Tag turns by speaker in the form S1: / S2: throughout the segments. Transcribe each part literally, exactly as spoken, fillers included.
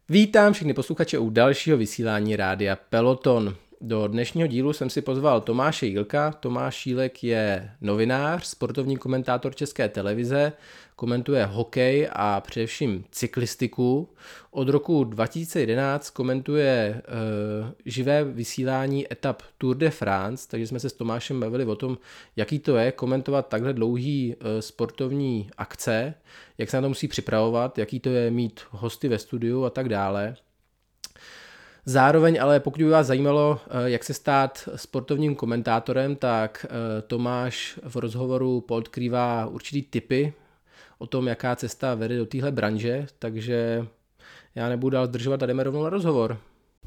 S1: Vítám všechny posluchače u dalšího vysílání Rádia Peloton. Do dnešního dílu jsem si pozval Tomáše Jílka. Tomáš Jílek je novinář, sportovní komentátor České televize, komentuje hokej a především cyklistiku. Od roku dva tisíce jedenáct komentuje uh, živé vysílání etap Tour de France, takže jsme se s Tomášem bavili o tom, jaký to je komentovat takhle dlouhý uh, sportovní akce, jak se na to musí připravovat, jaký to je mít hosty ve studiu a tak dále. Zároveň ale pokud by vás zajímalo, jak se stát sportovním komentátorem, tak Tomáš v rozhovoru podkrývá určitý tipy o tom, jaká cesta vede do téhle branže, takže já nebudu dál zdržovat a jdeme rovnou na rozhovor.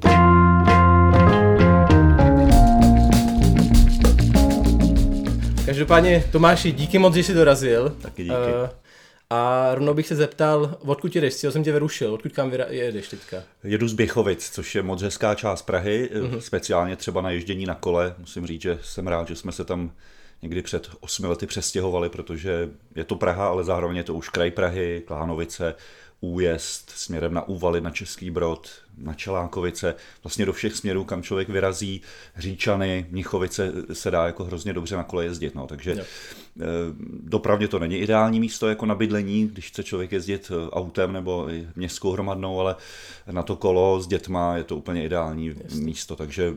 S1: Každopádně Tomáši, díky moc, že jsi dorazil.
S2: Taky díky. Uh,
S1: A rovnou bych se zeptal, odkud jedeš, cíl jsem tě vyrušil, odkud kam jedeš teďka?
S2: Jedu z Běchovic, což je moc hezká část Prahy, mm-hmm. speciálně třeba na ježdění na kole. Musím říct, že jsem rád, že jsme se tam někdy před osmi lety přestěhovali, protože je to Praha, ale zároveň je to už kraj Prahy, Klánovice, újezd směrem na Úvaly, na Český Brod, na Čelákovice, vlastně do všech směrů, kam člověk vyrazí, Říčany, Mnichovice se dá jako hrozně dobře na kole jezdit, no, takže jo. Dopravně to není ideální místo jako na bydlení, když chce člověk jezdit autem nebo městskou hromadnou, ale na to kolo s dětma je to úplně ideální Jasně. místo, takže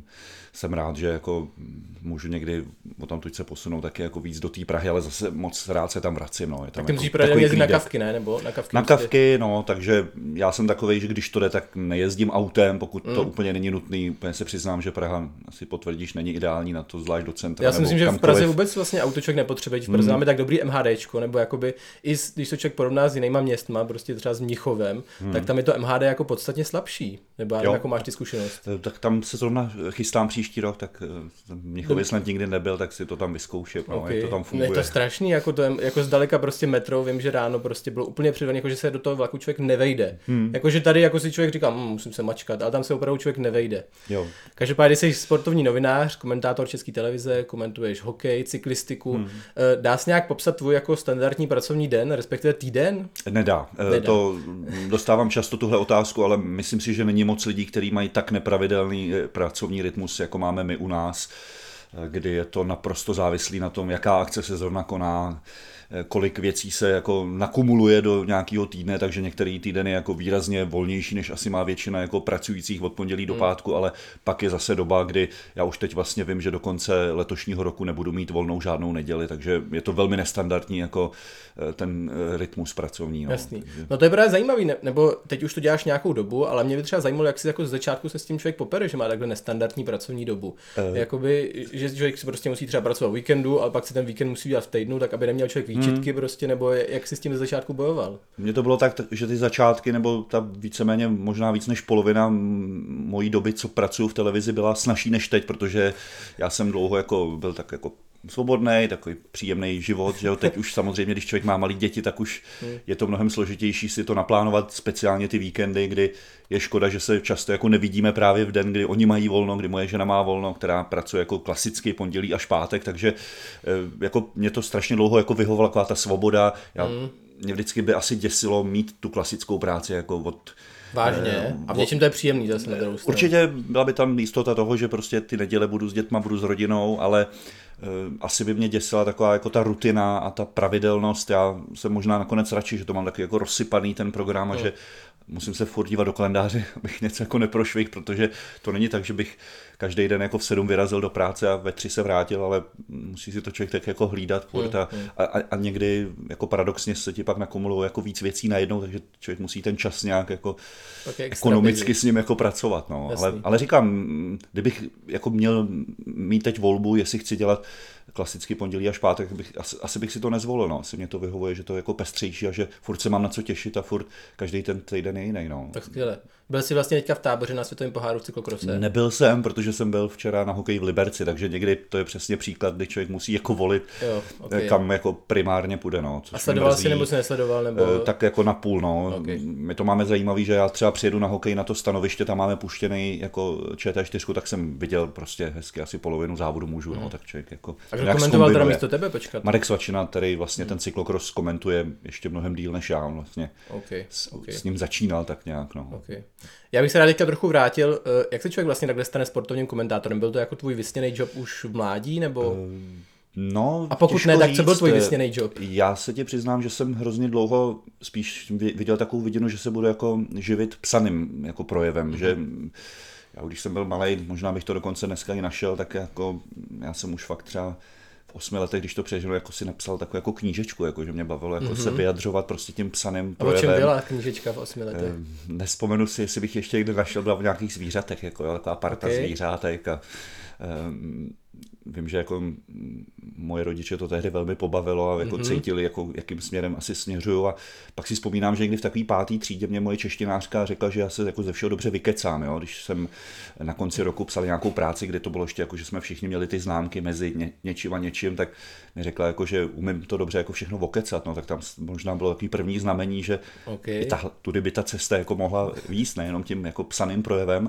S2: jsem rád, že jako můžu někdy odtamtud se posunout taky jako víc do té Prahy, ale zase moc rád se tam vracím. No. Je tam
S1: tak ty
S2: jako
S1: musíš pravidelně jezdit na kavky, ne? Nebo na kavky?
S2: Na kavky, no, takže já jsem takovej, že když to jde, tak nejezdím autem, pokud mm. to úplně není nutný. Úplně se přiznám, že Praha, asi potvrdíš, není ideální na to, zvlášť do centra.
S1: Já si myslím, že v Praze vůbec vlastně auto člověk nepotřebuje. V Praze mm. máme tak dobrý MHDčko, nebo jakoby i když to člověk porovná s jinýma městma, prostě třeba s Mnichovem, mm. tak tam je to M H D jako podstatně slabší. Nebo jako máš ty zkušenost?
S2: Tak tam se zrovna chystám příští rok, tak Mnichově snad nikdy nebyl, tak si to tam vyzkouším, no,
S1: okay.
S2: jak to tam funguje.
S1: Je to strašný, jako, to je, jako zdaleka prostě metro, vím, že ráno prostě bylo úplně předvedené, jako že se do toho vlaku člověk nevejde. Hmm. Jakože tady jako si člověk říká, hm, musím se mačkat, ale tam se opravdu člověk nevejde.
S2: Jo.
S1: Každopádně jsi sportovní novinář, komentátor České televize, komentuješ hokej, cyklistiku. Hmm. Dá se nějak popsat tvůj jako standardní pracovní den, respektive týden?
S2: Nedá. Nedá. To dostávám často tuhle otázku, ale myslím si, že není moc lidí, kteří mají tak nepravidelný pracovní rytmus, jako máme my u nás, kdy je to naprosto závislý na tom, jaká akce se zrovna koná, kolik věcí se jako nakumuluje do nějakého týdne, takže některý týden je jako výrazně volnější, než asi má většina jako pracujících od pondělí do pátku, ale pak je zase doba, kdy já už teď vlastně vím, že do konce letošního roku nebudu mít volnou žádnou neděli, takže je to velmi nestandardní jako ten rytmus pracovní. No.
S1: Jasný. No to je právě zajímavý, ne? Nebo teď už to děláš nějakou dobu, ale mě by třeba zajímalo, jak si jako z začátku se s tím člověk popere, že má takhle nestandardní pracovní dobu. Uh. Jakoby, že člověk si prostě musí třeba pracovat o víkendu, ale pak si ten víkend musí dělat v týdnu, tak aby neměl člověk výčitky hmm. prostě, nebo jak si s tím ze začátku bojoval?
S2: Mně to bylo tak, že ty začátky, nebo ta víceméně možná víc než polovina mojí doby, co pracuji v televizi, byla snazší než teď, protože já jsem dlouho jako byl tak jako svobodný, takový příjemný život, že jo, teď už samozřejmě, když člověk má malý děti, tak už hmm. je to mnohem složitější si to naplánovat, speciálně ty víkendy, kdy je škoda, že se často jako nevidíme právě v den, kdy oni mají volno, kdy moje žena má volno, která pracuje jako klasicky pondělí až pátek, takže jako mě to strašně dlouho jako vyhovovala taková ta svoboda, já, hmm. mě vždycky by asi děsilo mít tu klasickou práci jako od
S1: Vážně? A v něčem to je příjemný zase na druhou stranu.
S2: Určitě byla by tam jistota toho, že prostě ty neděle budu s dětma, budu s rodinou, ale uh, asi by mě děsila taková jako ta rutina a ta pravidelnost. Já jsem možná nakonec radši, že to mám taky jako rozsypaný ten program a no. že musím se furt dívat do kalendáře, abych něco jako neprošvih, protože to není tak, že bych každý den jako v sedm vyrazil do práce a ve tři se vrátil, ale musí si to člověk tak jako hlídat furt a, a, a někdy jako paradoxně se ti pak nakumulují jako víc věcí najednou, takže člověk musí ten čas nějak jako ekonomicky busy. S ním jako pracovat. No. Ale, ale říkám, kdybych jako měl mít teď volbu, jestli chci dělat klasicky pondělí až pátek, bych, asi, asi bych si to nezvolil, no. Asi mě to vyhovuje, že to je jako pestřejší a že furt se mám na co těšit a furt každý ten týden je jiný. No.
S1: Tak skvěle. Byl jsi vlastně teďka v táboře na světovém poháru v cyklokrose?
S2: Nebyl jsem, protože jsem byl včera na hokeji v Liberci, takže někdy to je přesně příklad, kdy člověk musí jako volit, jo, okay. kam jako primárně půjde. No,
S1: a sledoval jsi nebo jsi nesledoval? Nebo...
S2: Tak jako na půl. No.
S1: Okay.
S2: My to máme zajímavý, že já třeba přijedu na hokej na to stanoviště, tam máme puštěný jako Č T čtyři, tak jsem viděl prostě hezky asi polovinu závodu mužů. Hmm. No, tak člověk jako
S1: a kdo komentoval teda místo tebe, počkat?
S2: Marek Svačina, který vlastně hmm. ten cyklokros komentuje ještě mnohem díl než já. Vlastně
S1: okay.
S2: S,
S1: okay.
S2: s ním začínal začínal tak nějak. No.
S1: Okay. Já bych se rád teďka trochu vrátil, jak se člověk vlastně takhle stane sportovním komentátorem? Byl to jako tvůj vysněný job už v mládí, nebo... Uh...
S2: No,
S1: a pokud ne, tak co byl tvůj vysněný job?
S2: Já se ti přiznám, že jsem hrozně dlouho spíš viděl takovou vidinu, že se budu jako živit psaným jako projevem, mm-hmm. že já když jsem byl malej, možná bych to dokonce dneska i našel, tak jako já jsem už fakt třeba v osmi letech, když to přežil, jako si napsal takovou jako knížečku, jako, že mě bavilo jako mm-hmm. se vyjadřovat prostě tím psaným projevem.
S1: A o čem byla knížečka v osmi letech?
S2: Nespomenu si, jestli bych ještě někde našel, byla v nějakých zvířatech, jako jo, taková parta okay. zvířátek a um, vím, že jako moje rodiče to tehdy velmi pobavilo a jako mm-hmm. cítili, jako, jakým směrem asi směřuju. A pak si vzpomínám, že někdy v takový pátý třídě mě moje češtinářka řekla, že já se jako ze všeho dobře vykecám. Jo? Když jsem na konci roku psal nějakou práci, kde to bylo ještě jako, že jsme všichni měli ty známky mezi ně, něčím a něčím, tak mi řekla, jako, že umím to dobře jako všechno okecat. No, tak tam možná bylo takový první znamení, že okay. ta, tudy by ta cesta jako mohla výjist, nejenom tím jako psaným projevem.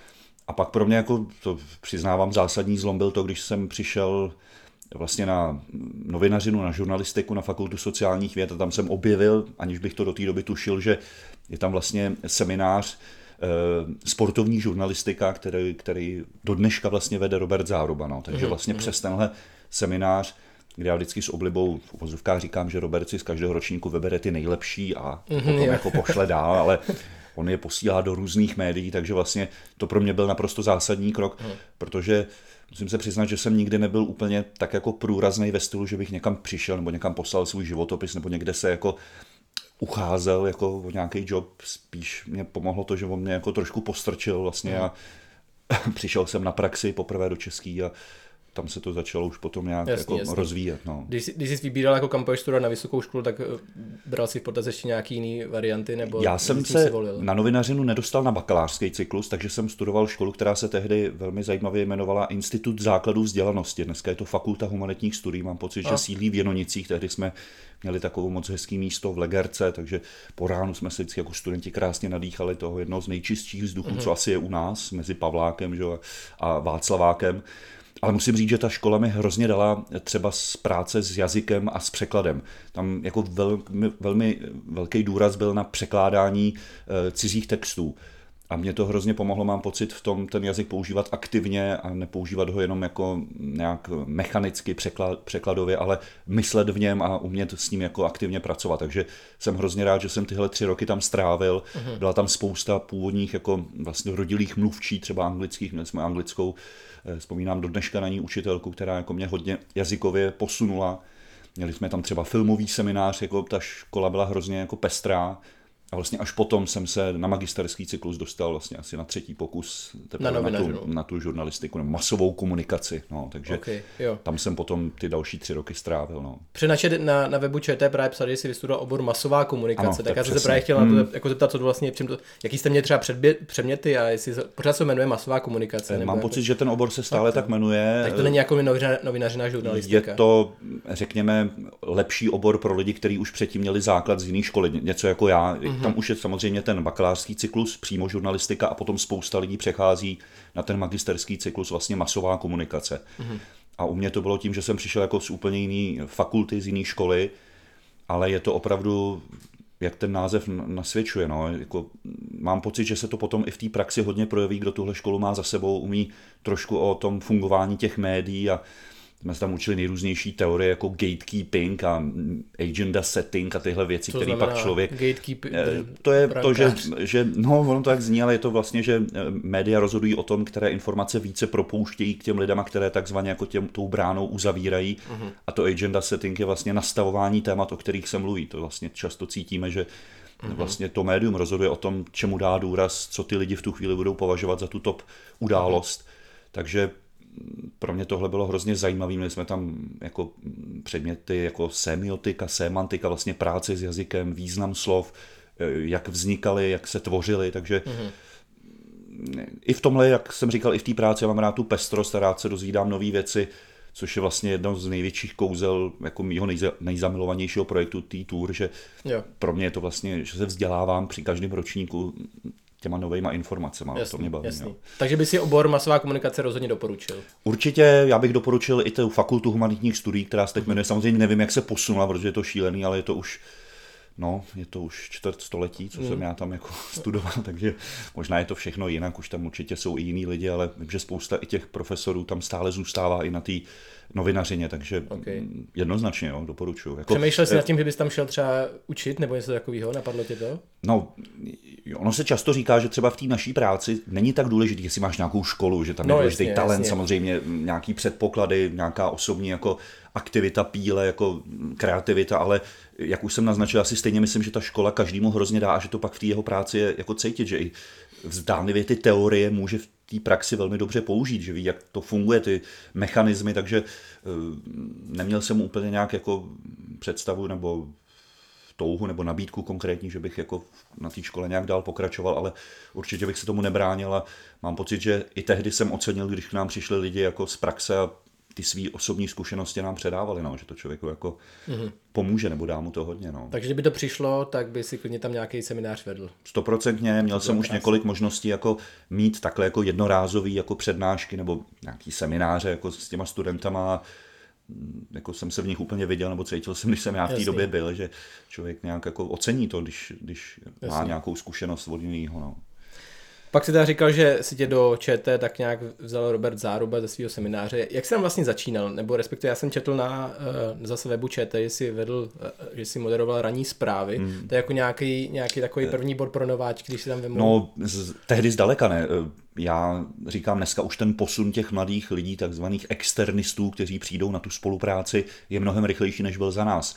S2: A pak pro mě, jako to přiznávám, zásadní zlom byl to, když jsem přišel vlastně na novinařinu, na žurnalistiku, na fakultu sociálních věd a tam jsem objevil, aniž bych to do té doby tušil, že je tam vlastně seminář eh, sportovní žurnalistika, který, který do dneška vlastně vede Robert Záruba. No. Takže vlastně mm-hmm. přes tenhle seminář, kde já vždycky s oblibou v uvozovkách říkám, že Robert si z každého ročníku vybere ty nejlepší a mm-hmm, potom je. jako pošle dál, ale on je posílá do různých médií, takže vlastně to pro mě byl naprosto zásadní krok, hmm. protože musím se přiznat, že jsem nikdy nebyl úplně tak jako průraznej ve stylu, že bych někam přišel nebo někam poslal svůj životopis nebo někde se jako ucházel jako o nějaký job. Spíš mě pomohlo to, že on mě jako trošku postrčil vlastně hmm. a přišel jsem na praxi poprvé do Český a tam se to začalo už potom nějak jasný, jako jasný. rozvíjet. No.
S1: Když, jsi, když jsi vybíral jako kam půjdeš studovat na vysokou školu, tak bral jsi v potaz ještě nějaký jiný varianty? Nebo
S2: já jsem se na novinařinu nedostal na bakalářský cyklus, takže jsem studoval školu, která se tehdy velmi zajímavě jmenovala Institut základů vzdělanosti. Dneska je to Fakulta humanitních studií, mám pocit, a. že sídlí v Jenonicích. Tehdy jsme měli takovou moc hezký místo v Legerce, takže po ránu jsme se vždycky jako studenti krásně nadýchali toho jednoho z nejčistších vzduchů, mm-hmm. co asi je u nás, mezi Pavlákem že, a Václavákem. Ale musím říct, že ta škola mi hrozně dala třeba z práce s jazykem a s překladem. Tam jako velmi, velmi velký důraz byl na překládání e, cizích textů. A mě to hrozně pomohlo, mám pocit, v tom ten jazyk používat aktivně a nepoužívat ho jenom jako nějak mechanicky překlad, překladově, ale myslet v něm a umět s ním jako aktivně pracovat. Takže jsem hrozně rád, že jsem tyhle tři roky tam strávil. Uh-huh. Byla tam spousta původních jako vlastně rodilých mluvčí, třeba anglických, měli jsme anglickou, vzpomínám do dneška na ní učitelku, která jako mě hodně jazykově posunula. Měli jsme tam třeba filmový seminář, jako ta škola byla hrozně jako pestrá. A vlastně až potom jsem se na magisterský cyklus dostal vlastně asi na třetí pokus na, na, tu, na tu žurnalistiku, nebo masovou komunikaci. No, takže okay, tam jsem potom ty další tři roky strávil. No.
S1: Přenačet na, na webu ČT právě psali, že jsi vystudoval obor masová komunikace, ano, tak, tak já jsem se právě chtěl hmm. na to jako zeptat, co to vlastně, to, jaký jste měli třeba předbě, předměty a jestli pořád se jmenuje masová komunikace.
S2: Mám pocit, že ten obor se stále tak, tak jmenuje.
S1: Tak to není jako novinařina žurnalistika.
S2: Je to, řekněme, lepší obor pro lidi, kteří už předtím měli základ z jiné školy, něco jako já. Mm-hmm. Tam už je samozřejmě ten bakalářský cyklus, přímo žurnalistika a potom spousta lidí přechází na ten magisterský cyklus, vlastně masová komunikace. Mm-hmm. A u mě to bylo tím, že jsem přišel jako z úplně jiné fakulty, z jiné školy, ale je to opravdu, jak ten název nasvědčuje. No. Jako, mám pocit, že se to potom i v té praxi hodně projeví, kdo tuhle školu má za sebou, umí trošku o tom fungování těch médií a jsme se tam učili nejrůznější teorie jako gatekeeping a agenda setting a tyhle věci, které pak člověk...
S1: Gatekeeping,
S2: to je to, že, že... No, ono to tak zní, ale je to vlastně, že média rozhodují o tom, které informace více propouštějí k těm lidem, a které takzvaně jako těm, tou bránou uzavírají. Uh-huh. A to agenda setting je vlastně nastavování témat, o kterých se mluví. To vlastně často cítíme, že uh-huh. vlastně to médium rozhoduje o tom, čemu dá důraz, co ty lidi v tu chvíli budou považovat za tu top událost. Uh-huh. Takže pro mě tohle bylo hrozně zajímavé. Měli jsme tam jako předměty jako semiotika, semantika, vlastně práce s jazykem, význam slov, jak vznikaly, jak se tvořily, takže mm-hmm. i v tomhle, jak jsem říkal, i v té práci já mám rád tu pestrost a rád se dozvídám nové věci, což je vlastně jedno z největších kouzel jako mýho nejza, nejzamilovanějšího projektu té tour, že jo. Pro mě je to vlastně, že se vzdělávám při každém ročníku těma novejma informacemi. Jasný, to mě baví. Jasný.
S1: Takže by si obor masová komunikace rozhodně doporučil?
S2: Určitě, já bych doporučil i tu fakultu humanitních studií, která se teď jmenuje. Samozřejmě nevím, jak se posunula, protože je to šílený, ale je to už No, je to už čtvrt století, co mm. jsem já tam jako studoval, takže možná je to všechno jinak, už tam určitě jsou i jiní lidi, ale vím, že spousta i těch profesorů tam stále zůstává i na té novinařině, takže okay. jednoznačně, jo, doporučuji. Jako,
S1: Přemýšlel jsi nad tím, že bys tam šel třeba učit, nebo něco takového, napadlo tě to?
S2: No, ono se často říká, že třeba v té naší práci není tak důležitý, jestli máš nějakou školu, že tam no, je důležitý jasně, talent, jasně. samozřejmě nějaký předpoklady, nějaká osobní jako aktivita, píle, jako kreativita, ale jak už jsem naznačil, asi stejně myslím, že ta škola každému hrozně dá a že to pak v té jeho práci je jako cítit, že i zdánlivě ty teorie může v té praxi velmi dobře použít, že ví, jak to funguje, ty mechanismy, takže neměl jsem úplně nějak jako představu nebo touhu nebo nabídku konkrétní, že bych jako na té škole nějak dál pokračoval, ale určitě bych se tomu nebránil a mám pocit, že i tehdy jsem ocenil, když k nám přišli lidi jako z praxe a ty svý osobní zkušenosti nám předávali, no, že to člověku jako mm-hmm. pomůže nebo dá mu to hodně. No.
S1: Takže kdyby to přišlo, tak by si klidně tam nějaký seminář vedl.
S2: Stoprocentně, měl to jsem už krásný. Několik možností jako mít takhle jako jednorázový jako přednášky nebo nějaký semináře jako s těma studentama, jako jsem se v nich úplně viděl, nebo cítil jsem, když jsem já v té době byl, že člověk nějak jako ocení to, když, když má nějakou zkušenost od jiného. No.
S1: Pak si teda říkal, že si tě do ČT tak nějak vzal Robert Záruba ze svého semináře. Jak jsi tam vlastně začínal? Nebo respektive já jsem četl na zase webu ČT, že jsi vedl, že jsi moderoval ranní zprávy. Hmm. To je jako nějaký, nějaký takový první bod pro nováčky, když si tam vemou.
S2: No, z, tehdy zdaleka ne. Já říkám dneska už ten posun těch mladých lidí, takzvaných externistů, kteří přijdou na tu spolupráci, je mnohem rychlejší, než byl za nás.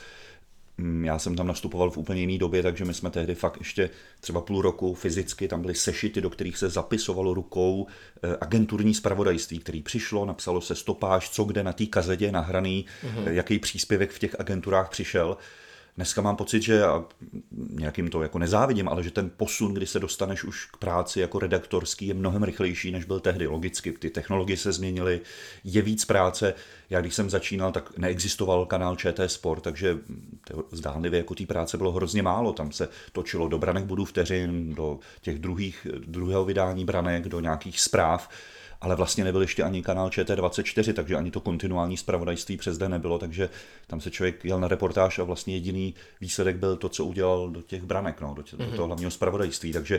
S2: Já jsem tam nastupoval v úplně jiné době, takže my jsme tehdy fakt ještě třeba půl roku fyzicky, tam byly sešity, do kterých se zapisovalo rukou agenturní zpravodajství, který přišlo, napsalo se stopáž, co kde na té kazetě je nahraný, mm-hmm. jaký příspěvek v těch agenturách přišel. Dneska mám pocit, že já nějakým to jako nezávidím, ale že ten posun, kdy se dostaneš už k práci jako redaktorský, je mnohem rychlejší, než byl tehdy. Logicky, ty technologie se změnily, je víc práce. Já když jsem začínal, tak neexistoval kanál ČT Sport, takže zdánlivě jako té práce bylo hrozně málo. Tam se točilo do Branek budu vteřin, do těch druhých, druhého vydání Branek, do nějakých zpráv. Ale vlastně nebyl ještě ani kanál ČT dvacet čtyři, takže ani to kontinuální zpravodajství přes den nebylo, takže tam se člověk jel na reportáž a vlastně jediný výsledek byl to, co udělal do těch branek, no, do, tě, mm-hmm. do toho hlavního zpravodajství, takže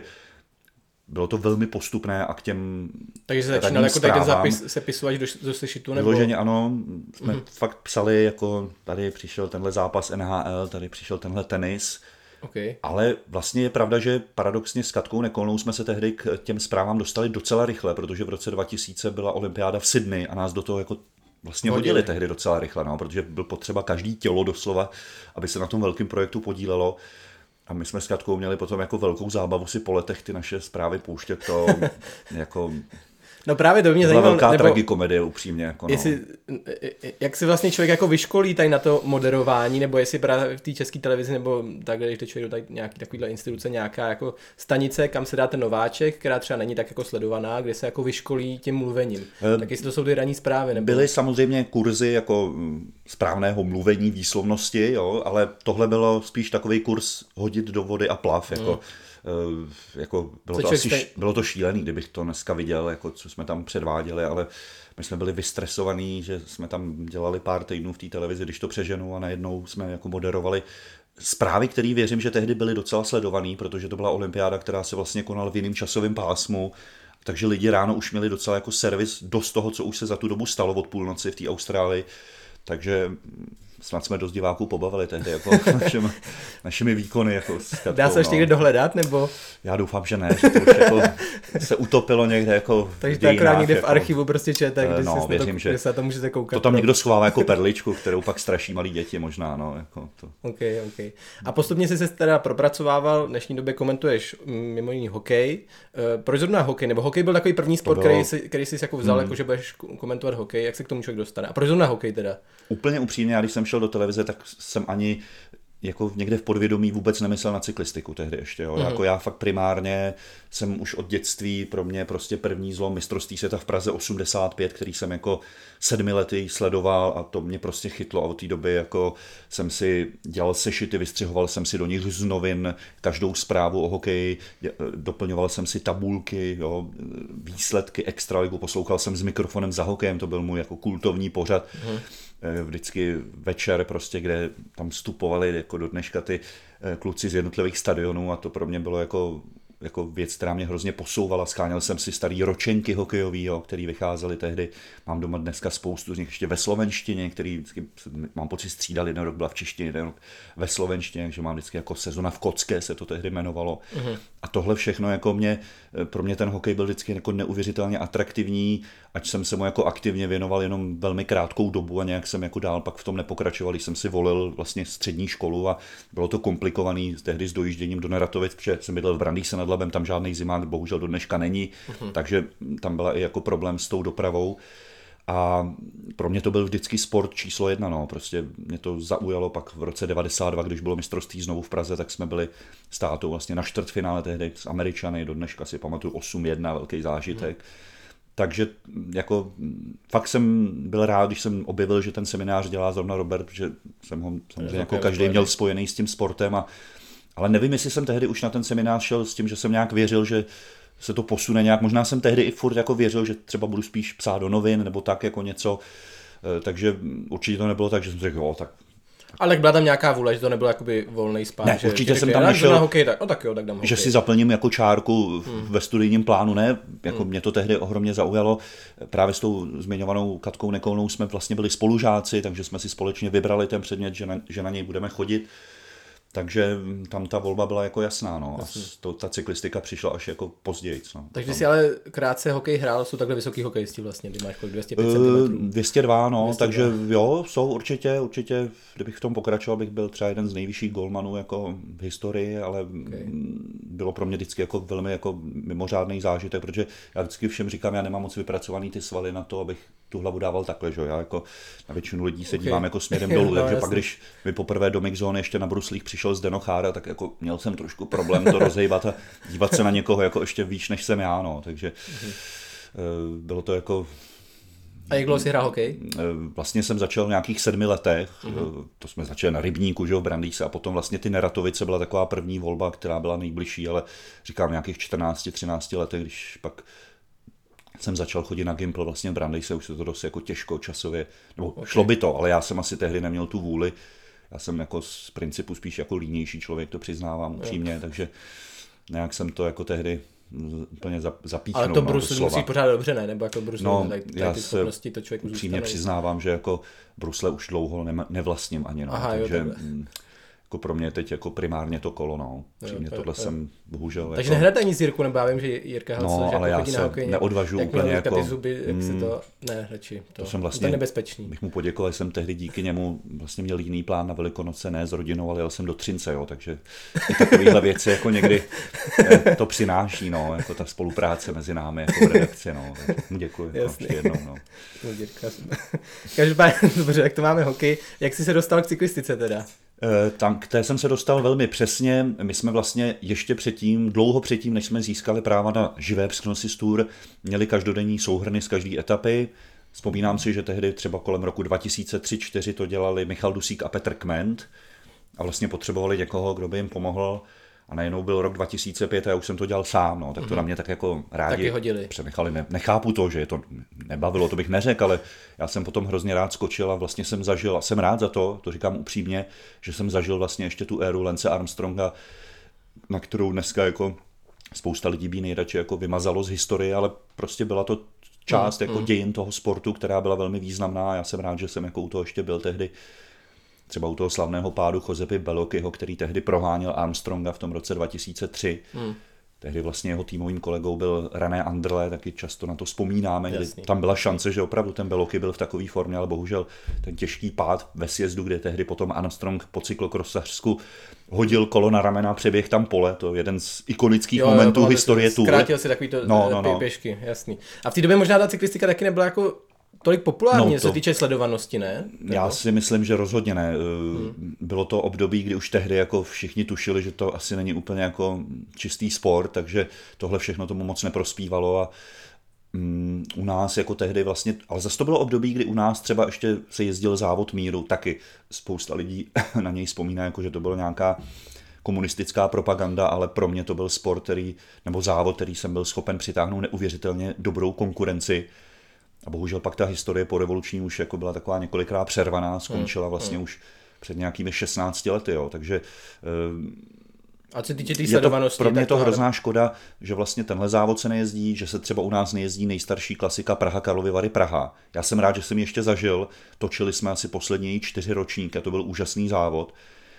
S2: bylo to velmi postupné a k těm
S1: takže se začínal jako tady ten zápis sepisovat do, do sešitu? Nebo...
S2: Vyloženě ano, jsme mm-hmm. fakt psali, jako tady přišel tenhle zápas N H L, tady přišel tenhle tenis.
S1: Okay.
S2: Ale vlastně je pravda, že paradoxně s Katkou Nekolnou jsme se tehdy k těm zprávám dostali docela rychle, protože v roce dva tisíce byla olympiáda v Sydney a nás do toho jako vlastně hodili, hodili tehdy docela rychle, no, protože byl potřeba každý tělo doslova, aby se na tom velkém projektu podílelo. A my jsme s Katkou měli potom jako velkou zábavu si po letech ty naše zprávy pouštět, to jako...
S1: No právě to mě zajímalo.
S2: Velká nebo tragikomedie, upřímně. Jako no.
S1: Jestli, jak si vlastně člověk jako vyškolí tady na to moderování, nebo jestli právě v té české televizi, nebo takhle, když to člověk do nějaký takovýhle instituce, nějaká jako stanice, kam se dá ten nováček, která třeba není tak jako sledovaná, kde se jako vyškolí tím mluvením. E, tak jestli to jsou ty ranní zprávy. Nebo...
S2: Byly samozřejmě kurzy jako správného mluvení, výslovnosti, jo, ale tohle bylo spíš takový kurz hodit do vody a plav, jako... Hmm. Uh, jako bylo, to asi, jste... bylo to šílený, kdybych to dneska viděl, jako co jsme tam předváděli, ale my jsme byli vystresovaní, že jsme tam dělali pár týdnů v té televizi, když to přeženu a najednou jsme jako moderovali zprávy, které věřím, že tehdy byly docela sledovaný, protože to byla olympiáda, která se vlastně konala v jiném časovém pásmu, takže lidi ráno už měli docela jako servis dost toho, co už se za tu dobu stalo od půlnoci v té Austrálii, takže snad jsme dost diváků pobavili tehdy jako našimi, našimi výkony. Jako Katkou,
S1: dá se ještě
S2: no.
S1: někde dohledat, nebo?
S2: Já doufám, že ne, že to už jako se utopilo někde jako
S1: takže to akorát někde jako, v archivu prostě čete, kde,
S2: no, věřím,
S1: to,
S2: že
S1: kde se to můžete koukat.
S2: To tam někdo schovává jako perličku, kterou pak straší malí děti možná. No, jako to.
S1: Okay, okay. A postupně jsi se teda propracovával, v dnešní době komentuješ mimo jiný hokej. Proč zrovna hokej? Nebo hokej byl takový první sport, který jsi, který jsi jako vzal, hmm. jako že budeš komentovat hokej. Jak se k tomu člověk dostane? A proč zrovna hokej teda?
S2: Úplně upřímně, já když jsem šel do televize, tak jsem ani jako někde v podvědomí vůbec nemyslel na cyklistiku tehdy ještě. Jo. Mm. Jako já fakt primárně jsem už od dětství, pro mě prostě první zlom mistrovství světa v Praze osmdesát pět, který jsem jako sedmi lety sledoval a to mě prostě chytlo a od té doby jako jsem si dělal sešity, vystřihoval jsem si do nich z novin každou zprávu o hokeji, doplňoval jsem si tabulky, jo, výsledky extraligu, poslouchal jsem s mikrofonem za hokejem, to byl můj jako kultovní pořad. Mm. Vždycky večer prostě, kde tam vstupovali jako do dneška ty kluci z jednotlivých stadionů a to pro mě bylo jako jako věc, která mě hrozně posouvala. Skáněl jsem si starý ročenky hokejový, jo, který vycházely tehdy. Mám doma dneska spoustu z nich ještě ve slovenštině, který vždycky, mám pocit, střídal. Jeden rok byla v češtině, jeden rok ve slovenštině, takže mám vždycky jako sezona v kocké, se to tehdy jmenovalo. Uh-huh. A tohle všechno jako mě, pro mě ten hokej byl vždycky jako neuvěřitelně atraktivní, ať jsem se mu jako aktivně věnoval jenom velmi krátkou dobu a nějak jsem jako dál pak v tom nepokračoval, když jsem si volil vlastně střední školu a bylo to komplikovaný tehdy s dojížděním do Neratovic, protože jsem bydlel v Brandýse nad Labem, tam žádný zimák bohužel do dneška není, uh-huh. takže tam byla i jako problém s tou dopravou. A pro mě to byl vždycky sport číslo jedna, no, prostě mě to zaujalo pak v roce devadesát dva, když bylo mistrovství znovu v Praze, tak jsme byli s tátou vlastně na čtvrtfinále tehdy s Američany, do dneška si pamatuju osm jedna, velký zážitek. Hmm. Takže jako fakt jsem byl rád, když jsem objevil, že ten seminář dělá zrovna Robert, protože jsem ho samozřejmě jako každý měl spojený s tím sportem, a, ale nevím, jestli jsem tehdy už na ten seminář šel s tím, že jsem nějak věřil, že se to posune nějak. Možná jsem tehdy i furt jako věřil, že třeba budu spíš psát do novin nebo tak jako něco. Takže určitě to nebylo tak, že jsem řekl, jo, tak.
S1: Ale byla tam nějaká vůle, že to nebylo jakoby volný spát.
S2: Ne,
S1: že
S2: určitě jsem tam nešel,
S1: hokej, tak, no tak jo, tak dám hokej.
S2: Že si zaplním jako čárku hmm. ve studijním plánu, ne, jako hmm. mě to tehdy ohromně zaujalo. Právě s tou zmiňovanou Katkou Nekolnou jsme vlastně byli spolužáci, takže jsme si společně vybrali ten předmět, že na, že na něj budeme chodit. Takže tam ta volba byla jako jasná, no. A to, ta cyklistika přišla až jako později. No.
S1: Takže tam. Si ale krátce hokej hrál, jsou takhle vysoký hokejisti vlastně, kdy máš kolik, dvě stě pět centimetrů?
S2: dvě stě dva, no, dvě stě dva. Takže jo, jsou určitě, určitě, kdybych v tom pokračoval, bych byl třeba jeden z nejvyšších golmanů jako v historii, ale okay. bylo pro mě vždycky jako velmi jako mimořádný zážitek, protože já vždycky všem říkám, já nemám moc vypracovaný ty svaly na to, abych tu hlavu dával takhle, že já jako na většinu lidí se okay. dívám jako směrem dolů, no, takže jasný. Pak když mi poprvé do mixzóny ještě na bruslích přišel Zdeno Chára, tak jako měl jsem trošku problém to rozhejbat a dívat se na někoho jako ještě víc, než jsem já, no, takže mm-hmm. bylo to jako...
S1: A jak dlouho jsi hrál hokej?
S2: Vlastně jsem začal v nějakých sedmi letech, mm-hmm. to jsme začali na Rybníku, že v Brandýse, a potom vlastně ty Neratovice byla taková první volba, která byla nejbližší, ale říkám nějakých čtrnáct třináct letech, když pak jsem začal chodit na Gimpl vlastně v Brandýse, už se to dost jako těžko časově, nebo okay. šlo by to, ale já jsem asi tehdy neměl tu vůli. Já jsem jako z principu spíš jako línější člověk, to přiznávám upřímně, takže nějak jsem to jako tehdy úplně zapíchnul.
S1: Ale to bruslit musí pořád dobře, ne? Nebo jako bruslit,
S2: no,
S1: tady, tady já ty schopnosti, to člověk už
S2: upřímně přiznávám, že jako brusle už dlouho ne- nevlastním ani, no.
S1: Aha,
S2: takže
S1: jo,
S2: jako pro mě teď jako primárně to kolo, no. Přímě tohle jo. jsem bohužel...
S1: Takže
S2: jako...
S1: nehrajete ani s Jirku, nebo já vím, že Jirka Halce,
S2: no,
S1: že
S2: ale
S1: jako
S2: já
S1: chodí
S2: se
S1: na hokej,
S2: neodvažu
S1: jak
S2: úplně jako...
S1: ty zuby, jak
S2: mm,
S1: se to... Ne, radši. To,
S2: to jsem vlastně...
S1: To je nebezpečný.
S2: Bych mu poděkoval, jsem tehdy díky němu vlastně měl jiný plán na Velikonoce, ne s rodinou, ale jel jsem do Třince, jo, takže i takovýhle věci jako někdy to přináší, no, jako ta spolupráce mezi námi, jako v redakci, no. Děkuji.
S1: Jasně.
S2: No, jednou, no.
S1: Každopádně, dobře, jak to máme hokej, jak jsi se dostal k cyklistice teda?
S2: Tam, k té jsem se dostal velmi přesně. My jsme vlastně ještě předtím, dlouho předtím, než jsme získali práva na živé přenosy z Tour, měli každodenní souhrny z každé etapy. Vzpomínám si, že tehdy třeba kolem roku dva tisíce tři čtyři to dělali Michal Dusík a Petr Kment a vlastně potřebovali někoho, kdo by jim pomohl. A najednou byl rok dva tisíce pět a já už jsem to dělal sám, no, tak to mm-hmm. na mě tak jako rádi přenechali. Ne, nechápu to, že je to nebavilo, to bych neřekl, ale já jsem potom hrozně rád skočil a vlastně jsem zažil, a jsem rád za to, to říkám upřímně, že jsem zažil vlastně ještě tu éru Lance Armstronga, na kterou dneska jako spousta lidí by nejradši jako vymazalo z historie, ale prostě byla to část mm, jako mm. dějin toho sportu, která byla velmi významná a já jsem rád, že jsem jako u toho ještě byl tehdy. Třeba u toho slavného pádu Josepy Bellokyho, který tehdy proháněl Armstronga v tom roce dva tisíce tři. Hmm. Tehdy vlastně jeho týmovým kolegou byl René Anderle, taky často na to vzpomínáme. Kdy tam byla šance, že opravdu ten Belloky byl v takové formě, ale bohužel ten těžký pád ve sjezdu, kde tehdy potom Armstrong po cyklokrosařsku hodil kolo na ramena, přeběh tam pole, to je jeden z ikonických jo, momentů jo, historie Tour.
S1: Zkrátil si takový to no, no, no. pěšky, jasný. A v té době možná ta cyklistika taky nebyla jako tolik populární, no co se týče sledovanosti, ne? Nebo?
S2: Já si myslím, že rozhodně ne. Hmm. Bylo to období, kdy už tehdy jako všichni tušili, že to asi není úplně jako čistý sport, takže tohle všechno tomu moc neprospívalo a um, u nás jako tehdy vlastně, ale zase to bylo období, kdy u nás třeba ještě se jezdil závod míru, taky spousta lidí na něj vzpomíná, jako že to bylo nějaká komunistická propaganda, ale pro mě to byl sport, který, nebo závod, který jsem byl schopen přitáhnout neuvěřitelně dobrou konkurenci. A bohužel pak ta historie po revoluční už jako byla taková několikrát přervaná, skončila vlastně hmm. už před nějakými šestnácti lety, jo. Takže
S1: a co se týče té sledovanosti,
S2: pro mě
S1: tak
S2: to
S1: to
S2: hrozná škoda, že vlastně tenhle závod se nejezdí, že se třeba u nás nejezdí nejstarší klasika Praha Karlovy Vary Praha. Já jsem rád, že jsem ji ještě zažil, točili jsme asi poslední čtyři ročníky, to byl úžasný závod.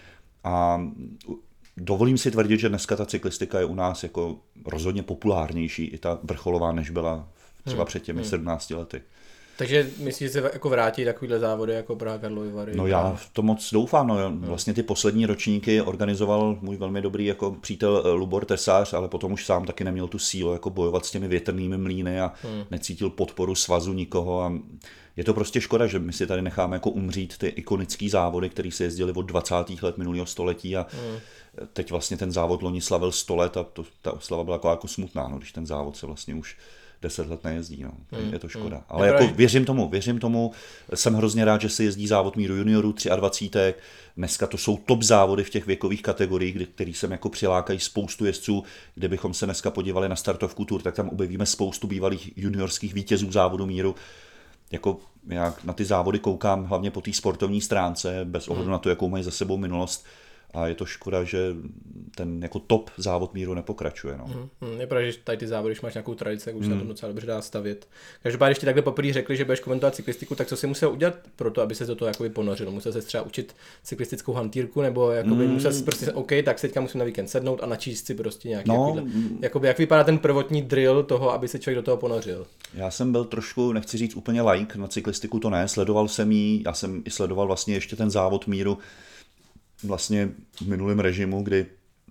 S2: A dovolím si tvrdit, že dneska ta cyklistika je u nás jako rozhodně populárnější, i ta vrcholová, než byla třeba hmm. před těmi hmm. sedmnácti lety.
S1: Takže myslíš, že se jako vrátí takovýhle závody jako Praha Karlovy Vary?
S2: No já v to moc doufám. No. Vlastně ty poslední ročníky organizoval můj velmi dobrý jako přítel Lubor Tesař, ale potom už sám taky neměl tu sílu jako bojovat s těmi větrnými mlýny a hmm. necítil podporu svazu nikoho. A je to prostě škoda, že my si tady necháme jako umřít ty ikonické závody, které se jezdily od dvacátých let minulého století a hmm. teď vlastně ten závod loni slavil sto let a to, ta oslava byla jako, jako smutná, no, když ten závod se vlastně už deset let nejezdí, no. Je to škoda. Hmm. Ale jako věřím tomu, věřím tomu, jsem hrozně rád, že se jezdí závod míru juniorů dvacet tři. Dneska to jsou top závody v těch věkových kategoriích, který sem jako přilákají spoustu jezdců. Kdybychom se dneska podívali na startovku Tour, tak tam objevíme spoustu bývalých juniorských vítězů závodu míru. Jako já na ty závody koukám hlavně po té sportovní stránce, bez ohledu hmm. na to, jakou mají za sebou minulost. A je to škoda, že ten jako top závod míru nepokračuje. No.
S1: Mm, je pravda, že tady ty závody, když máš nějakou tradici, tak už mm. se na tom docela dobře dá stavět. Každopádně, když ti takhle poprvé řekli, že budeš komentovat cyklistiku, tak co jsi musel udělat pro to, aby se do toho jakoby ponořil? Musel se třeba učit cyklistickou hantýrku, nebo jakoby mm. musel si prostě, OK, tak se teďka musím na víkend sednout a načíst si prostě nějaký
S2: no,
S1: jakoby, jak vypadá ten prvotní drill toho, aby se člověk do toho ponořil?
S2: Já jsem byl trošku, nechci říct úplně like, na cyklistiku to ne, sledoval jsem ji, já jsem i sledoval vlastně ještě ten závod míru, vlastně v minulém režimu, kdy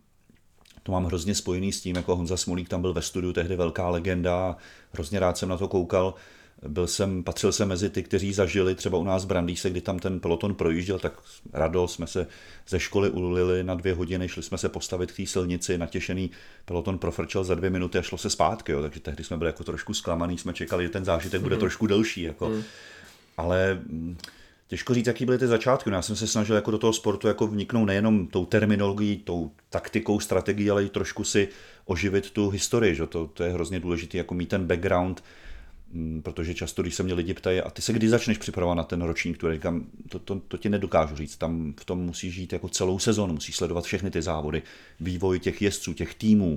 S2: to mám hrozně spojený s tím, jako Honza Smolík tam byl ve studiu, tehdy velká legenda, hrozně rád jsem na to koukal. Byl jsem, patřil jsem mezi ty, kteří zažili třeba u nás v Brandýse, kdy tam ten peloton projížděl, tak radost, jsme se ze školy ulili na dvě hodiny, šli jsme se postavit k té silnici, natěšený peloton profrčel za dvě minuty a šlo se zpátky, jo. Takže tehdy jsme byli jako trošku zklamaný, jsme čekali, že ten zážitek bude mm. trošku delší, jako. Mm. Ale těžko říct, jaký byly ty začátky. Já jsem se snažil jako do toho sportu jako vniknout nejenom tou terminologií, tou taktikou, strategií, ale i trošku si oživit tu historii. Že? To, to je hrozně důležité, jako mít ten background, protože často, když se mě lidi ptají, a ty se kdy začneš připravovat na ten ročník, který říkám, to, to, to ti nedokážu říct. Tam v tom musíš žít jako celou sezonu, musíš sledovat všechny ty závody, vývoj těch jezdců, těch týmů.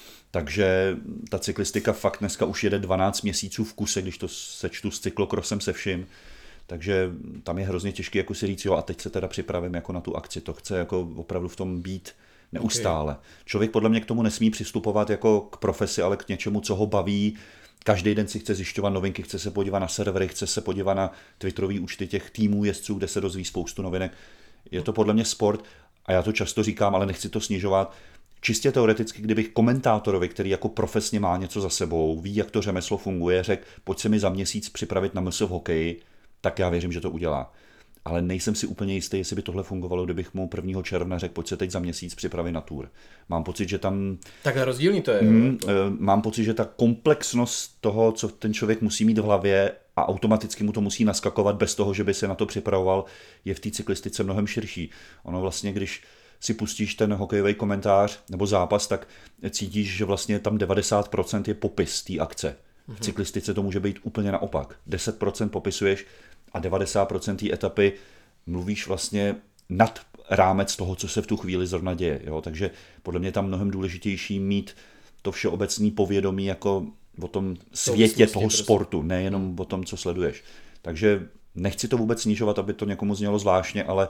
S2: Takže ta cyklistika fakt dneska už jede dvanáct měsíců v kuse, když to sečtu s cyklokrosem se vším. Takže tam je hrozně těžké jako si říct, jo, a teď se teda připravím jako na tu akci. To chce jako opravdu v tom být neustále. Okay. Člověk podle mě k tomu nesmí přistupovat jako k profesi, ale k něčemu, co ho baví. Každý den si chce zjišťovat novinky, chce se podívat na servery, chce se podívat na twitterové účty těch týmů jezdců, kde se dozví spoustu novinek. Je to podle mě sport a já to často říkám, ale nechci to snižovat. Čistě teoreticky, kdybych komentátorovi, který jako profesně má něco za sebou, ví, jak to řemeslo funguje, řekl, pojď se mi za měsíc připravit na M S v hokeji, tak já věřím, že to udělá. Ale nejsem si úplně jistý, jestli by tohle fungovalo, kdybych mu prvního června řekl, pojď se teď za měsíc připravit na Tour. Mám pocit, že tam...
S1: Tak rozdílný to je.
S2: Mm, to... Mám pocit, že ta komplexnost toho, co ten člověk musí mít v hlavě a automaticky mu to musí naskakovat bez toho, že by se na to připravoval, je v té cyklistice mnohem širší. Ono vlastně, když si pustíš ten hokejový komentář nebo zápas, tak cítíš, že vlastně tam devadesát procent je popis té akce. V cyklistice to může být úplně naopak. deset procent popisuješ a devadesát procent té etapy mluvíš vlastně nad rámec toho, co se v tu chvíli zrovna děje. Jo? Takže podle mě je tam mnohem důležitější mít to všeobecné povědomí jako o tom světě toho prostě sportu, nejenom o tom, co sleduješ. Takže nechci to vůbec snižovat, aby to někomu znělo zvláštně, ale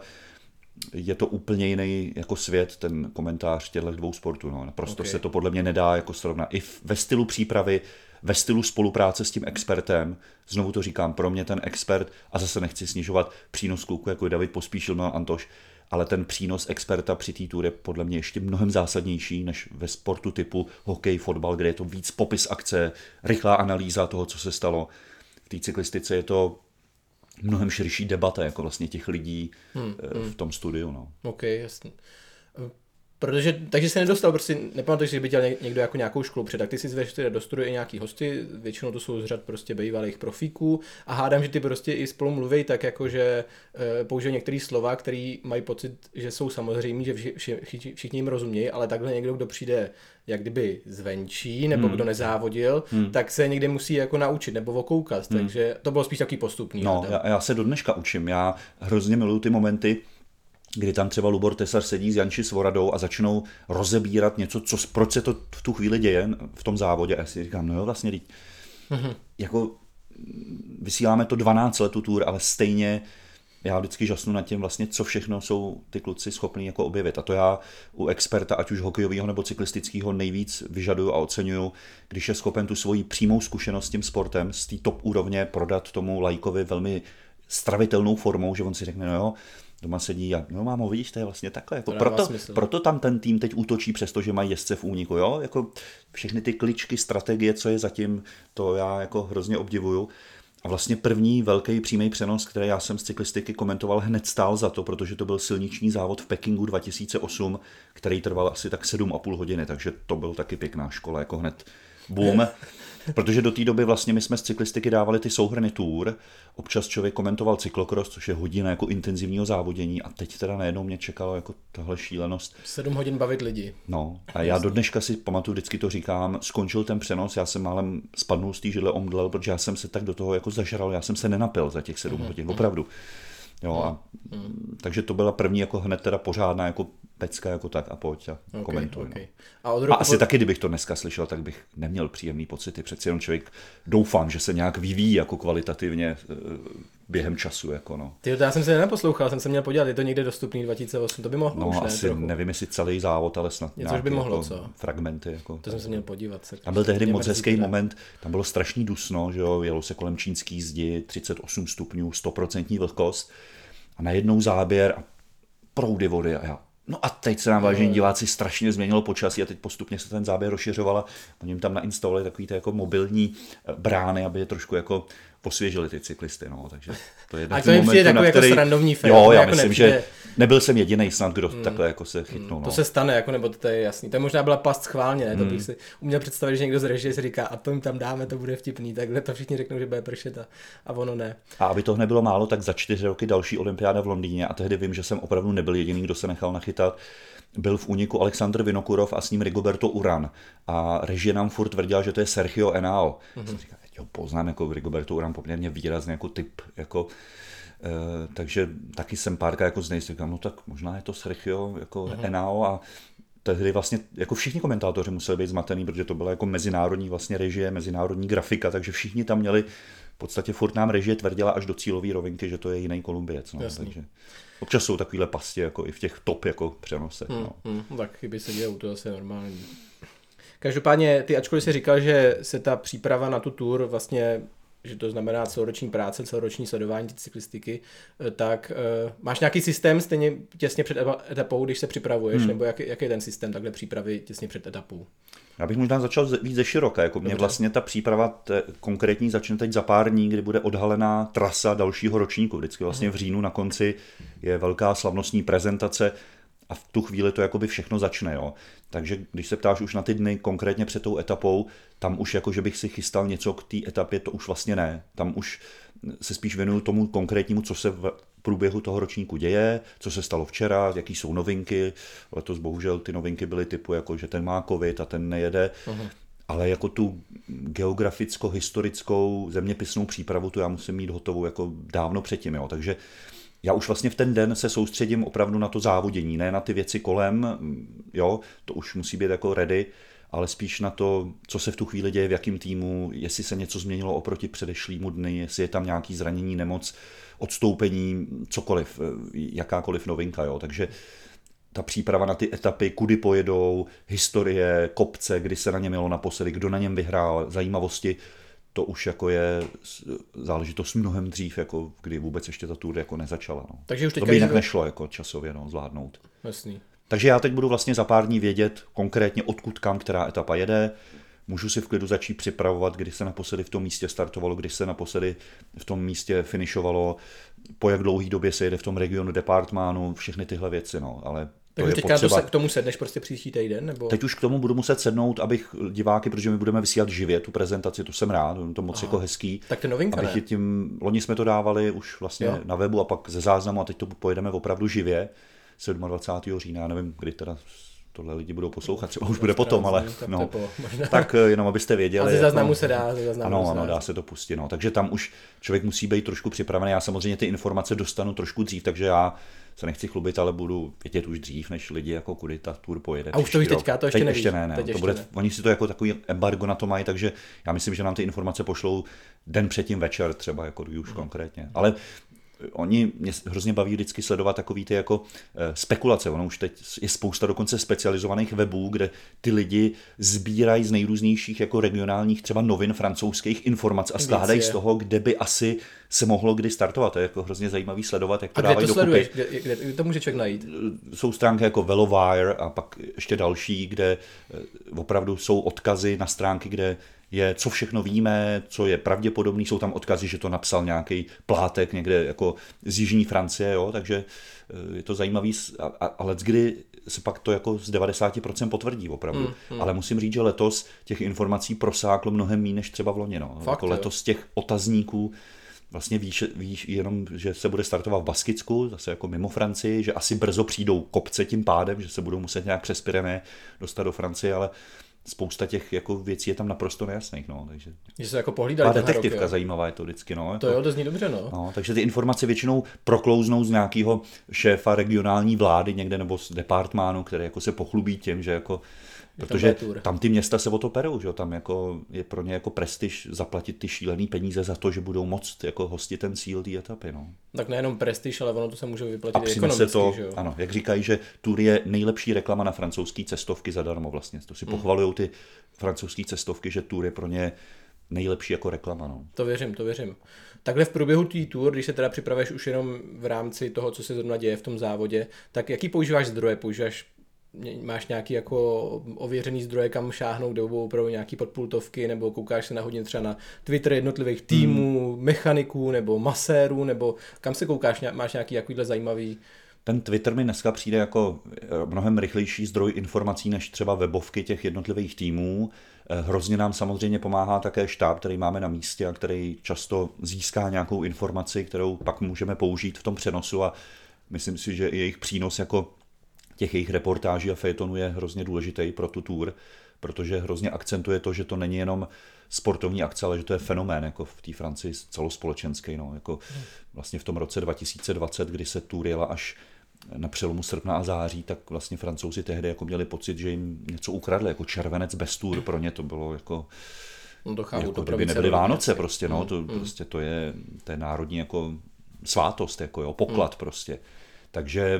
S2: je to úplně jiný jako svět, ten komentář těchto dvou sportů. No. Naprosto okay. se to podle mě nedá jako srovnat. I ve stylu přípravy, ve stylu spolupráce s tím expertem, znovu to říkám, pro mě ten expert, a zase nechci snižovat přínos kluků, jako je David Pospíšil, Milan Antoš, ale ten přínos experta při té Tour je podle mě ještě mnohem zásadnější než ve sportu typu hokej, fotbal, kde je to víc popis akce, rychlá analýza toho, co se stalo. V té cyklistice je to mnohem širší debata jako vlastně těch lidí hmm, v tom studiu. No.
S1: OK, jasně. Protože, takže se nedostal, prostě nepamatuji, že by dělal někdo jako nějakou školu před, tak ty si zveš do studia i nějaký hosty, většinou to jsou z řad prostě bývalých profíků a hádám, že ty prostě i spolu mluví tak jako, že e, používají některé slova, který mají pocit, že jsou samozřejmé, že vši, vši, vši, všichni jim rozumějí, ale takhle někdo, kdo přijde jak kdyby zvenčí, nebo hmm. kdo nezávodil, hmm. tak se někde musí jako naučit nebo okoukat, hmm. takže to bylo spíš takový postupný.
S2: No, já, já se do dneška učím, já hrozně miluju ty momenty, kdy tam třeba Lubor Tesar sedí s Janči Svoradou a začnou rozebírat něco, co, proč se to v tu chvíli děje v tom závodě. A já si říkám, no jo, vlastně, mm-hmm. jako vysíláme to dvanáct let tu tour, ale stejně já vždycky žasnu nad tím vlastně, co všechno jsou ty kluci schopní jako objevit. A to já u experta, ať už hokejového nebo cyklistického, nejvíc vyžaduju a oceňuju, když je schopen tu svoji přímou zkušenost s tím sportem, z té top úrovně prodat tomu laikovi velmi stravitelnou formou, že on si řekne, no jo, doma sedí a no mámo, vidíš, to je vlastně takhle. Jako proto, proto tam ten tým teď útočí, přestože mají jezdce v úniku. Jo? Jako všechny ty kličky, strategie, co je zatím, to já jako hrozně obdivuju. A vlastně první velký přímý přenos, který já jsem z cyklistiky komentoval, hned stál za to, protože to byl silniční závod v Pekingu dva tisíce osm, který trval asi tak sedm a půl hodiny, takže to byl taky pěkná škola, jako hned boom. Protože do té doby vlastně my jsme z cyklistiky dávali ty souhrny tour, občas člověk komentoval cyklokros, což je hodina jako intenzivního závodění a teď teda najednou mě čekalo jako tahle šílenost.
S1: Sedm hodin bavit lidi.
S2: No a já do dneška si pamatuju, vždycky to říkám, skončil ten přenos, já jsem málem spadnul z té židle, omdlel, protože já jsem se tak do toho jako zažral, já jsem se nenapil za těch sedm hodin, opravdu. Jo, a, mm. takže to byla první jako hned teda pořádná jako pecka jako tak a pojď a okay, komentuj. Okay. No. A, od roku a asi pod... taky, kdybych to dneska slyšel, tak bych neměl příjemný pocity. Přeci jenom člověk doufám, že se nějak vyvíjí jako kvalitativně během času. Jako no.
S1: Ty, já jsem se neposlouchal, jsem se měl podívat, je to někde dostupný dva tisíce osm, to by mohlo
S2: no,
S1: už, ne?
S2: asi
S1: trochu.
S2: Nevím, jestli celý závod, ale snad
S1: něco by mohlo,
S2: jako
S1: co?
S2: Fragmenty. Jako,
S1: to jsem se měl podívat. Se
S2: a byl tehdy moc hezký moment, tam bylo strašný dusno, že jo, jelo se kolem čínský zdi, třicet osm stupňů, sto procent vlhkost. A najednou záběr a proudy vody a já. No a teď se nám, vážení diváci, strašně změnilo počasí a teď postupně se ten záběr rozšiřoval a oni jim tam nainstalovali takový ty jako mobilní brány, aby je trošku jako posvěžili ty cyklisty, no, takže to je
S1: a to jim přijde takový
S2: který...
S1: jako srandovní film.
S2: Jo, já
S1: jako
S2: myslím,
S1: nepřijde...
S2: že nebyl jsem jedinej snad, kdo mm. takhle jako se chytnul.
S1: Mm,
S2: no.
S1: to se stane, jako, nebo to je jasný. To možná byla past schválně, ne? To bych si uměl představit, že někdo z režie si říká, a to jim tam dáme, to bude vtipný, takhle to všichni řeknou, že bude pršet a, a ono ne.
S2: A aby toho nebylo málo, tak za čtyři roky další olympiáda v Londýně a tehdy vím, že jsem opravdu nebyl jediný, kdo se nechal nachytat. Byl v úniku Aleksandr Vinokurov a s ním Rigoberto Uran. A režie nám furt tvrdila, že to je Sergio Henao. Mm-hmm. Jsem říkal, jo, poznám jako Rigoberto Uran poměrně výrazný jako typ. Jako, e, takže taky jsem párka jako znejistý. Říkám, no tak možná je to Sergio jako mm-hmm. Henao a tehdy vlastně jako všichni komentátoři museli být zmatený, protože to byla jako mezinárodní vlastně režie, mezinárodní grafika, takže všichni tam měli v podstatě furt nám režie tvrdila až do cílové rovinky, že to je jiný Kolumbiec. No, takže občas jsou takovýhle pasti jako i v těch top jako přenosech.
S1: Hmm,
S2: no.
S1: hmm, tak chyby se dějou, to asi je normální. Každopádně ty, ačkoliv jsi říkal, že se ta příprava na tu tour vlastně, že to znamená celoroční práce, celoroční sledování ty cyklistiky, tak uh, máš nějaký systém stejně těsně před etapou, když se připravuješ, hmm. nebo jak, jaký je ten systém takhle přípravy těsně před etapou?
S2: Já bych možná začal víc ze široka, jako mě vlastně ta příprava t- konkrétní začne teď za pár dní, kdy bude odhalená trasa dalšího ročníku. Vždycky vlastně v říjnu na konci je velká slavnostní prezentace a v tu chvíli to jakoby všechno začne. Jo. Takže když se ptáš už na ty dny konkrétně před tou etapou, tam už jako, že bych si chystal něco k té etapě, to už vlastně ne. Tam už se spíš věnuju tomu konkrétnímu, co se v průběhu toho ročníku děje, co se stalo včera, jaký jsou novinky. Letos bohužel ty novinky byly typu, jako, že ten má covid a ten nejede. Uh-huh. Ale jako tu geograficko-historickou zeměpisnou přípravu, tu já musím mít hotovou jako dávno předtím. Jo. Takže já už vlastně v ten den se soustředím opravdu na to závodění, ne na ty věci kolem, jo, to už musí být jako ready, ale spíš na to, co se v tu chvíli děje, v jakém týmu, jestli se něco změnilo oproti předešlýmu dny, jestli je tam nějaký zranění, nemoc, odstoupení, cokoliv, jakákoliv novinka, jo, takže ta příprava na ty etapy, kudy pojedou, historie, kopce, kdy se na něm jelo naposledy, kdo na něm vyhrál, zajímavosti, to už jako je záležitost mnohem dřív, jako kdy vůbec ještě ta tour jako nezačala. No.
S1: Takže už
S2: to by jinak nešlo jako časově no, zvládnout.
S1: Jasný.
S2: Takže já teď budu vlastně za pár dní vědět konkrétně odkud kam, která etapa jede. Můžu si v klidu začít připravovat, kdy se naposledy v tom místě startovalo, kdy se naposledy v tom místě finišovalo, po jak dlouhý době se jede v tom regionu departmánu, všechny tyhle věci. No. Ale
S1: takže teďka potřeba... to se k tomu sedneš prostě příští týden? Nebo...
S2: Teď už k tomu budu muset sednout, abych diváky, protože my budeme vysílat živě tu prezentaci, to jsem rád, to moc Aha. jako hezký.
S1: Tak to novinka,
S2: abych
S1: ne?
S2: Tím, loni jsme to dávali už vlastně jo. na webu a pak ze záznamu a teď to pojedeme opravdu živě, dvacátého sedmého října, já nevím, kdy teda tohle lidi budou poslouchat, třeba už bude potom, ale
S1: tak,
S2: no,
S1: po,
S2: tak jenom abyste věděli.
S1: A ze záznamu se dá, ze záznamu
S2: ano,
S1: se
S2: ano,
S1: dá.
S2: dá se to pustit, no. Takže tam už člověk musí být trošku připravený. Já samozřejmě ty informace dostanu trošku dřív, takže já se nechci chlubit, ale budu vědět už dřív, než lidi, jako kudy ta tour pojede.
S1: A už to víš teďka, to ještě
S2: Teď
S1: nevíš.
S2: ještě ne, ne.
S1: Teď
S2: to
S1: ještě
S2: bude,
S1: ne.
S2: Oni si to jako takový embargo na to mají, takže já myslím, že nám ty informace pošlou den předtím večer třeba, jako už hmm. konkrétně. Ale oni mě hrozně baví vždycky sledovat takový ty jako spekulace. Ono už teď je spousta dokonce specializovaných webů, kde ty lidi sbírají z nejrůznějších jako regionálních třeba novin francouzských informací a skládají z toho, kde by asi se mohlo kdy startovat. To je jako hrozně zajímavý sledovat, jak to
S1: a
S2: dávají
S1: to
S2: dokupy.
S1: Kde, kde, kde to může člověk najít?
S2: Jsou stránky jako Velovire a pak ještě další, kde opravdu jsou odkazy na stránky, kde je, co všechno víme, co je pravděpodobný, jsou tam odkazy, že to napsal nějaký plátek někde jako z jižní Francie, jo, takže je to zajímavý, a, a, a leckdy se pak to jako z devadesát procent potvrdí opravdu, mm, mm. ale musím říct, že letos těch informací prosáklo mnohem méně než třeba v loni, no.
S1: Fakt,
S2: jako letos těch otazníků vlastně víš, víš jenom, že se bude startovat v Baskicku, zase jako mimo Francii, že asi brzo přijdou kopce tím pádem, že se budou muset nějak přes Pyreneje dostat do Francie, ale spousta těch jako věcí je tam naprosto nejasných, no, takže.
S1: Že se jako pohlídali.
S2: Ta detektivka rok, zajímavá je to vždycky, no.
S1: To
S2: jako,
S1: jo, to zní dobře, no.
S2: no. Takže ty informace většinou proklouznou z nějakého šéfa regionální vlády někde nebo z departmánu, který jako se pochlubí tím, že jako protože tam ty města se o to perou, že jo, tam jako je pro ně jako prestiž zaplatit ty šílený peníze za to, že budou moct jako hostit ten cíl té etapy, no.
S1: Tak nejenom prestiž, ale ono to se může vyplatit
S2: i
S1: ekonomicky,
S2: to,
S1: že jo.
S2: Ano, jak říkají, že Tour je nejlepší reklama na francouzské cestovky zadarmo vlastně. To si hmm. pochvalujou ty francouzské cestovky, že Tour je pro ně nejlepší jako reklama, no.
S1: To věřím, to věřím. Takhle v průběhu té tour, když se teda připravuješ už jenom v rámci toho, co se zrovna děje v tom závodě, tak jaký používáš zdroje? Používáš máš nějaký jako ověřený zdroje, kam šáhnout, kde budou opravdu nějaký podpultovky, nebo koukáš se na hodně třeba na Twitter jednotlivých týmů, hmm. mechaniků, nebo masérů, nebo kam se koukáš, máš nějaký takovýhle zajímavý...
S2: Ten Twitter mi dneska přijde jako mnohem rychlejší zdroj informací než třeba webovky těch jednotlivých týmů. Hrozně nám samozřejmě pomáhá také štáb, který máme na místě a který často získá nějakou informaci, kterou pak můžeme použít v tom přenosu a myslím si, že i jejich přínos jako těch jejich reportáží a fejtonů je hrozně důležitý pro tu tour, protože hrozně akcentuje to, že to není jenom sportovní akce, ale že to je fenomén jako v té Francii celospolečenský. No, jako vlastně v tom roce dva tisíce dvacet, kdy se tour jela až na přelomu srpna a září, tak vlastně Francouzi tehdy jako měli pocit, že jim něco ukradli, jako červenec bez tour, pro ně to bylo jako...
S1: No to chápu,
S2: jako
S1: to
S2: by nebyly Vánoce
S1: jasný.
S2: prostě, no, to,
S1: mm.
S2: prostě to je, to je národní jako svátost, jako jo, poklad mm. prostě. Takže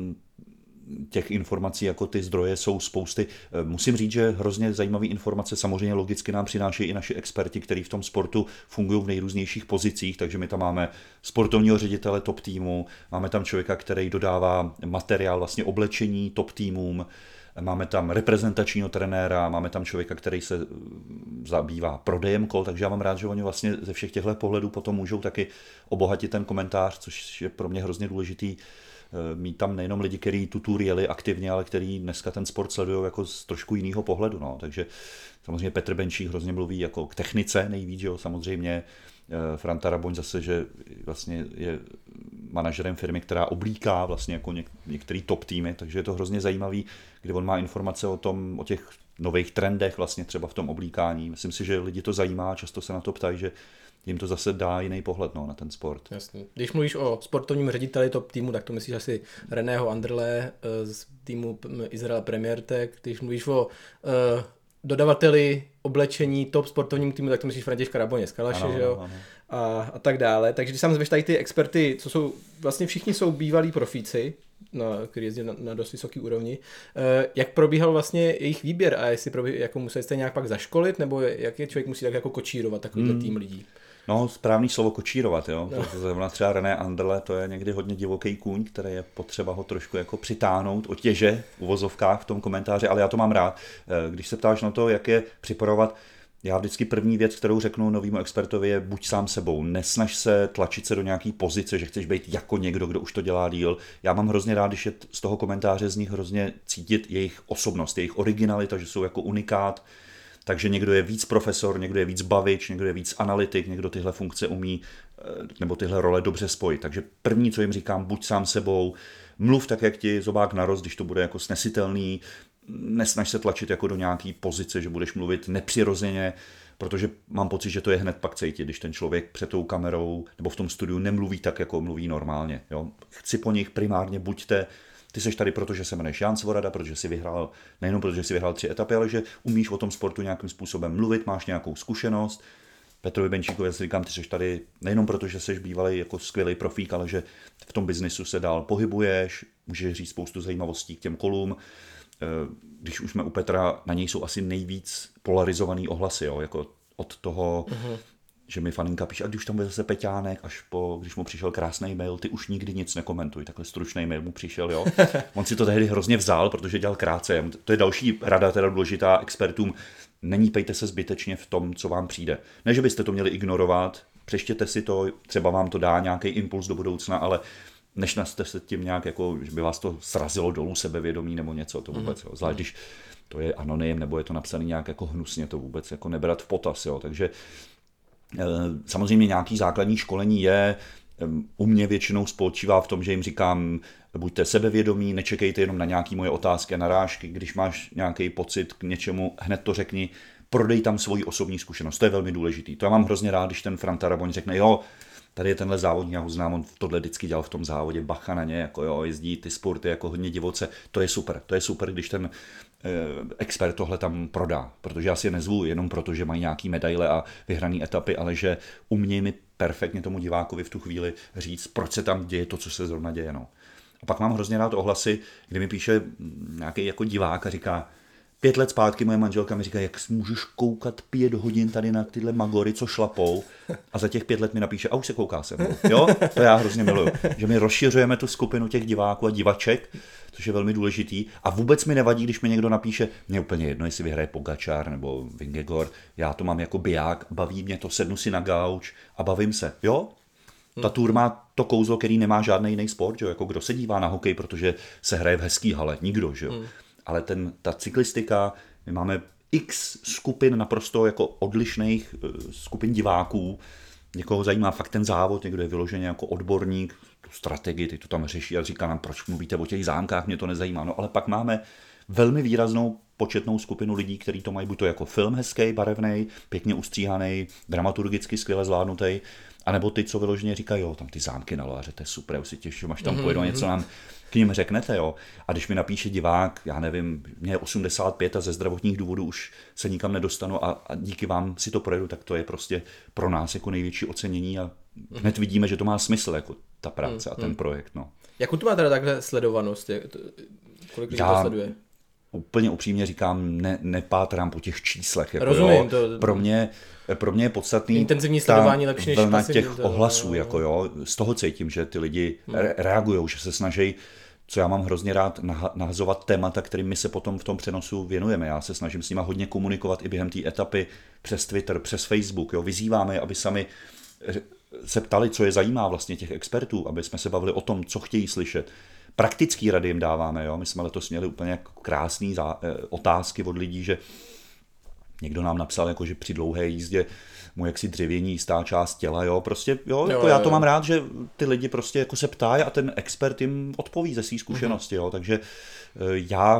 S2: těch informací jako ty zdroje jsou spousty. Musím říct, že hrozně zajímavé informace samozřejmě logicky nám přinášejí i naši experti, kteří v tom sportu fungují v nejrůznějších pozicích, takže my tam máme sportovního ředitele top týmu, máme tam člověka, který dodává materiál, vlastně oblečení top týmům, máme tam reprezentačního trenéra, máme tam člověka, který se zabývá prodejem kol, takže já mám rád, že oni vlastně ze všech těchto pohledů potom můžou taky obohatit ten komentář, což je pro mě hrozně důležitý. Mít tam nejenom lidi, kteří tu tour jeli aktivně, ale kteří dneska ten sport sledují jako z trošku jiného pohledu. No. Takže samozřejmě Petr Benčík hrozně mluví jako k technice nejvíc, jo, samozřejmě. Franta Raboň zase, že vlastně je manažerem firmy, která oblíká vlastně jako něk- některý top týmy, takže je to hrozně zajímavý, kdy on má informace o tom, o těch nových trendech vlastně třeba v tom oblíkání. Myslím si, že lidi to zajímá, často se na to ptají, že jim to zase dá jiný pohled, no, na ten sport.
S1: Jasně. Když mluvíš o sportovním řediteli top týmu, tak to myslíš asi Reného Anderle z týmu Israel Premier Tech. Když mluvíš o uh, dodavateli oblečení top sportovnímu týmu, tak to myslíš Františka Raboně z Kalaše, že jo? A, a tak dále. Takže když sám zveš tady ty experty, co jsou, vlastně všichni jsou bývalí profíci, na, který jezdí na, na dost vysoký úrovni. E, jak probíhal vlastně jejich výběr a jestli probíhal, jako museli jste nějak pak zaškolit, nebo jak je člověk musí tak jako kočírovat takovýhle hmm. tým lidí?
S2: No, správný slovo kočírovat, jo. No. To znamená třeba René Anderle, to je někdy hodně divoký kůň, který je potřeba ho trošku jako přitáhnout, otěže v uvozovkách v tom komentáři, ale já to mám rád. Když se ptáš na to, jak je připravovat, já vždycky první věc, kterou řeknu novému expertovi, je buď sám sebou. Nesnaž se tlačit se do nějaký pozice, že chceš být jako někdo, kdo už to dělá díl. Já mám hrozně rád, když je z toho komentáře z nich hrozně cítit jejich osobnost, jejich originalita, že jsou jako unikát. Takže někdo je víc profesor, někdo je víc bavič, někdo je víc analytik, někdo tyhle funkce umí nebo tyhle role dobře spojit. Takže první, co jim říkám, buď sám sebou, mluv tak, jak ti zobák narost, když to bude jako snesitelný, nesnaž se tlačit jako do nějaký pozice, že budeš mluvit nepřirozeně, protože mám pocit, že to je hned pak cítit, když ten člověk před tou kamerou nebo v tom studiu nemluví tak, jako mluví normálně. Jo? Chci po nich primárně buďte, ty seš tady, protože se jmenuješ Jan Svorada, protože si vyhrál, nejenom protože si vyhrál tři etapy, ale že umíš o tom sportu nějakým způsobem mluvit, máš nějakou zkušenost. Petrovi Benčíkovi, já si říkám, ty seš tady nejenom proto, že seš bývalý jako skvělý profík, ale že v tom biznisu se dál pohybuješ, můžeš říct spoustu zajímavostí k těm kolům. Když už jsme u Petra, na něj jsou asi nejvíc polarizovaný ohlasy, jo? Jako od toho, uh-huh. že mi faninka píše, a když tam bude zase Peťánek, až po, když mu přišel krásný mail, ty už nikdy nic nekomentuj, takhle stručný mail mu přišel, jo. On si to tehdy hrozně vzal, protože dělal krátce. To je další rada, teda důležitá expertům, nenípejte se zbytečně v tom, co vám přijde. Ne, že byste to měli ignorovat, přečtěte si to, třeba vám to dá nějaký impuls do budoucna, ale než jste se tím nějak, jako, že by vás to srazilo dolů sebevědomí nebo něco, to vůbec, jo. Zvlášť když to je anonym, nebo je to napsané nějak jako hnusně, to vůbec jako nebrat v potaz, jo. Takže samozřejmě nějaký základní školení je, u mě většinou spočívá v tom, že jim říkám, buďte sebevědomí, nečekejte jenom na nějaké moje otázky a narážky, když máš nějaký pocit k něčemu, hned to řekni, prodej tam svoji osobní zkušenost, to je velmi důležitý. To já mám hrozně rád, když ten Franta Raboň řekne, jo, tady je tenhle závodník, já ho znám, on tohle vždycky dělal v tom závodě, bacha na ně, jako jo, jezdí ty sporty jako hodně divoce, to je super, to je super, když ten eh, expert tohle tam prodá, protože já si je nezvu jenom proto, že mají nějaký medaile a vyhrané etapy, ale že umějí mi perfektně tomu divákovi v tu chvíli říct, proč se tam děje to, co se zrovna děje. No. A pak mám hrozně rád ohlasy, kdy mi píše nějaký jako divák a říká, pět let zpátky moje manželka mi říká, jak můžeš koukat pět hodin tady na tyhle magory, co šlapou, a za těch pět let mi napíše, a už se kouká se mnou. Jo, to já hrozně miluju. Že my rozšiřujeme tu skupinu těch diváků a divaček, což je velmi důležitý. A vůbec mi nevadí, když mi někdo napíše, mě úplně jedno, jestli vyhraje Pogačar nebo Vingegaard, já to mám jako biják, baví mě to, sednu si na gauč a bavím se. Jo? Ta tour má to kouzlo, který nemá žádný jiný sport, jo? Jako kdo se dívá na hokej, protože se hraje v hezký hale, nikdo, že jo. Hmm. Ale ten, ta cyklistika, my máme x skupin naprosto jako odlišných skupin diváků. Někoho zajímá fakt ten závod, někdo je vyloženě jako odborník, tu strategii, ty to tam řeší a říká nám, proč mluvíte o těch zámkách, mě to nezajímá. No ale pak máme velmi výraznou početnou skupinu lidí, kteří to mají buď to jako film hezký, barevný, pěkně ustříhaný, dramaturgicky skvěle zvládnutý, anebo ty, co vyloženě říkají, jo, tam ty zámky na Loaře, to je super, já si těším, až tam pojedu a něco nám k ním řeknete, jo. A když mi napíše divák, já nevím, mě je osmdesát pět a ze zdravotních důvodů už se nikam nedostanu a, a díky vám si to projedu, tak to je prostě pro nás jako největší ocenění a hned vidíme, že to má smysl, jako ta práce a ten projekt, no.
S1: Jakou to má teda takhle sledovanost? Kolik lidí to sleduje?
S2: Úplně upřímně říkám, ne, nepátrám po těch číslech. Jako
S1: Rozumím.
S2: Jo.
S1: To...
S2: Pro mě, pro mě je podstatný
S1: intenzivní sledování lepší než
S2: vlna těch
S1: to,
S2: ohlasů.
S1: no.
S2: Jako jo. Z toho cítím, že ty lidi hmm. re- reagují, že se snaží, co já mám hrozně rád, nah- nahazovat témata, kterým my se potom v tom přenosu věnujeme. Já se snažím s nima hodně komunikovat i během té etapy přes Twitter, přes Facebook. Jo. Vyzýváme je, aby sami se ptali, co je zajímá vlastně těch expertů, aby jsme se bavili o tom, co chtějí slyšet. Praktický rady jim dáváme, jo. My jsme letos měli úplně krásné zá- otázky od lidí, že někdo nám napsal, jako, že při dlouhé jízdě mu jaksi dřevění jistá část těla, jo, prostě, jo, jo, jako jo já to mám rád, že ty lidi prostě jako se ptají a ten expert jim odpoví ze své zkušenosti, jo, takže já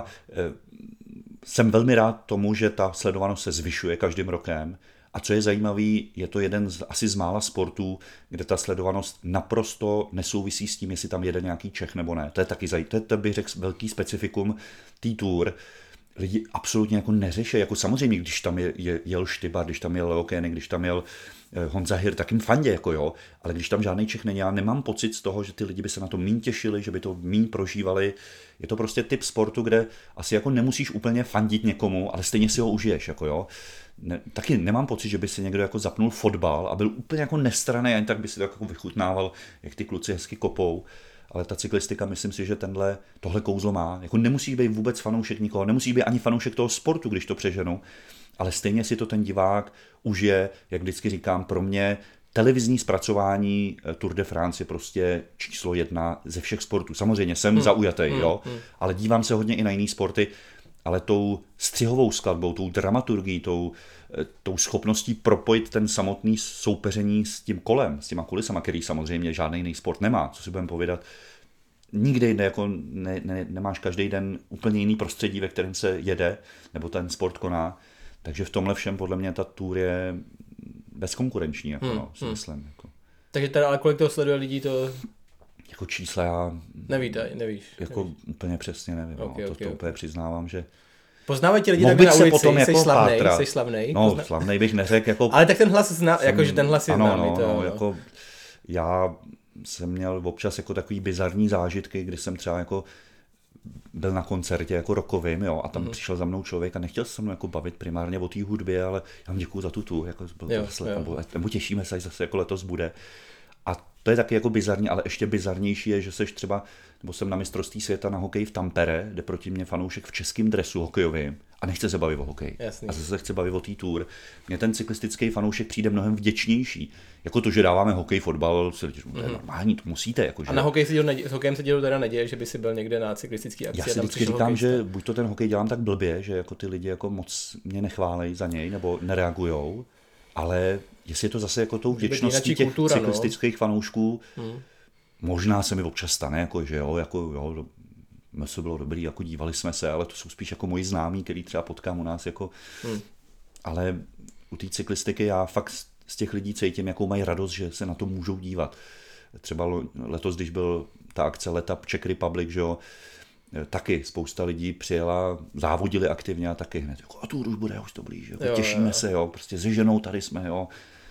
S2: jsem velmi rád tomu, že ta sledovanost se zvyšuje každým rokem. A co je zajímavé, je to jeden z, asi z mála sportů, kde ta sledovanost naprosto nesouvisí s tím, jestli tam jede nějaký Čech nebo ne. To je taky zajímavé, to, to bych řekl velký specifikum té tour. Lidi absolutně jako neřeší, jako samozřejmě, když tam je, je, jel Štybar, když tam jel Leo Koenig, když tam jel Honza Hir, tak jim fandě, jako jo, ale když tam žádný Čech není, já nemám pocit z toho, že ty lidi by se na to míň těšili, že by to míň prožívali. Je to prostě typ sportu, kde asi jako nemusíš úplně fandit někomu, ale stejně si ho užiješ, jako jo. Ne, taky nemám pocit, že by si někdo jako zapnul fotbal a byl úplně jako nestranný, ani tak by si to jako vychutnával, jak ty kluci hezky kopou. Ale ta cyklistika, myslím si, že tenhle, tohle kouzlo má. Jako nemusíš být vůbec fanoušek nikoho, nemusíš být ani fanoušek toho sportu, když to přeženu, ale stejně si to ten divák užije, jak vždycky říkám, pro mě televizní zpracování Tour de France je prostě číslo jedna ze všech sportů. Samozřejmě jsem hmm. zaujatý, hmm. jo, hmm. ale dívám se hodně i na jiné sporty, ale tou střihovou skladbou, tou dramaturgií, tou, tou schopností propojit ten samotný soupeření s tím kolem, s těma kulisama, který samozřejmě žádný jiný sport nemá, co si budeme povědat, nikde jinde jako ne, ne, nemáš každý den úplně jiný prostředí, ve kterém se jede, nebo ten sport koná. Takže v tomhle všem podle mě ta tour je bezkonkurenční, jako, hmm, no, si hmm. myslím. Jako.
S1: Takže teda, ale kolik toho sleduje lidí, to...
S2: Jako čísla já...
S1: Nevíte, nevíš.
S2: Jako
S1: nevíš.
S2: úplně přesně nevím,
S1: okay,
S2: no, to,
S1: okay,
S2: to úplně
S1: okay.
S2: přiznávám, že...
S1: Poznávají ti lidi takhle na ulici, potom jsi jako slavnej, jsi slavnej.
S2: No,
S1: Pozna...
S2: slavnej bych neřekl, jako...
S1: Ale tak ten hlas zná,
S2: jsem...
S1: jakože ten hlas je
S2: ano,
S1: známý.
S2: No,
S1: to,
S2: no,
S1: no.
S2: jako já jsem měl občas jako takový bizarní zážitky, kdy jsem třeba jako byl na koncertě jako rockovým, jo, a tam mm. přišel za mnou člověk a nechtěl se mnou jako bavit primárně o té hudbě, ale já vám děkuju za tu tu, jako byl jo, to jo. Nebo, nebo těšíme se, až zase jako letos bude. A to je taky jako bizarní, ale ještě bizarnější je, že seš třeba, nebo jsem na mistrovství světa na hokej v Tampere, kde proti mě fanoušek v českém dresu hokejovým a nechce se bavit o hokej.
S1: Jasný.
S2: A zase se chce bavit o té tour. Mně ten cyklistický fanoušek přijde mnohem vděčnější. Jako to, že dáváme hokej, fotbal, to je mm-hmm. normální, to musíte. Jako, že...
S1: A na hokej se dělo, s hokejem se dělo teda neděje, že by si byl někde na cyklistický akci.
S2: Já si vždycky říkám, hokejista. Že buď to ten hokej dělám tak blbě, že jako ty lidi jako moc mě nechválejí za něj, nebo nereagujou, ale jestli je to zase jako tou vděčností těch kultura, cyklistických no. fanoušků, hmm. možná se mi občas stane, jako, že jo, jako jo, to bylo dobrý, jako dívali jsme se, ale to jsou spíš jako moji známí, který třeba potkám u nás, jako, hmm. ale u té cyklistiky já fakt z těch lidí cítím, jakou mají radost, že se na to můžou dívat. Třeba letos, když byl ta akce Let Up Czech Republic, že jo, taky spousta lidí přijela, závodili aktivně a taky hned, jako, a tu už bude, už to blíž, jako, jo, těšíme jo. se, jo, prostě se ženou tady jsme, jo.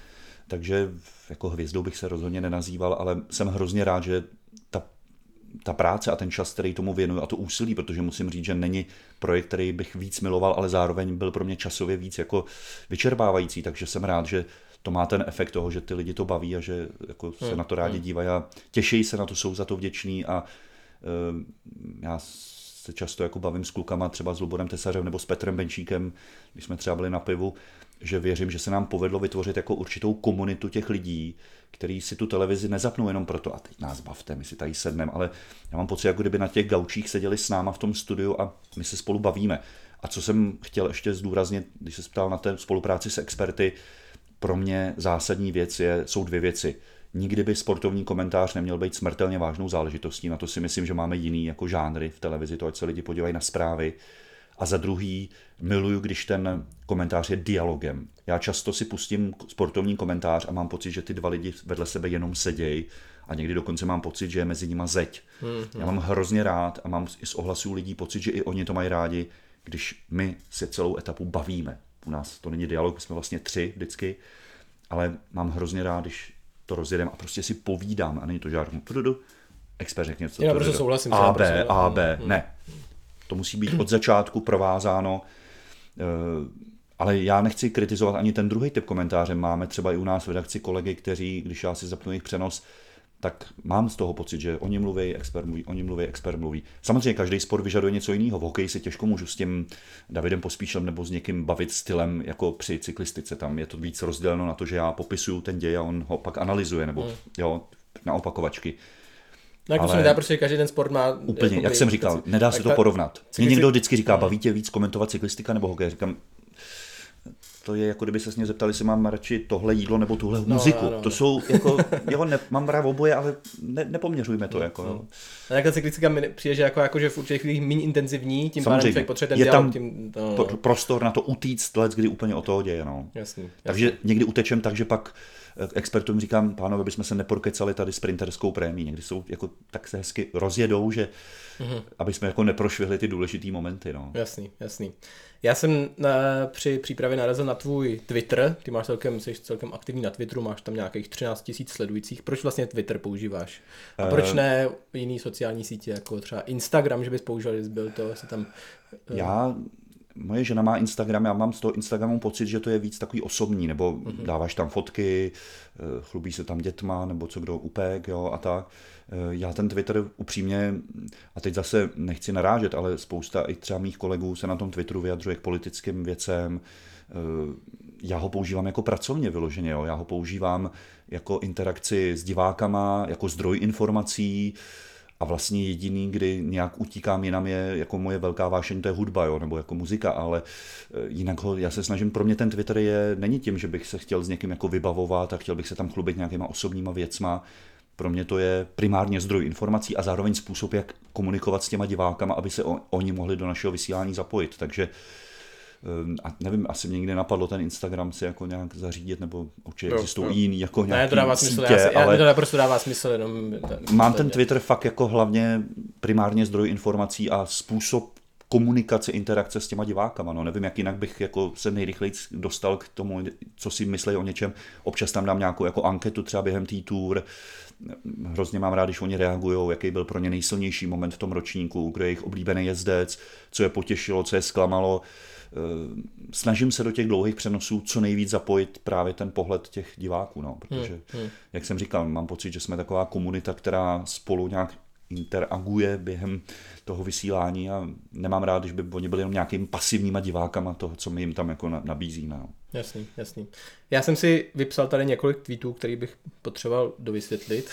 S2: Takže jako hvězdou bych se rozhodně nenazýval, ale jsem hrozně rád, že ta, ta práce a ten čas, který tomu věnuju a to úsilí, protože musím říct, že není projekt, který bych víc miloval, ale zároveň byl pro mě časově víc jako vyčerpávající, takže jsem rád, že to má ten efekt toho, že ty lidi to baví a že jako se hmm. na to rádi dívají a těší se na to, jsou za to vděční a uh, já se často jako bavím s klukama, třeba s Luborem Tesařem nebo s Petrem Benčíkem, když jsme třeba byli na pivu, že věřím, že se nám povedlo vytvořit jako určitou komunitu těch lidí, kteří si tu televizi nezapnou jenom proto, a teď nás bavte, my si tady sedneme, ale já mám pocit, jako kdyby na těch gaučích seděli s náma v tom studiu a my se spolu bavíme. A co jsem chtěl ještě zdůraznit, když se ptal na té spolupráci s experty, pro mě zásadní věc je, jsou dvě věci. Nikdy by sportovní komentář neměl být smrtelně vážnou záležitostí, na to si myslím, že máme jiný jako žánry v televizi, to ať se lidi podívají na zprávy. A za druhý, miluju, když ten komentář je dialogem. Já často si pustím sportovní komentář a mám pocit, že ty dva lidi vedle sebe jenom sedějí a někdy dokonce mám pocit, že je mezi nima zeď. Hmm. Já mám hrozně rád a mám i z ohlasů lidí pocit, že i oni to mají rádi, když my se celou etapu bavíme. U nás to není dialog, jsme vlastně tři vždycky, ale mám hrozně rád, když to rozjedem a prostě si povídám a není to žádný expert řekne, co
S1: já
S2: to
S1: prostě souhlasím.
S2: A, B, A, B, ne. To musí být od začátku provázáno, ale já nechci kritizovat ani ten druhý typ komentáře. Máme třeba i u nás v redakci kolegy, kteří, když já si zapnu jejich přenos, tak mám z toho pocit, že oni mluví, expert mluví, oni mluví, expert mluví. Samozřejmě každý sport vyžaduje něco jiného. V hokeji si těžko můžu s tím Davidem Pospíšilem nebo s někým bavit stylem jako při cyklistice. Tam je to víc rozděleno na to, že já popisuju ten děj a on ho pak analyzuje, nebo mm. jo, na opakovačky.
S1: No, jako ale... se nedá, protože každý ten sport má...
S2: Úplně, jak jsem říkal, nedá se to ta... porovnat. Mě někdo vždycky říká, baví tě víc komentovat cyklistika nebo hokej? Říkám, to je jako kdyby se mě zeptali, jestli mám radši tohle jídlo nebo tuhle no, muziku. No, no, to no. jsou jako, jo, ne, mám rád oboje, ale ne, nepoměřujme to. Jako, no.
S1: A tak ta cyklistika mi přijde, že, jako, jako, že v určitých chvílích méně intenzivní, tím pádem člověk potřebuje ten
S2: je
S1: dialog.
S2: Tam
S1: tím,
S2: no, no. prostor na to utíct let, kdy úplně o toho děje. No.
S1: Jasný, jasný.
S2: Takže někdy utečem tak, že pak expertům říkám, pánové, bychom se neprokecali tady sprinterskou prémií. Někdy jsou jako tak se hezky rozjedou, že mm-hmm. aby jsme jako neprošvihli ty důležitý momenty. No.
S1: Jasný, jasný. Já jsem na, při přípravě narazil na tvůj Twitter, ty máš celkem, jsi celkem aktivní na Twitteru, máš tam nějakých třináct tisíc sledujících. Proč vlastně Twitter používáš? A proč ne jiný sociální sítě, jako třeba Instagram, že bys použil, jestli byl to, jestli tam...
S2: Já... Moje žena má Instagram, já mám z toho Instagramu pocit, že to je víc takový osobní, nebo mm-hmm. dáváš tam fotky, chlubí se tam dětma, nebo co kdo upék, jo, a tak. Já ten Twitter upřímně, a teď zase nechci narážet, ale spousta i třeba mých kolegů se na tom Twitteru vyjadřuje k politickým věcem. Já ho používám jako pracovně vyloženě, jo. Já ho používám jako interakci s divákama, jako zdroj informací, a vlastně jediný, kdy nějak utíkám jinam, je jako moje velká vášeň, to je hudba, jo, nebo jako muzika, ale jinak ho, já se snažím, pro mě ten Twitter je, není tím, že bych se chtěl s někým jako vybavovat a chtěl bych se tam chlubit nějakýma osobníma věcma. Pro mě to je primárně zdroj informací a zároveň způsob, jak komunikovat s těma divákama, aby se o, oni mohli do našeho vysílání zapojit. Takže a nevím, asi mě nikdy napadlo ten Instagram si jako nějak zařídit, nebo určitě
S1: no,
S2: existují
S1: no.
S2: jiný jako nějaký
S1: ne, to dává smysl,
S2: sítě,
S1: já si,
S2: ale
S1: já, to prostě dává smysl jenom.
S2: Mám ten Twitter fakt jako hlavně primárně zdroj informací a způsob komunikace, interakce s těma divákama. No, nevím, jak jinak bych jako se nejrychleji dostal k tomu, co si myslí o něčem. Občas tam dám nějakou jako anketu třeba během té tour. Hrozně mám rád, když oni reagují, jaký byl pro ně nejsilnější moment v tom ročníku, kdo je jejich oblíbený jezdec, co je potěšilo, co je zklamalo. Snažím se do těch dlouhých přenosů co nejvíc zapojit právě ten pohled těch diváků, no, protože, hmm, hmm. jak jsem říkal, mám pocit, že jsme taková komunita, která spolu nějak interaguje během toho vysílání a nemám rád, když by oni byli jenom nějakými pasivníma divákama toho, co my jim tam jako nabízíme. No.
S1: Jasný, jasný. Já jsem si vypsal tady několik tweetů, který bych potřeboval dovysvětlit.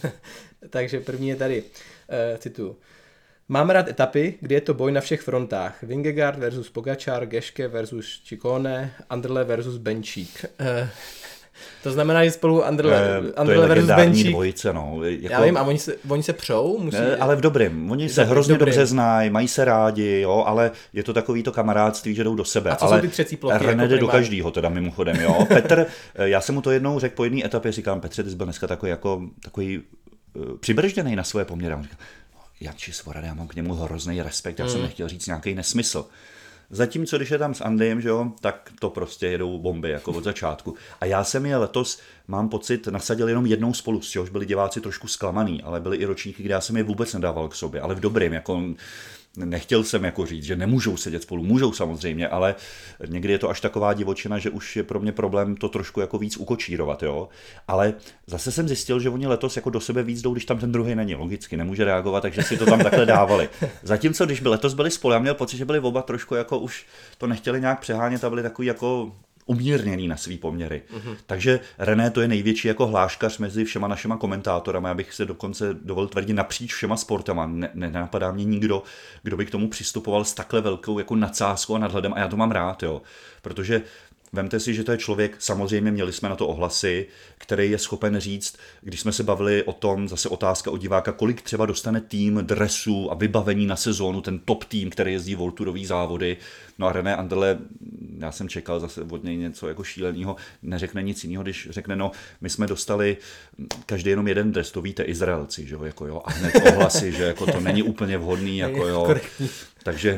S1: Takže první je tady, uh, cituju. Mám rád etapy, kdy je to boj na všech frontách. Vingegaard versus Pogačar, Geschke versus Ciccone, Anderle versus Benčík. Uh, to znamená, že spolu Anderle,
S2: e,
S1: Anderle versus Benčík.
S2: Dvojice, no. Jako...
S1: Já vím, a oni se, oni se přou? Musí...
S2: Ne, ale v dobrým. Oni se hrozně dobrým. dobře znají, mají se rádi, jo, ale je to takový to kamarádství, že jdou do sebe.
S1: A co
S2: ale
S1: jsou ty třecí plochy?
S2: René
S1: jako
S2: jde do každýho, teda mimochodem, jo. Petr, já jsem mu to jednou řekl po jedné etapě, říkám, Petře, ty jsi byl dneska takový, jako, takový uh, přibržděnej na svoje poměry. On říkal, Janči Svoboda, já mám k němu hrozný respekt, já hmm. jsem nechtěl říct nějaký nesmysl. Zatímco, když je tam s Andym, že jo, tak to prostě jedou bomby, jako od začátku. A já jsem je letos, mám pocit, nasadil jenom jednou spolu, z čehož byli diváci trošku zklamaný, ale byly i ročníky, kde já jsem je vůbec nedával k sobě, ale v dobrým, jako nechtěl jsem jako říct, že nemůžou sedět spolu, můžou samozřejmě, ale někdy je to až taková divočina, že už je pro mě problém to trošku jako víc ukočírovat, jo. Ale zase jsem zjistil, že oni letos jako do sebe víc jdou, když tam ten druhý není, logicky nemůže reagovat, takže si to tam takhle dávali. Zatímco když by letos byli spolu, já měl pocit, že byli oba trošku jako už to nechtěli nějak přehánět a byli takový jako umírněný na svý poměry. Mm-hmm. Takže René to je největší jako hláškař mezi všema našima komentátorama, já bych se dokonce dovolil tvrdit napříč všema sportama. Ne, nenapadá mě nikdo, kdo by k tomu přistupoval s takhle velkou jako nadsázkou a nadhledem a já to mám rád, jo. Protože vemte si, že to je člověk, samozřejmě měli jsme na to ohlasy, který je schopen říct, když jsme se bavili o tom, zase otázka od diváka, kolik třeba dostane tým dresů a vybavení na sezónu, ten top tým, který jezdí World Tourový závody. No a René Anderle, já jsem čekal zase od něj něco jako šíleného, neřekne nic jiného, když řekne, no, my jsme dostali každý jenom jeden dres, to víte, Izraelci, že jo, jako jo, a hned ohlasy, že jako to není úplně vhodný, jako jo. Takže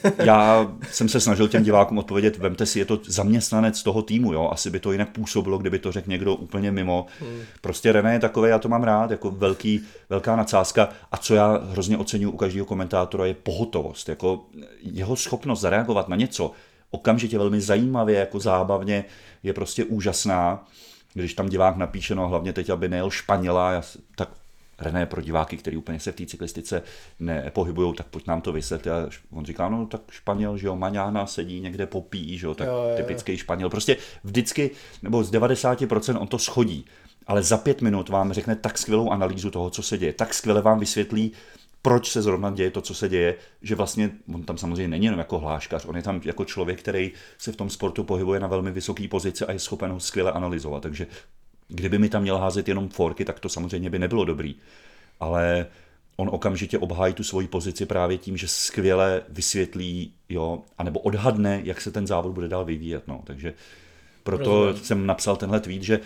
S2: já jsem se snažil těm divákům odpovědět, vemte si, je to zaměstnanec toho týmu, jo, asi by to jinak působilo, kdyby to řekl někdo úplně mimo. Hmm. Prostě René je takový, já to mám rád, jako velký, velká nadsázka a co já hrozně oceňuji u každého komentátora je pohotovost, jako jeho schopnost zareagovat na něco okamžitě velmi zajímavě, jako zábavně je prostě úžasná. Když tam divák napíše, no hlavně teď, aby nejel Španěla, tak René pro diváky, který úplně se v té cyklistice nepohybujou, tak pojď nám to vysvětlit. A on říká, no tak Španěl, že jo, Maňána sedí někde popíjí, že jo, tak jo, jo, jo. Typický Španěl. Prostě vždycky, nebo z devadesát procent on to schodí, ale za pět minut vám řekne tak skvělou analýzu toho, co se děje, tak skvěle vám vysvětlí, proč se zrovna děje to, co se děje, že vlastně on tam samozřejmě není jenom jako hláškař, on je tam jako člověk, který se v tom sportu pohybuje na velmi vysoké pozici a je schopen ho skvěle analyzovat, takže kdyby mi tam měl házet jenom forky, tak to samozřejmě by nebylo dobrý. Ale on okamžitě obhájí tu svoji pozici právě tím, že skvěle vysvětlí, jo, anebo odhadne, jak se ten závod bude dál vyvíjet. No. Takže proto Rozumím. jsem napsal tenhle tweet, že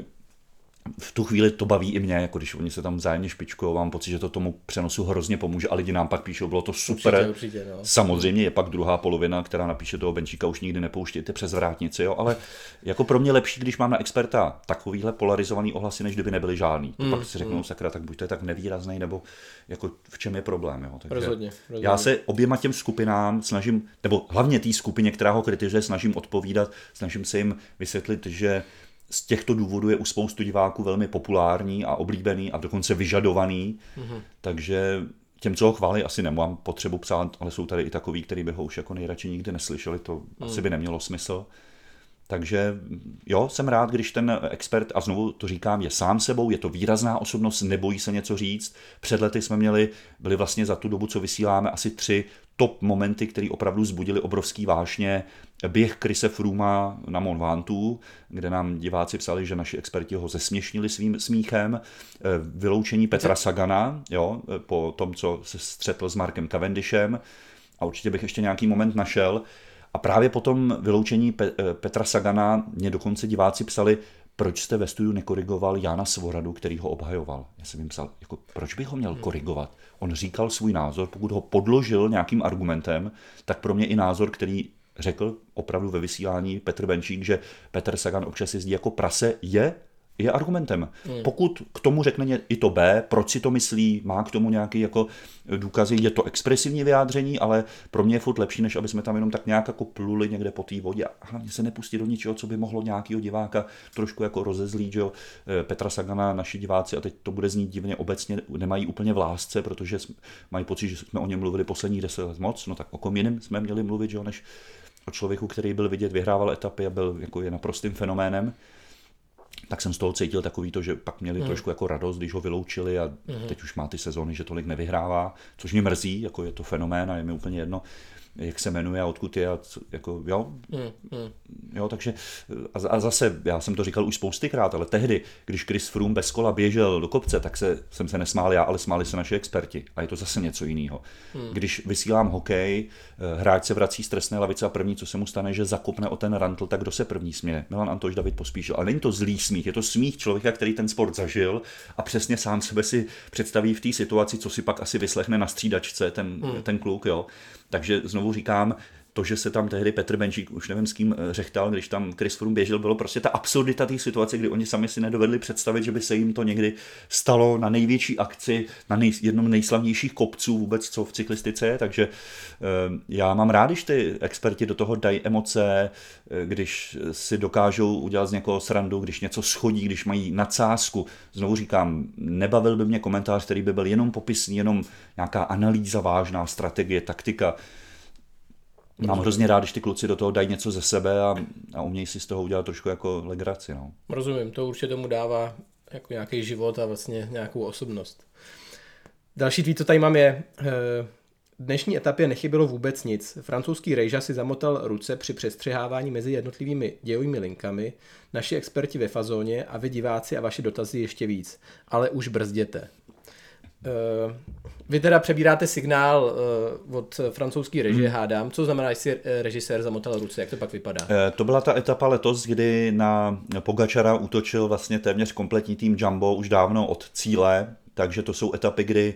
S2: v tu chvíli to baví i mě, jako když oni se tam vzájemně špičkují, mám pocit, že to tomu přenosu hrozně pomůže a lidi nám pak píšou, bylo to super.
S1: Určitě, určitě, no.
S2: Samozřejmě je pak druhá polovina, která napíše toho Benčíka, už nikdy nepouštějte přes vrátnici, jo, ale jako pro mě lepší, když mám na experta takovýhle polarizovaný ohlasy, než kdyby nebyly žádný. To mm, pak si řeknou, mm. sakra, tak buďte tak nevýrazný, nebo jako v čem je problém, jo. Takže
S1: rozhodně, rozhodně.
S2: Já se oběma těm skupinám snažím, nebo hlavně té skupině, která ho kritizuje, snažím odpovídat, snažím se jim vysvětlit, že z těchto důvodů je u spoustu diváků velmi populární a oblíbený a dokonce vyžadovaný, mm-hmm. takže těm, co ho chválí, asi nemám potřebu psát, ale jsou tady i takový, který by ho už jako nejradši nikdy neslyšeli, to mm. asi by nemělo smysl. Takže jo, jsem rád, když ten expert, a znovu to říkám, je sám sebou, je to výrazná osobnost, nebojí se něco říct. Před lety jsme měli, byli vlastně za tu dobu, co vysíláme, asi tři top momenty, které opravdu vzbudili obrovský vášně. běh Chrise Frooma na Mont Ventoux, kde nám diváci psali, že naši experti ho zesměšnili svým smíchem, vyloučení Petra Sagana, jo, po tom, co se střetl s Markem Cavendishem, a určitě bych ještě nějaký moment našel. A právě po tom vyloučení Petra Sagana mě dokonce diváci psali, proč jste ve studiu nekorigoval Jana Svoradu, který ho obhajoval. Já jsem jim psal, jako, proč bych ho měl korigovat? On říkal svůj názor, pokud ho podložil nějakým argumentem, tak pro mě i názor, který řekl opravdu ve vysílání Petr Benčík, že Petr Sagan občas jezdí jako prase, je je argumentem. Hmm. Pokud k tomu řekne i to B, proč si to myslí, má k tomu nějaký jako důkazy, je to expresivní vyjádření, ale pro mě je furt lepší, než aby jsme tam jenom tak nějak jako pluli někde po té vodě a hlavně se nepustit do ničeho, co by mohlo nějakého diváka trošku jako rozezlít, že jo. Petra Sagana naši diváci, a teď to bude znít divně, obecně nemají úplně v lásce, protože mají pocit, že jsme o něm mluvili posledních deset let moc, no tak o kom jiným jsme měli mluvit, že jo, než o člověku, který byl vidět, vyhrával etapy a byl jako je naprostým fenoménem. Tak jsem z toho cítil takový to, že pak měli mm. trošku jako radost, když ho vyloučili a mm. teď už má ty sezóny, že tolik nevyhrává, což mě mrzí, jako je to fenomén a je mi úplně jedno, jak se jmenuje a odkud je a co, jako jo, mm. jo, takže a, a zase, já jsem to říkal už spoustykrát, ale tehdy, když Chris Froome bez kola běžel do kopce, tak se, jsem se nesmál já, ale smáli se naši experti a je to zase něco jiného. Mm. Když vysílám hokej, hráč se vrací z trestné lavice a první, co se mu stane, že zakopne o ten rantl, tak kdo se první směje? Milan Antoš, David Pospíšil. Ale není to zlý smích, je to smích člověka, který ten sport zažil a přesně sám sebe si představí v té situaci, co si pak asi vyslechne na střídačce ten, mm. ten kluk, jo. Takže znovu říkám, to, že se tam tehdy Petr Benčík, už nevím s kým řechtal, když tam Chris Froome běžel, bylo prostě ta absurdita té situace, kdy oni sami si nedovedli představit, že by se jim to někdy stalo na největší akci, na nej, jednom nejslavnějších kopců vůbec, co v cyklistice je, takže eh, já mám rád, když ty experti do toho dají emoce, eh, když si dokážou udělat z někoho srandu, když něco schodí, když mají nadsázku. Znovu říkám, nebavil by mě komentář, který by byl jenom popisný, jenom nějaká analýza vážná, strategie, taktika. Mám hrozně rád, když ty kluci do toho dají něco ze sebe a, a umějí si z toho udělat trošku jako legraci. No.
S1: Rozumím, to určitě tomu dává jako nějaký život a vlastně nějakou osobnost. Další tweet, co tady mám, je: dnešní etapě nechybělo vůbec nic. Francouzský Rejža si zamotal ruce při přestřihávání mezi jednotlivými dějovými linkami, naši experti ve fazóně a vy diváci a vaše dotazy ještě víc. Ale už brzděte. Uh, vy teda přebíráte signál uh, od francouzský režie, hmm. hádám. Co znamená, jestli režisér zamotal ruce? Jak to pak vypadá? Uh,
S2: to byla ta etapa letos, kdy na Pogačara útočil vlastně téměř kompletní tým Jumbo už dávno od cíle, takže to jsou etapy, kdy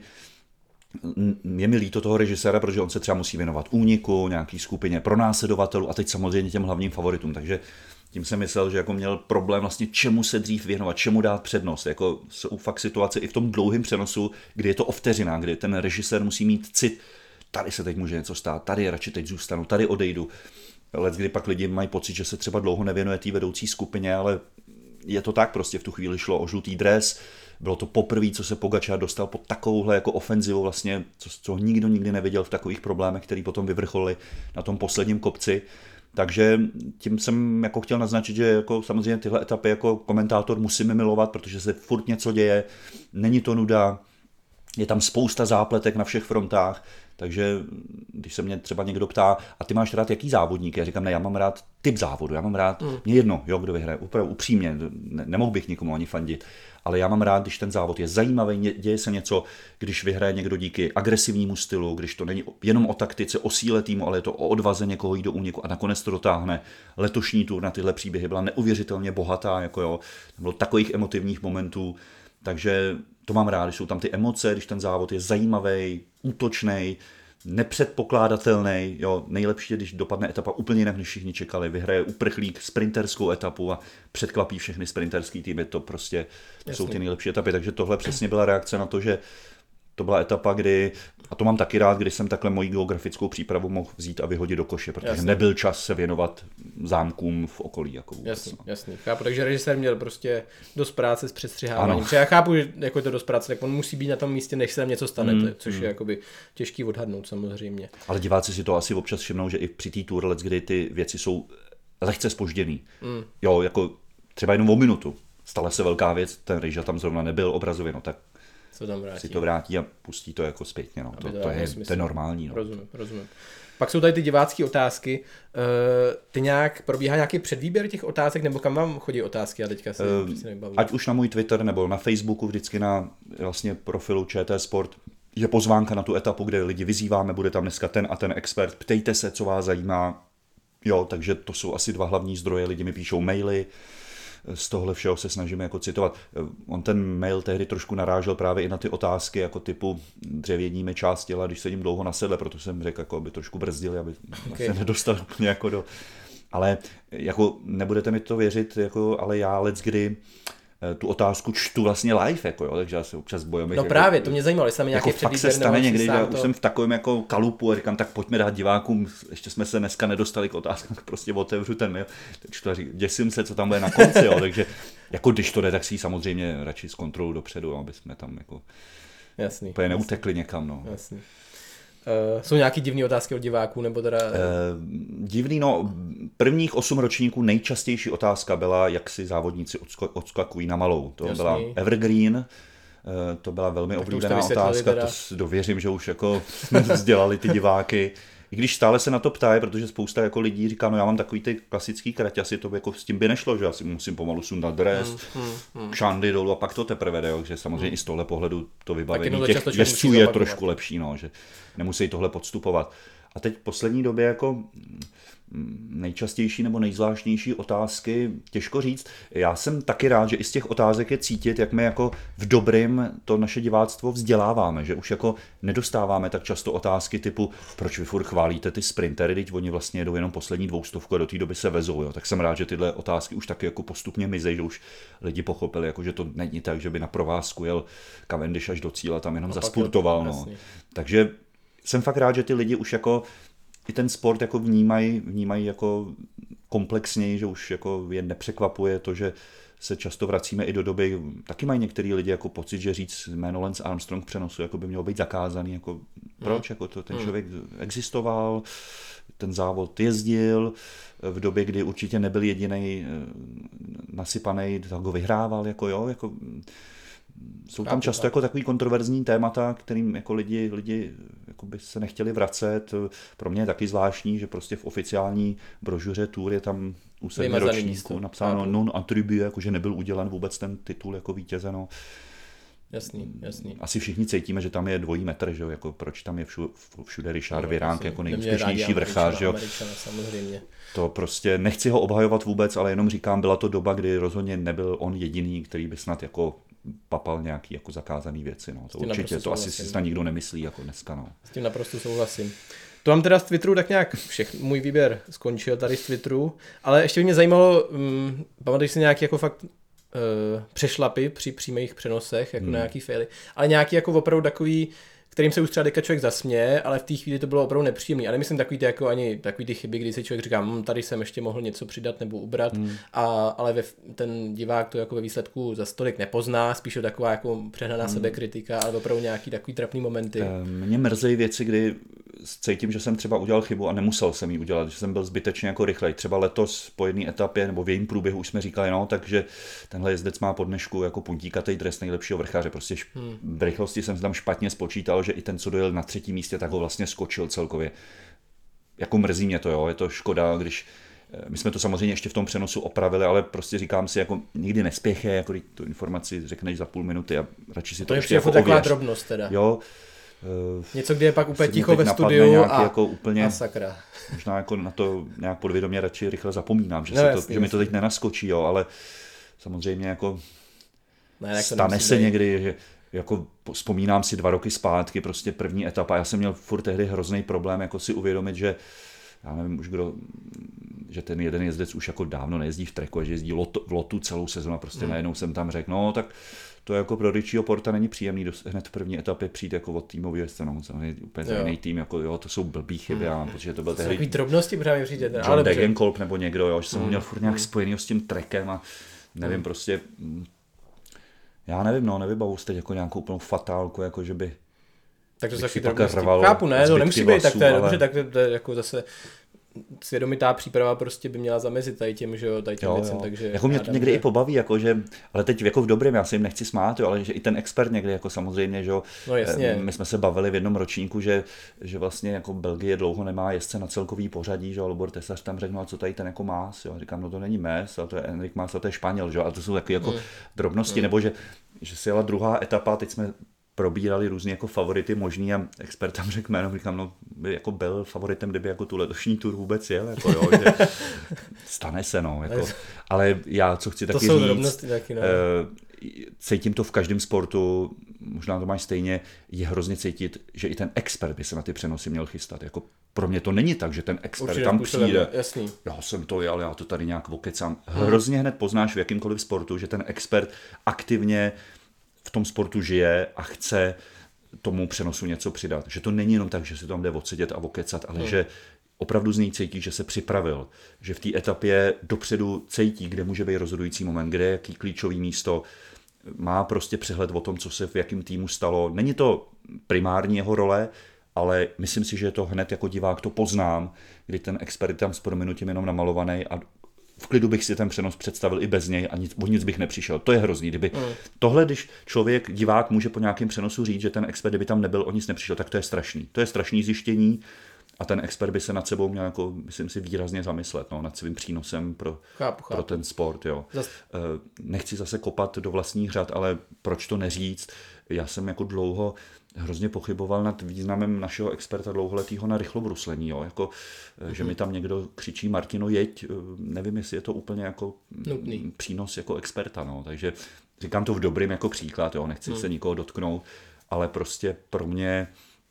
S2: je mi líto toho režiséra, protože on se třeba musí věnovat úniku, nějaký skupině pronásledovatelů a teď samozřejmě těm hlavním favoritům, takže tím jsem myslel, že jako měl problém vlastně čemu se dřív věnovat, čemu dát přednost. Jako jsou fakt situace i v tom dlouhém přenosu, kdy je to o vteřinách, kdy ten režisér musí mít cit, tady se teď může něco stát, tady radši teď zůstanu, tady odejdu. Let, kdy pak lidi mají pocit, že se třeba dlouho nevěnuje té vedoucí skupině, ale je to tak, prostě v tu chvíli šlo o žlutý dres. Bylo to poprvé, co se Pogačar dostal pod takovouhle jako ofenzivu, vlastně, co, co nikdo nikdy neviděl v takových problémech, který potom vyvrcholili na tom posledním kopci. Takže tím jsem jako chtěl naznačit, že jako samozřejmě tyhle etapy jako komentátor musíme milovat, protože se furt něco děje, není to nuda, je tam spousta zápletek na všech frontách, takže když se mě třeba někdo ptá, a ty máš rád jaký závodník? Já říkám, ne, já mám rád typ závodu, já mám rád, mm. mě jedno, jo, kdo vyhraje, opravdu upřímně, ne, nemohl bych nikomu ani fandit, ale já mám rád, když ten závod je zajímavý, děje se něco, když vyhraje někdo díky agresivnímu stylu, když to není jenom o taktice, o síle týmu, ale je to o odvaze někoho jít do úniku a nakonec to dotáhne. Letošní tur na tyhle příběhy byla neuvěřitelně bohatá, jako jo, bylo takových emotivních momentů, takže to mám rád, když jsou tam ty emoce, když ten závod je zajímavý, útočný, nepředpokládatelný, jo, nejlepší je, když dopadne etapa úplně jinak, než všichni čekali. Vyhraje uprchlík sprinterskou etapu a předkvapí všechny sprinterský týmy, to prostě to jsou ty nejlepší etapy, takže tohle přesně byla reakce na to, že to byla etapa, kdy, a to mám taky rád, když jsem takhle moji geografickou přípravu mohl vzít a vyhodit do koše, protože jasný. Nebyl čas se věnovat zámkům v okolí. Jako vůbec,
S1: jasný,
S2: no.
S1: jasný, chápu, takže režisér měl prostě dost práce s přestřiháváním. Já chápu, že jako je to dost práce, tak on musí být na tom místě, než se tam něco stane, mm, což mm. je jakoby těžký odhadnout samozřejmě.
S2: Ale diváci si to asi občas všimnou, že i při té tour let, kdy ty věci jsou lehce zpožděný. Mm. Jo, jako třeba jenom o minutu. Stala se velká věc, ten režisér tam zrovna nebyl obrazově, no tak
S1: Co tam vrátí.
S2: Si to vrátí a pustí to jako zpětně, no. To, to, to, je, to je normální. No.
S1: Rozumím, rozumím. Pak jsou tady ty divácké otázky. Uh, ty nějak, probíhá nějaký předvýběr těch otázek, nebo kam vám chodí otázky? Já teďka se uh, přesně nebavím.
S2: Ať už na můj Twitter, nebo na Facebooku, vždycky na vlastně profilu ČT Sport je pozvánka na tu etapu, kde lidi vyzýváme, bude tam dneska ten a ten expert, ptejte se, co vás zajímá. Jo, takže to jsou asi dva hlavní zdroje, lidi mi píšou maily, z tohle všeho se snažíme jako citovat. On ten mail tehdy trošku narážel právě i na ty otázky jako typu dřevění mi část těla, když sedím dlouho na sedle, proto jsem řekl, jako aby trošku brzdili, aby okay. se nedostal úplně jako do... Ale jako nebudete mi to věřit, jako, ale já leckdy tu otázku čtu vlastně live, jako, jo, takže já se občas bojím.
S1: No
S2: jako,
S1: právě, to mě zajímalo, jestli tam nějaký
S2: jako
S1: předvýběr.
S2: Fakt se stane někdy, že já
S1: to...
S2: už jsem v takovém jako kalupu a říkám, tak pojďme dát divákům, ještě jsme se dneska nedostali k otázkám, prostě otevřu ten mail, čtu a říkám, děsím se, co tam bude na konci, jo, takže jako když to jde, tak si ji samozřejmě radši zkontrolu dopředu, aby jsme tam jako
S1: jasný,
S2: úplně
S1: jasný.
S2: neutekli někam. No.
S1: Jasný. Uh, jsou nějaký divný otázky od diváků, nebo teda... Uh,
S2: divný, no, prvních osm ročníků nejčastější otázka byla, jak si závodníci odsko- odskakují na malou. To jasný. Byla evergreen, uh, to byla velmi oblíbená otázka, teda. To dověřím, že už jako jsme vzdělali ty diváky. I když stále se na to ptají, protože spousta jako lidí říká, no já mám takový ty klasický kraťasy, to by jako s tím by nešlo, že já si musím pomalu sundat dres, hmm, hmm, hmm. šandy dolů a pak to teprve jde, takže samozřejmě hmm. i z tohle pohledu to vybavení těch jezdců je trošku lepší, no, že nemusí tohle podstupovat. A teď v poslední době jako nejčastější nebo nejzvláštnější otázky, těžko říct. Já jsem taky rád, že i z těch otázek je cítit, jak my jako v dobrým to naše diváctvo vzděláváme, že už jako nedostáváme tak často otázky typu, proč vy furt chválíte ty sprintery, teď oni vlastně jedou jenom poslední dvoustovku a do té doby se vezou. Jo. Tak jsem rád, že tyhle otázky už taky jako postupně mizej, že už lidi pochopili, jako, že to není tak, že by na provázku jel Cavendish až do cíle, tam jenom no, zaspurtoval. No. Takže jsem fakt rád, že ty lidi už jako i ten sport jako vnímají, vnímají jako komplexněji, že už jako je nepřekvapuje to, že se často vracíme i do doby, taky mají některý lidi jako pocit, že říct jméno Lance Armstrong v přenosu jako by mělo být zakázaný, jako proč, jako to, ten člověk existoval, ten závod jezdil, v době, kdy určitě nebyl jedinej nasypanej, tak ho vyhrával, jako jo, jako jsou tam často jako takový kontroverzní témata, kterým jako lidi, lidi jako by se nechtěli vracet. Pro mě je taky zvláštní, že prostě v oficiální brožuře Tour je tam u sedmi ročníků napsáno non attribut, jako že nebyl udělen vůbec ten titul jako vítěze. No.
S1: Jasný, jasný.
S2: Asi všichni cítíme, že tam je dvojí metr, že jo, jako proč tam je všude, všude Richard Virenque jako nejúspěšnější vrchář, že jo.
S1: Samozřejmě.
S2: To prostě nechci ho obhajovat vůbec, ale jenom říkám, byla to doba, kdy rozhodně nebyl on jediný, který by snad jako papal nějaký jako zakázaný věci, no. To určitě, to asi si snad nikdo nemyslí jako dneska, no.
S1: S tím naprosto souhlasím. To mám teda z Twitteru tak nějak všechny, můj výběr skončil tady z Twitteru, ale ještě by mě zajímalo, um, pamatuješ si nějaký jako fakt uh, přešlapy při přímých přenosech, jako hmm. na nějaký faily, ale nějaký jako opravdu takový, kterým se už třeba deka člověk zasměje, ale v té chvíli to bylo opravdu nepříjemný. A nemyslím takový ty, jako ani takový ty chyby, kdy si člověk říká, hm, tady jsem ještě mohl něco přidat nebo ubrat, hmm. a, ale ve, ten divák to jako ve výsledku za stolik nepozná, spíš taková jako přehnaná hmm. sebekritika, ale opravdu nějaký takový trapný momenty.
S2: Mně mrzejí věci, kdy cítím, že jsem třeba udělal chybu a nemusel jsem ji udělat, že jsem byl zbytečně jako rychlej. Třeba letos po jedné etapě nebo v jejím průběhu už jsme říkali, no, takže tenhle jezdec má po dnešku jako puntíkatej dres nejlepšího vrcháře. Prostě hmm. v rychlosti jsem tam špatně spočítal, že i ten, co dojel na třetím místě, tak ho vlastně skočil celkově. Jako mrzí mě to, jo, je to škoda, když my jsme to samozřejmě ještě v tom přenosu opravili, ale prostě říkám si, jako nikdy nespěchej, jako když tu informaci řekneš za půl minuty a radši si to,
S1: to
S2: ještě jako
S1: taková drobnost teda.
S2: Jo.
S1: Něco, kde je pak úplně ticho ve studiu a,
S2: jako úplně,
S1: a sakra.
S2: Možná jako na to nějak podvědomě radši rychle zapomínám, že,
S1: no,
S2: se
S1: jasný,
S2: to, že mi to teď nenaskočí, jo, ale samozřejmě jako
S1: ne,
S2: stane se být. Někdy, že jako vzpomínám si dva roky zpátky, prostě první etapa, já jsem měl furt tehdy hrozný problém, jako si uvědomit, že já nevím už kdo, že ten jeden jezdec už jako dávno nejezdí v treku, že jezdí lot, v lotu celou sezonu a prostě hmm. najednou jsem tam řekl, no tak to jako pro Richieho Porta není příjemný hned v první etapě přijít jako od týmový jezdce, no, samozřejmě úplně jo. jiný tým, jako jo, to jsou blbý chyby, hmm. protože to byl tehdy
S1: takový drobnosti právě přijde.
S2: John ale Degenkolb nebo někdo, jo, že jsem hmm. měl furt nějak spojený s tím trekem a nevím, hmm. prostě já nevím, no, nevybavu teď jako nějakou úplnou fatálku, jako že by
S1: takže se taky drobnosti. Chápu, ne, to nemusí být, tak to je ale... dobře, tak to je jako zase svědomitá příprava prostě by měla zamezit tady těm, že jo, tady těm
S2: jo,
S1: věcem,
S2: jo.
S1: takže...
S2: Jako mě to někdy že... i pobaví, jako že, ale teď jako v dobrém, já se jim nechci smát, jo, ale že i ten expert někdy, jako samozřejmě, že jo,
S1: no, jasně.
S2: My jsme se bavili v jednom ročníku, že, že vlastně jako Belgie dlouho nemá jezdce na celkový pořadí, že jo, Lubor Tesař tam řekl, no a co tady ten jako Mas, jo, říkám, no to není Mes, ale to je Enric Mas, a to je Španěl, že jo, a to jsou takové jako mm. drobnosti, mm. nebo že, že se jela druhá etapa, teď jsme probírali různě jako favority možný a expert tam řekl jméno, říkám, no by jako byl favoritem, kdyby jako tu letošní tur vůbec jel, jako jo, že stane se, no, jako, ale já co chci
S1: to
S2: taky
S1: jsou
S2: říct,
S1: taky, no.
S2: Cítím to v každém sportu, možná to máš stejně, je hrozně cítit, že i ten expert by se na ty přenosy měl chystat, jako pro mě to není tak, že ten expert určitě tam přijde,
S1: jasný.
S2: Já jsem to jel, já to tady nějak okecám, hrozně hned poznáš v jakýmkoliv sportu, že ten expert aktivně v tom sportu žije a chce tomu přenosu něco přidat. Že to není jenom tak, že si tam jde odsedět a okecat, ale hmm. že opravdu z něj cítí, že se připravil. Že v té etapě dopředu cítí, kde může být rozhodující moment, kde je jaký klíčový místo. Má prostě přehled o tom, co se v jakém týmu stalo. Není to primární jeho role, ale myslím si, že je to hned jako divák to poznám, kdy ten expert tam s prominutím jenom namalovaný a v klidu bych si ten přenos představil i bez něj a nic, o nic bych nepřišel. To je hrozný. Kdyby mm. tohle, když člověk, divák, může po nějakém přenosu říct, že ten expert, kdyby tam nebyl, o nic nepřišel, tak to je strašný. To je strašný zjištění a ten expert by se nad sebou měl, jako, myslím si, výrazně zamyslet, no, nad svým přínosem pro,
S1: chápu, chápu.
S2: pro ten sport. Jo.
S1: Zas...
S2: Nechci zase kopat do vlastních řad, ale proč to neříct? Já jsem jako dlouho hrozně pochyboval nad významem našeho experta dlouholetýho na rychlobruslení, jo, jako, mm-hmm. že mi tam někdo křičí Martino, jeď, nevím, jestli je to úplně jako
S1: nutný
S2: přínos jako experta, no, takže říkám to v dobrým jako příklad, jo, nechci mm. se nikoho dotknout, ale prostě pro mě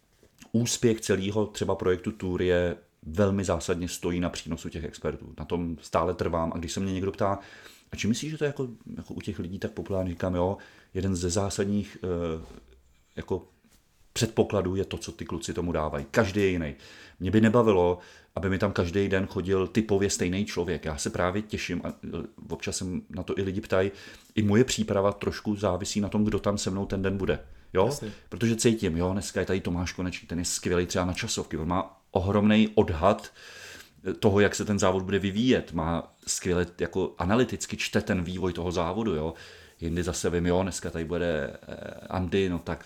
S2: úspěch celého třeba projektu Tour je velmi zásadně stojí na přínosu těch expertů, na tom stále trvám a když se mě někdo ptá, a či myslíš, že to je jako, jako u těch lidí tak populární, říkám, jo, jeden ze zásadních uh, jako předpokladů je to, co ty kluci tomu dávají. Každý je jiný. Mě by nebavilo, aby mi tam každý den chodil typově stejný člověk. Já se právě těším a občas se na to i lidi ptají. I moje příprava trošku závisí na tom, kdo tam se mnou ten den bude. Jo?
S1: Jasně.
S2: Protože cítím, jo, dneska je tady Tomáš Konečný, ten je skvělý třeba na časovky. On má ohromný odhad toho, jak se ten závod bude vyvíjet. Má skvěle jako analyticky čte ten vývoj toho závodu. Jo? Jindy zase vím, jo, dneska tady bude Andy, no tak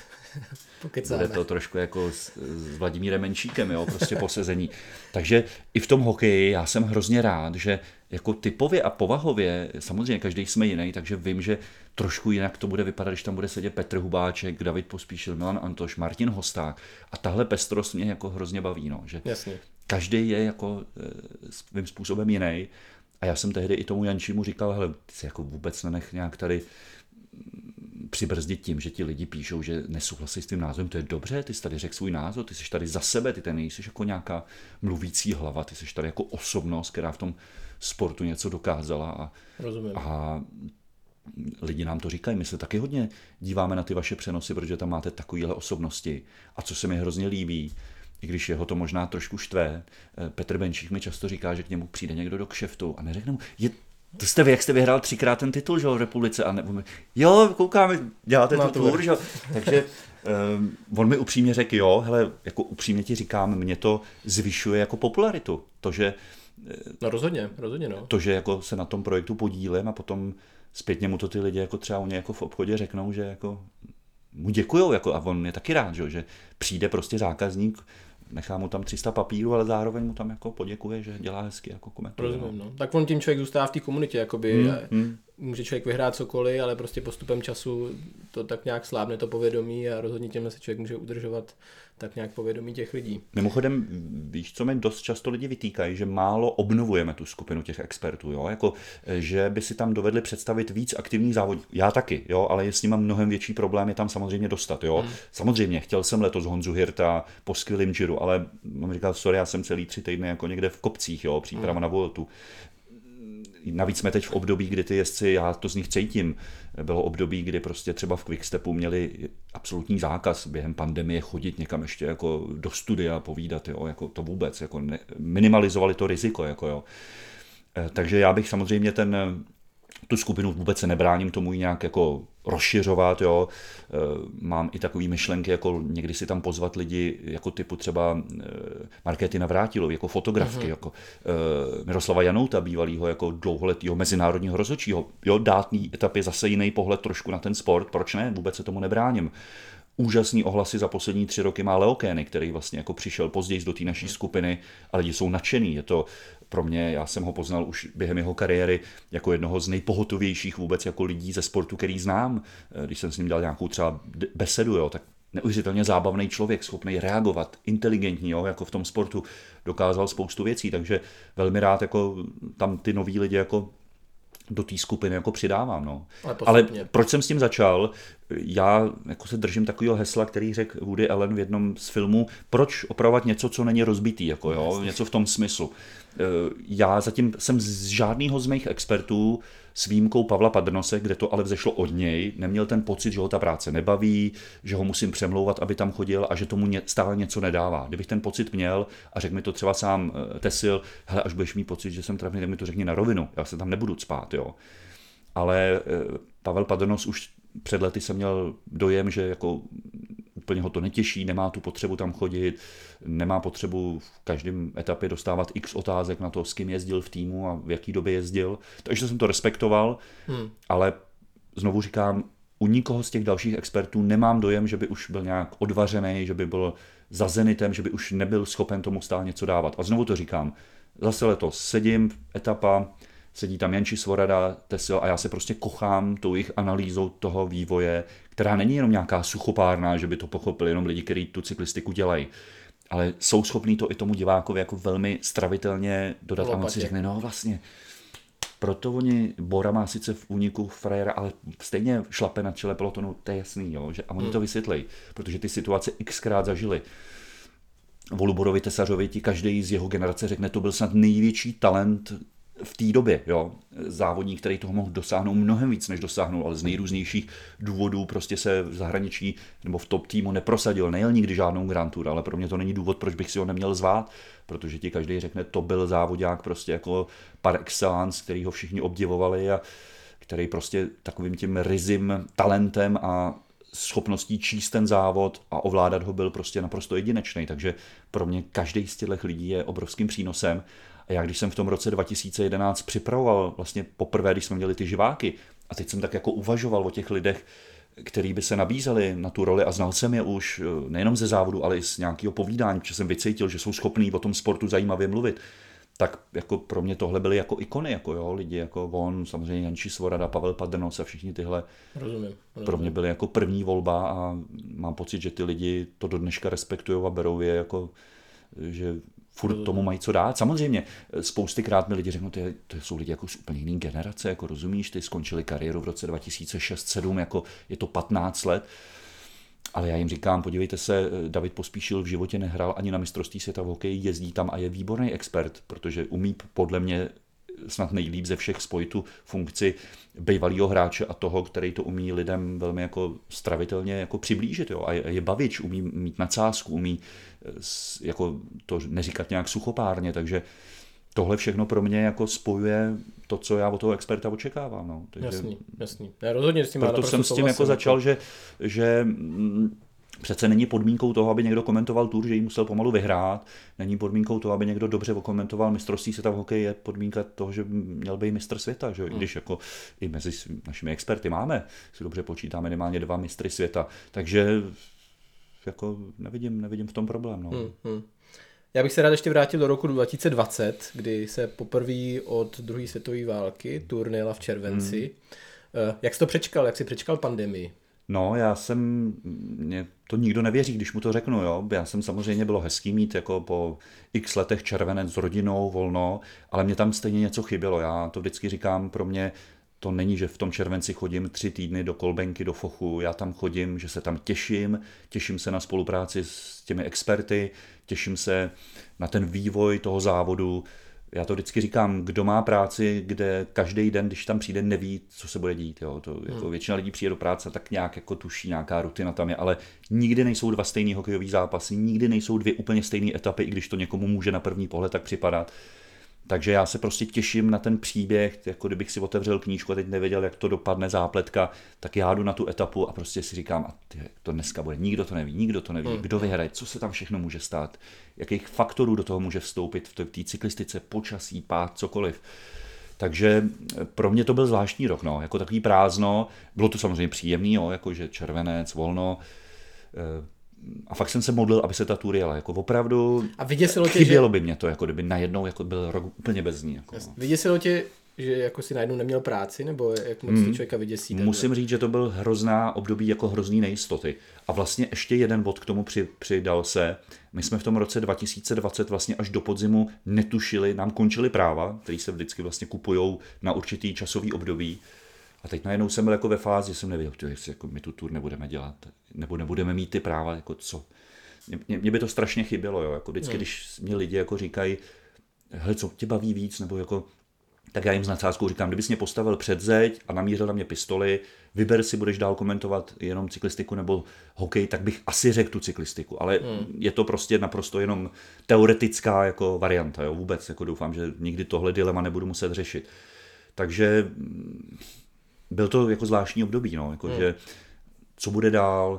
S1: Pokecáme.
S2: Bude to trošku jako s, s Vladimírem Menšíkem, jo, prostě posezení. Takže i v tom hokeji já jsem hrozně rád, že jako typově a povahově, samozřejmě každý jsme jiný, takže vím, že trošku jinak to bude vypadat, když tam bude sedět Petr Hubáček, David Pospíšil, Milan Antoš, Martin Hosták. A tahle pestrost mě jako hrozně baví, no, že
S1: jasně.
S2: Každý je jako svým způsobem jiný. A já jsem tehdy i tomu Jančímu říkal, hele, ty si jako vůbec nenech nějak tady přibrzdit tím, že ti lidi píšou, že nesouhlasí s tím názorem, to je dobře, ty jsi tady řekl svůj názor, ty jsi tady za sebe, ty tady nejsi jako nějaká mluvící hlava, ty jsi tady jako osobnost, která v tom sportu něco dokázala a, a lidi nám to říkají, my se taky hodně díváme na ty vaše přenosy, protože tam máte takovéhle osobnosti a co se mi hrozně líbí, i když jeho to možná trošku štve, Petr Benčík mi často říká, že k němu přijde někdo do kšeftu a neřekne mu, je to jste vy, jak jste vyhrál třikrát ten titul, že v republice a nebo jo, koukáme, děláte tu tour, že takže um, on mi upřímně řekl, jo, hele, jako upřímně ti říkám, mě to zvyšuje jako popularitu, to, že
S1: no rozhodně, rozhodně, no.
S2: To, že jako se na tom projektu podílím a potom zpětně mu to ty lidi jako třeba u něj jako v obchodě řeknou, že jako mu děkujou, jako, a on je taky rád, že, že přijde prostě zákazník, nechá mu tam tři sta papírů, ale zároveň mu tam jako poděkuje, že dělá hezky jako komentuje.
S1: Rozumím, no. Tak on tím člověk zůstává v té komunitě, jakoby hmm, hmm. může člověk vyhrát cokoliv, ale prostě postupem času to tak nějak slábne to povědomí a rozhodně těmhle se člověk může udržovat tak nějak povědomí těch lidí.
S2: Mimochodem, víš, co mi dost často lidi vytýkají, že málo obnovujeme tu skupinu těch expertů, jo? Jako, že by si tam dovedli představit víc aktivních závodníků. Já taky, jo, ale je s nima mnohem větší problém je tam samozřejmě dostat, jo. Hmm. Samozřejmě, chtěl jsem letos Honzu Hirta po skvělým Giro, ale on říkal, sorry, já jsem celý tři týdny jako někde v kopcích, jo, příprava hmm. na Vueltu. Navíc jsme teď v období, kdy ty jezdci, já to z nich cítím, bylo období, kdy prostě třeba v Quickstepu měli absolutní zákaz během pandemie chodit někam ještě jako do studia povídat, jo, jako to vůbec, jako ne, minimalizovali to riziko, jako jo. Takže já bych samozřejmě ten Tu skupinu vůbec se nebráním tomu ji nějak jako rozšiřovat, jo. Mám i takový myšlenky, jako někdy si tam pozvat lidi jako typu třeba Markéty Navrátilový, jako fotografky, uh-huh. jako Miroslava Janouta, bývalýho jako dlouholetýho mezinárodního rozhodčího. Jo, dátní etapy zase jiný pohled trošku na ten sport, proč ne, vůbec se tomu nebráním. Úžasný ohlasy za poslední tři roky má Leo Kény, který vlastně jako přišel později do té naší skupiny a lidi jsou nadšený. Je to pro mě, já jsem ho poznal už během jeho kariéry jako jednoho z nejpohotovějších vůbec jako lidí ze sportu, který znám. Když jsem s ním dělal nějakou třeba besedu, jo, tak neuvěřitelně zábavný člověk, schopný reagovat, inteligentní, jo, jako v tom sportu dokázal spoustu věcí, takže velmi rád jako tam ty noví lidi jako do té skupiny jako přidávám. No. Ale, Ale proč jsem s tím začal? Já jako se držím takového hesla, který řekl Woody Allen v jednom z filmů, proč opravovat něco, co není rozbitý, jako, jo? Něco v tom smyslu. Já zatím jsem z žádného z mých expertů s výjimkou Pavla Padrnose, kde to ale vzešlo od něj, neměl ten pocit, že ho ta práce nebaví, že ho musím přemlouvat, aby tam chodil a že tomu stále něco nedává. Kdybych ten pocit měl a řekl mi to třeba sám Tesil, hele, až budeš mít pocit, že jsem trapný, tak mi to řekni na rovinu, já se tam nebudu cpát, jo. Ale Pavel Padrnos už před lety jsem měl dojem, že jako úplně ho to netěší, nemá tu potřebu tam chodit, nemá potřebu v každém etapě dostávat x otázek na to, s kým jezdil v týmu a v jaký době jezdil. Takže jsem to respektoval, hmm. ale znovu říkám, u nikoho z těch dalších expertů nemám dojem, že by už byl nějak odvařený, že by byl za zenitem, že by už nebyl schopen tomu stále něco dávat. A znovu to říkám, zase letos sedím, etapa, sedí tam Janči Svorada, Tesil a já se prostě kochám tou jejich analýzou toho vývoje, která není jenom nějaká suchopárná, že by to pochopili jenom lidi, kteří tu cyklistiku dělají, ale jsou schopní to i tomu divákovi jako velmi stravitelně dodat a on si řekne, no vlastně, proto oni, Bora má sice v úniku frajera, ale stejně šlape na čele pelotonu, to je jasný, jo, že, a oni hmm. to vysvětlej, protože ty situace xkrát zažili. Voluborovi, Tesařovi, ti každý z jeho generace řekne, to byl snad největší talent v té době, jo, závodník, který toho mohl dosáhnout mnohem víc, než dosáhnul, ale z nejrůznějších důvodů prostě se v zahraničí nebo v top týmu neprosadil, nejel nikdy žádnou Grand Tour, ale pro mě to není důvod, proč bych si ho neměl zvát, protože ti každý řekne, to byl závodák prostě jako par excellence, který ho všichni obdivovali a který prostě takovým tím ryzím, talentem a schopností číst ten závod a ovládat ho byl prostě naprosto jedinečný, takže pro mě každý z těch lidí je obrovským přínosem. A já když jsem v tom roce dva tisíce jedenáct připravoval vlastně poprvé, když jsme měli ty živáky, a teď jsem tak jako uvažoval o těch lidech, který by se nabízeli na tu roli a znal jsem je už nejenom ze závodu, ale i z nějakého povídání, protože jsem vycítil, že jsou schopní o tom sportu zajímavě mluvit, tak jako pro mě tohle byly jako ikony, jako jo, lidi jako on, samozřejmě Janči Svorada, Pavel Padrnos a všichni tyhle.
S1: Rozumím, rozumím.
S2: Pro mě byly jako první volba a mám pocit, že ty lidi to do dneška respektují a berou je jako, že furt tomu mají co dát. Samozřejmě spoustykrát mi lidi řeknou, to, to jsou lidi jako z úplně jiný generace, jako rozumíš, ty skončili kariéru v roce dva tisíce šest sedm, jako je to patnáct let. Ale já jim říkám, podívejte se, David Pospíšil v životě nehrál ani na mistrovství světa v hokeji, jezdí tam a je výborný expert, protože umí podle mě snad nejlíp ze všech spojit tu funkci bývalého hráče a toho, který to umí lidem velmi jako stravitelně jako přiblížit. Jo? A je bavič, umí mít nadsázku, umí jako to neříkat nějak suchopárně, takže tohle všechno pro mě jako spojuje to, co já od toho experta očekávám. No. Takže
S1: jasný, jasný. Já rozhodně s tím
S2: proto jsem s tím jako začal, že, že přece není podmínkou toho, aby někdo komentoval Tour, že ji musel pomalu vyhrát. Není podmínkou toho, aby někdo dobře komentoval mistrovství světa v hokeji, je podmínka toho, že měl být mistr světa. Že? Hmm. Když jako i mezi našimi experty máme, si dobře počítáme minimálně dva mistry světa. Takže jako nevidím, nevidím v tom problém. No.
S1: Hmm, hmm. Já bych se rád ještě vrátil do roku dva tisíce dvacet, kdy se poprvé od druhé světové války Tour nejela v červenci. Hmm. Jak jsi to přečkal? Jak jsi přečkal pandemii?
S2: No, já jsem, mě to nikdo nevěří, když mu to řeknu, jo. Já jsem samozřejmě, bylo hezký mít jako po x letech červenec s rodinou, volno, ale mě tam stejně něco chybělo. Já to vždycky říkám, pro mě to není, že v tom červenci chodím tři týdny do Kolbenky, do Fochu, já tam chodím, že se tam těším, těším se na spolupráci s těmi experty, těším se na ten vývoj toho závodu. Já to vždycky říkám, kdo má práci, kde každý den, když tam přijde, neví, co se bude dít. Jo. To, jako hmm. Většina lidí přijde do práce, tak nějak jako tuší, nějaká rutina tam je, ale nikdy nejsou dva stejný hokejový zápasy, nikdy nejsou dvě úplně stejné etapy, i když to někomu může na první pohled tak připadat. Takže já se prostě těším na ten příběh, jako kdybych si otevřel knížku a teď nevěděl, jak to dopadne zápletka, tak já jdu na tu etapu a prostě si říkám, a ty, to dneska bude, nikdo to neví, nikdo to neví, kdo vyhraje, co se tam všechno může stát, jakých faktorů do toho může vstoupit v té cyklistice, počasí, pád, cokoliv. Takže pro mě to byl zvláštní rok, no, jako takový prázdno, bylo to samozřejmě příjemný, jo, jakože červenec, volno, a fakt jsem se modlil, aby se ta tour jela, jako opravdu
S1: a vyděsilo tě,
S2: chybělo
S1: že...
S2: by mě to, jako kdyby najednou jako byl rok úplně bez ní. Jako.
S1: Vyděsilo tě, že jako si najednou neměl práci, nebo jak moc hmm. člověka vyděsí?
S2: Musím říct, že to byl hrozná období jako hrozný nejistoty. A vlastně ještě jeden bod k tomu při, přidal se. My jsme v tom roce dva tisíce dvacet vlastně až do podzimu netušili, nám končily práva, které se vždycky vlastně kupujou na určitý časový období. A teď najednou jsem byl jako ve fázi, že jsem nevěděl, jestli jako my tu tour nebudeme dělat, nebo nebudeme mít ty práva, jako co. Mě, mě by to strašně chybělo, jo, jako vždycky, hmm. když mě lidi jako říkají, hele, co tě baví víc, nebo jako, tak já jim s nadsázkou říkám, kdybys mě postavil před zeď a namířil na mě pistoli, vyber si, budeš dál komentovat jenom cyklistiku nebo hokej, tak bych asi řekl tu cyklistiku, ale hmm. je to prostě naprosto jenom teoretická jako varianta, jo, vůbec, jako doufám, že nikdy tohle dilema nebudu muset řešit. Takže byl to jako zvláštní období, no, jako, hmm. že co bude dál.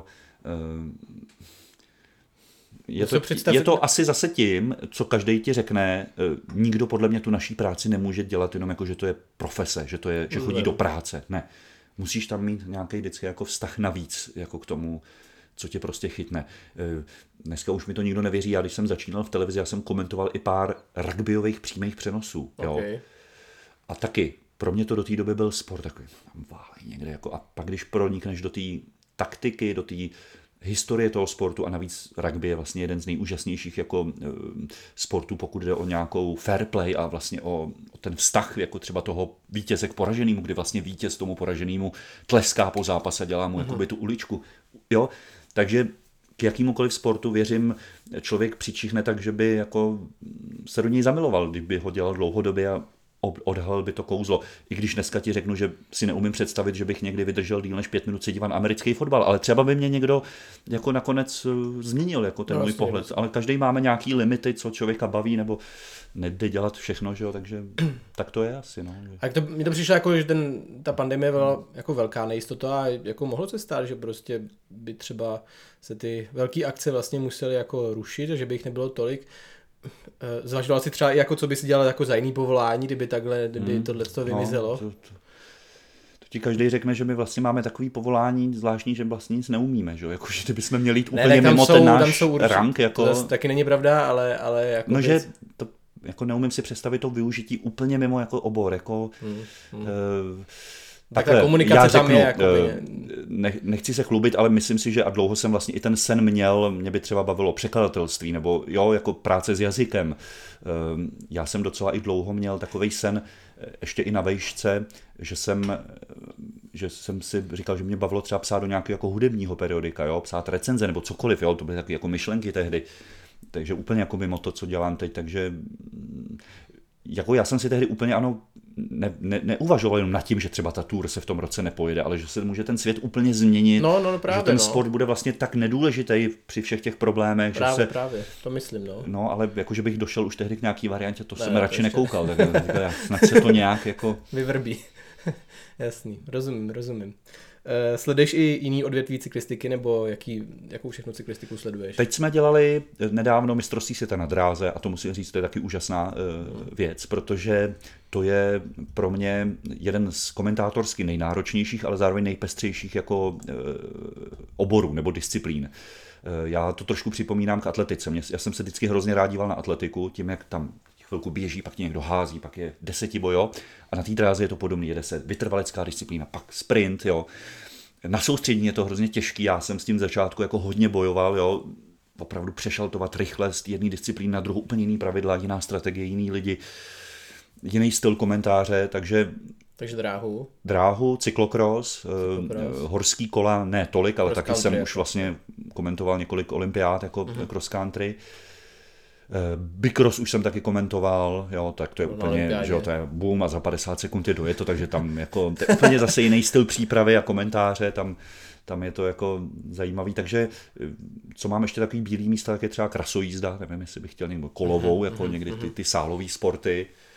S2: Je to, je to asi zase tím, co každý ti řekne, nikdo podle mě tu naší práci nemůže dělat jenom jako, že to je profese, že to je, že chodí do práce. Ne. Musíš tam mít nějaký vždycky jako vztah navíc jako k tomu, co tě prostě chytne. Dneska už mi to nikdo nevěří, já když jsem začínal v televizi, já jsem komentoval i pár rugbyových přímých přenosů. Okay. Jo. A taky pro mě to do té doby byl sport takový, váhy někde jako, a pak když pronikneš do té taktiky, do té historie toho sportu, a navíc rugby je vlastně jeden z nejúžasnějších jako e, sportů, pokud jde o nějakou fair play a vlastně o, o ten vztah jako třeba toho vítěze k poraženému, kdy vlastně vítěz tomu poraženému tleská po zápase a dělá mu mm-hmm. jakoby tu uličku. Jo? Takže k jakýmukoliv sportu, věřím, člověk přičichne tak, že by jako se do něj zamiloval, kdyby ho dělal dlouhodobě a odhalil by to kouzlo. I když dneska ti řeknu, že si neumím představit, že bych někdy vydržel díl než pět minut se dívat na americký fotbal, ale třeba by mě někdo jako nakonec změnil jako ten no, můj pohled. Vlastně. Ale každý máme nějaký limity, co člověka baví, nebo nejde dělat všechno, že jo, takže tak to je asi. No.
S1: A to, mi to přišlo jako, že ten, ta pandemie byla jako velká nejistota a jako mohlo se stát, že prostě by třeba se ty velké akce vlastně musely jako rušit, že by jich nebylo tolik. Zvažoval si třeba i jako, co by si dělal jako za jiný povolání, kdyby takhle, kdyby hmm. tohleto vymizelo? No, to, to,
S2: to ti každý řekne, že my vlastně máme takový povolání zvláštní, že vlastně nic neumíme, že? Jako, že kdybychom měli jít úplně ne, mimo jsou, ten náš rank. Jako...
S1: To taky není pravda, ale, ale jako...
S2: No, že to, jako neumím si představit to využití úplně mimo jako obor, jako... Hmm. Hmm. Uh,
S1: Tak ta komunikace tam je. Jakoby...
S2: Ne, nechci se chlubit, ale myslím si, že a dlouho jsem vlastně i ten sen měl, mě by třeba bavilo překladatelství, nebo jo, jako práce s jazykem. Já jsem docela i dlouho měl takovej sen, ještě i na vejšce, že jsem, že jsem si říkal, že mě bavilo třeba psát do nějakého jako hudebního periodika, jo, psát recenze nebo cokoliv, jo, to byly takové jako myšlenky tehdy. Takže úplně jako mimo to, co dělám teď, takže jako já jsem si tehdy úplně ano ne, ne, neuvažoval jenom nad tím, že třeba ta tour se v tom roce nepojede, ale že se může ten svět úplně změnit,
S1: no, no, právě,
S2: že ten
S1: no.
S2: sport bude vlastně tak nedůležitý při všech těch problémech.
S1: Právě,
S2: že se,
S1: právě, to myslím, no.
S2: No, ale jako, že bych došel už tehdy k nějaký variantě, to ne, jsem
S1: to
S2: radši
S1: ještě...
S2: nekoukal, tak já, snad se to nějak jako...
S1: Vyvrbí. Jasný, rozumím, rozumím. Uh, sleduješ i jiný odvětví cyklistiky, nebo jaký, jakou všechno cyklistiku sleduješ?
S2: Teď jsme dělali nedávno mistrovství světa na dráze a to musím říct, to je taky úžasná uh, věc, protože to je pro mě jeden z komentátorsky nejnáročnějších, ale zároveň nejpestřejších jako uh, oborů nebo disciplín. Uh, já to trošku připomínám k atletice. Mě, já jsem se vždycky hrozně rád díval na atletiku, tím jak tam chvilku běží, pak tě někdo hází, pak je desetiboj, jo. A na té dráze je to podobný, jede se vytrvalecká disciplína, pak sprint, jo. Na soustředění je to hrozně těžký, já jsem s tím začátku jako hodně bojoval, jo. Opravdu přešaltovat rychle z jedné disciplíny na druhou, úplně jiný pravidla, jiná strategie, jiný lidi, jiný styl komentáře, takže...
S1: Takže dráhu.
S2: Dráhu, cyklokros, cyklokros. horský kola, ne tolik, ale cross taky country, jsem jako. Už vlastně komentoval několik olympiád jako uh-huh. cross country. Bicross už jsem taky komentoval, jo, tak to je no, úplně, že jo, to je boom a za padesát sekund je dojeto, takže tam jako, to je úplně zase jiný styl přípravy a komentáře, tam, tam je to jako zajímavý, takže co mám ještě takový bílý místa, tak je třeba krasojízda, nevím, jestli bych chtěl někdo kolovou, jako někdy ty, ty sálový sporty,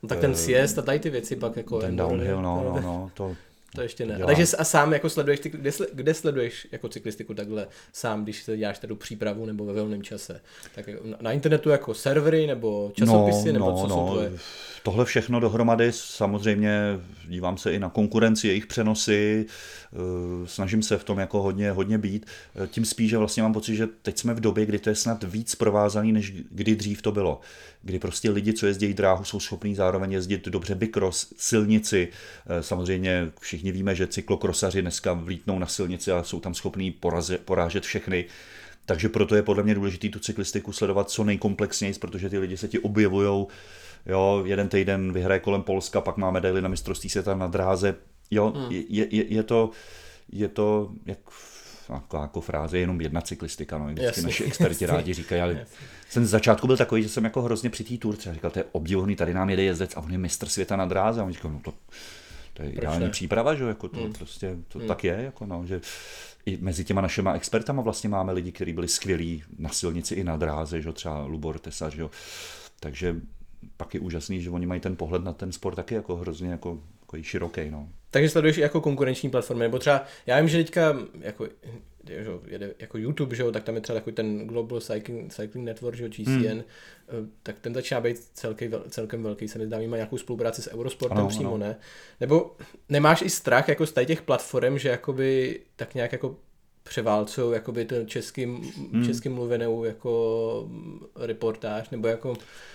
S1: No tak ten sjezd a tady ty věci pak jako...
S2: Ten downhill, no, no, no, to...
S1: To ještě ne.
S2: Dělá.
S1: Takže a sám jako sleduješ, ty, kde, kde sleduješ jako cyklistiku takhle sám, když se děláš tady přípravu nebo ve volném čase? Tak na internetu jako servery nebo časopisy,
S2: no,
S1: nebo
S2: no,
S1: co
S2: no.
S1: jsou tvoje?
S2: Tohle všechno dohromady, samozřejmě dívám se i na konkurenci, jejich přenosy, snažím se v tom jako hodně, hodně být. Tím spíš, že vlastně mám pocit, že teď jsme v době, kdy to je snad víc provázaný, než kdy dřív to bylo. Kdy prostě lidi, co jezdí dráhu, jsou schopní zároveň jezdit dobře bikros, silnici. Samozřejmě všichni víme, že cyklokrosaři dneska vlítnou na silnici a jsou tam schopní porazit, porážet všechny. Takže proto je podle mě důležité tu cyklistiku sledovat co nejkomplexněji, protože ty lidi se ti objevujou. Jo, jeden týden vyhraje kolem Polska, pak má medaili na mistrovství světa na dráze. Jo, hmm. je, je, je to, je to jak, jako, jako fráze, jenom jedna cyklistika, no, vždycky jasný, naši experti jasný, rádi říkají, ale jasný. Jsem z začátku byl takový, že jsem jako hrozně při té tour třeba říkal, to je obdivuhodný, tady nám jede jezdec a on je mistr světa na dráze a on říkal, no to, to je ideální příprava, že jako to hmm. prostě, to hmm. tak je, jako no, že i mezi těma našima expertama vlastně máme lidi, kteří byli skvělí na silnici i na dráze, že třeba Lubor Tesař, že takže pak je úžasný, že oni mají ten pohled na ten sport taky jako hrozně jako, jako široký, no.
S1: Takže sleduješ i jako konkurenční platformy, nebo třeba, já vím, že teďka jako, jede jako YouTube, že jo, tak tam je třeba takový ten Global Cycling, Cycling Network, že jo, G C N, hmm. tak ten začíná být celkej, celkem velký, se mi zdá, má nějakou spolupráci s Eurosportem ano, přímo, ano. ne? Nebo nemáš i strach jako z těch platform, že jakoby tak nějak jako převálcou jakoby ten český, hmm. český mluvenou jako reportáž, nebo jako...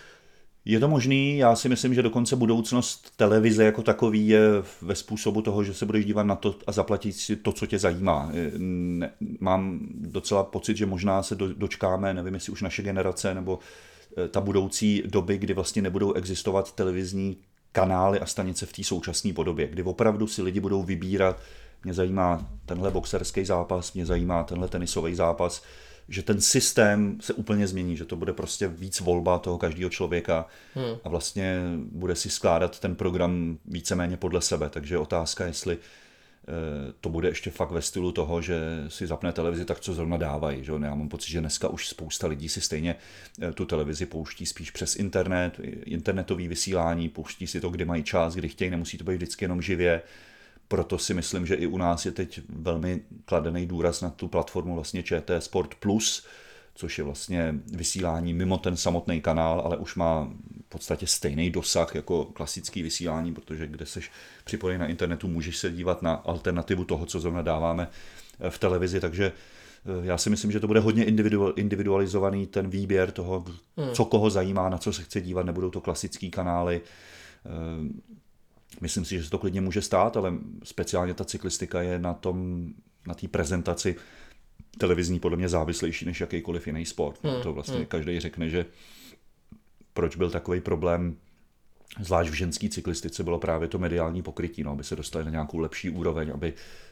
S2: Je to možný, já si myslím, že dokonce budoucnost televize jako takový je ve způsobu toho, že se budeš dívat na to a zaplatit si to, co tě zajímá. Ne, mám docela pocit, že možná se do, dočkáme, nevím, jestli už naše generace, nebo ta budoucí doby, kdy vlastně nebudou existovat televizní kanály a stanice v té současné podobě, kdy opravdu si lidi budou vybírat, mě zajímá tenhle boxerský zápas, mě zajímá tenhle tenisový zápas, že ten systém se úplně změní, že to bude prostě víc volba toho každého člověka hmm. a vlastně bude si skládat ten program víceméně podle sebe. Takže otázka, jestli to bude ještě fakt ve stylu toho, že si zapne televizi, tak co zrovna dávají. Že? Já mám pocit, že dneska už spousta lidí si stejně tu televizi pouští spíš přes internet, internetový vysílání, pouští si to, kdy mají čas, kdy chtějí, nemusí to být vždycky jenom živě. Proto si myslím, že i u nás je teď velmi kladený důraz na tu platformu vlastně Č T Sport Plus, což je vlastně vysílání mimo ten samotný kanál, ale už má v podstatě stejný dosah jako klasický vysílání, protože kde seš připojený na internetu, můžeš se dívat na alternativu toho, co zrovna dáváme v televizi, takže já si myslím, že to bude hodně individualizovaný ten výběr toho, co koho zajímá, na co se chce dívat, nebudou to klasický kanály. Myslím si, že se to klidně může stát, ale speciálně ta cyklistika je na tom, na té prezentaci televizní podle mě závislejší než jakýkoliv jiný sport. Hmm, to vlastně hmm. každý řekne, že proč byl takový problém, zvlášť v ženské cyklistice, bylo právě to mediální pokrytí, no, aby se dostali na nějakou lepší úroveň, aby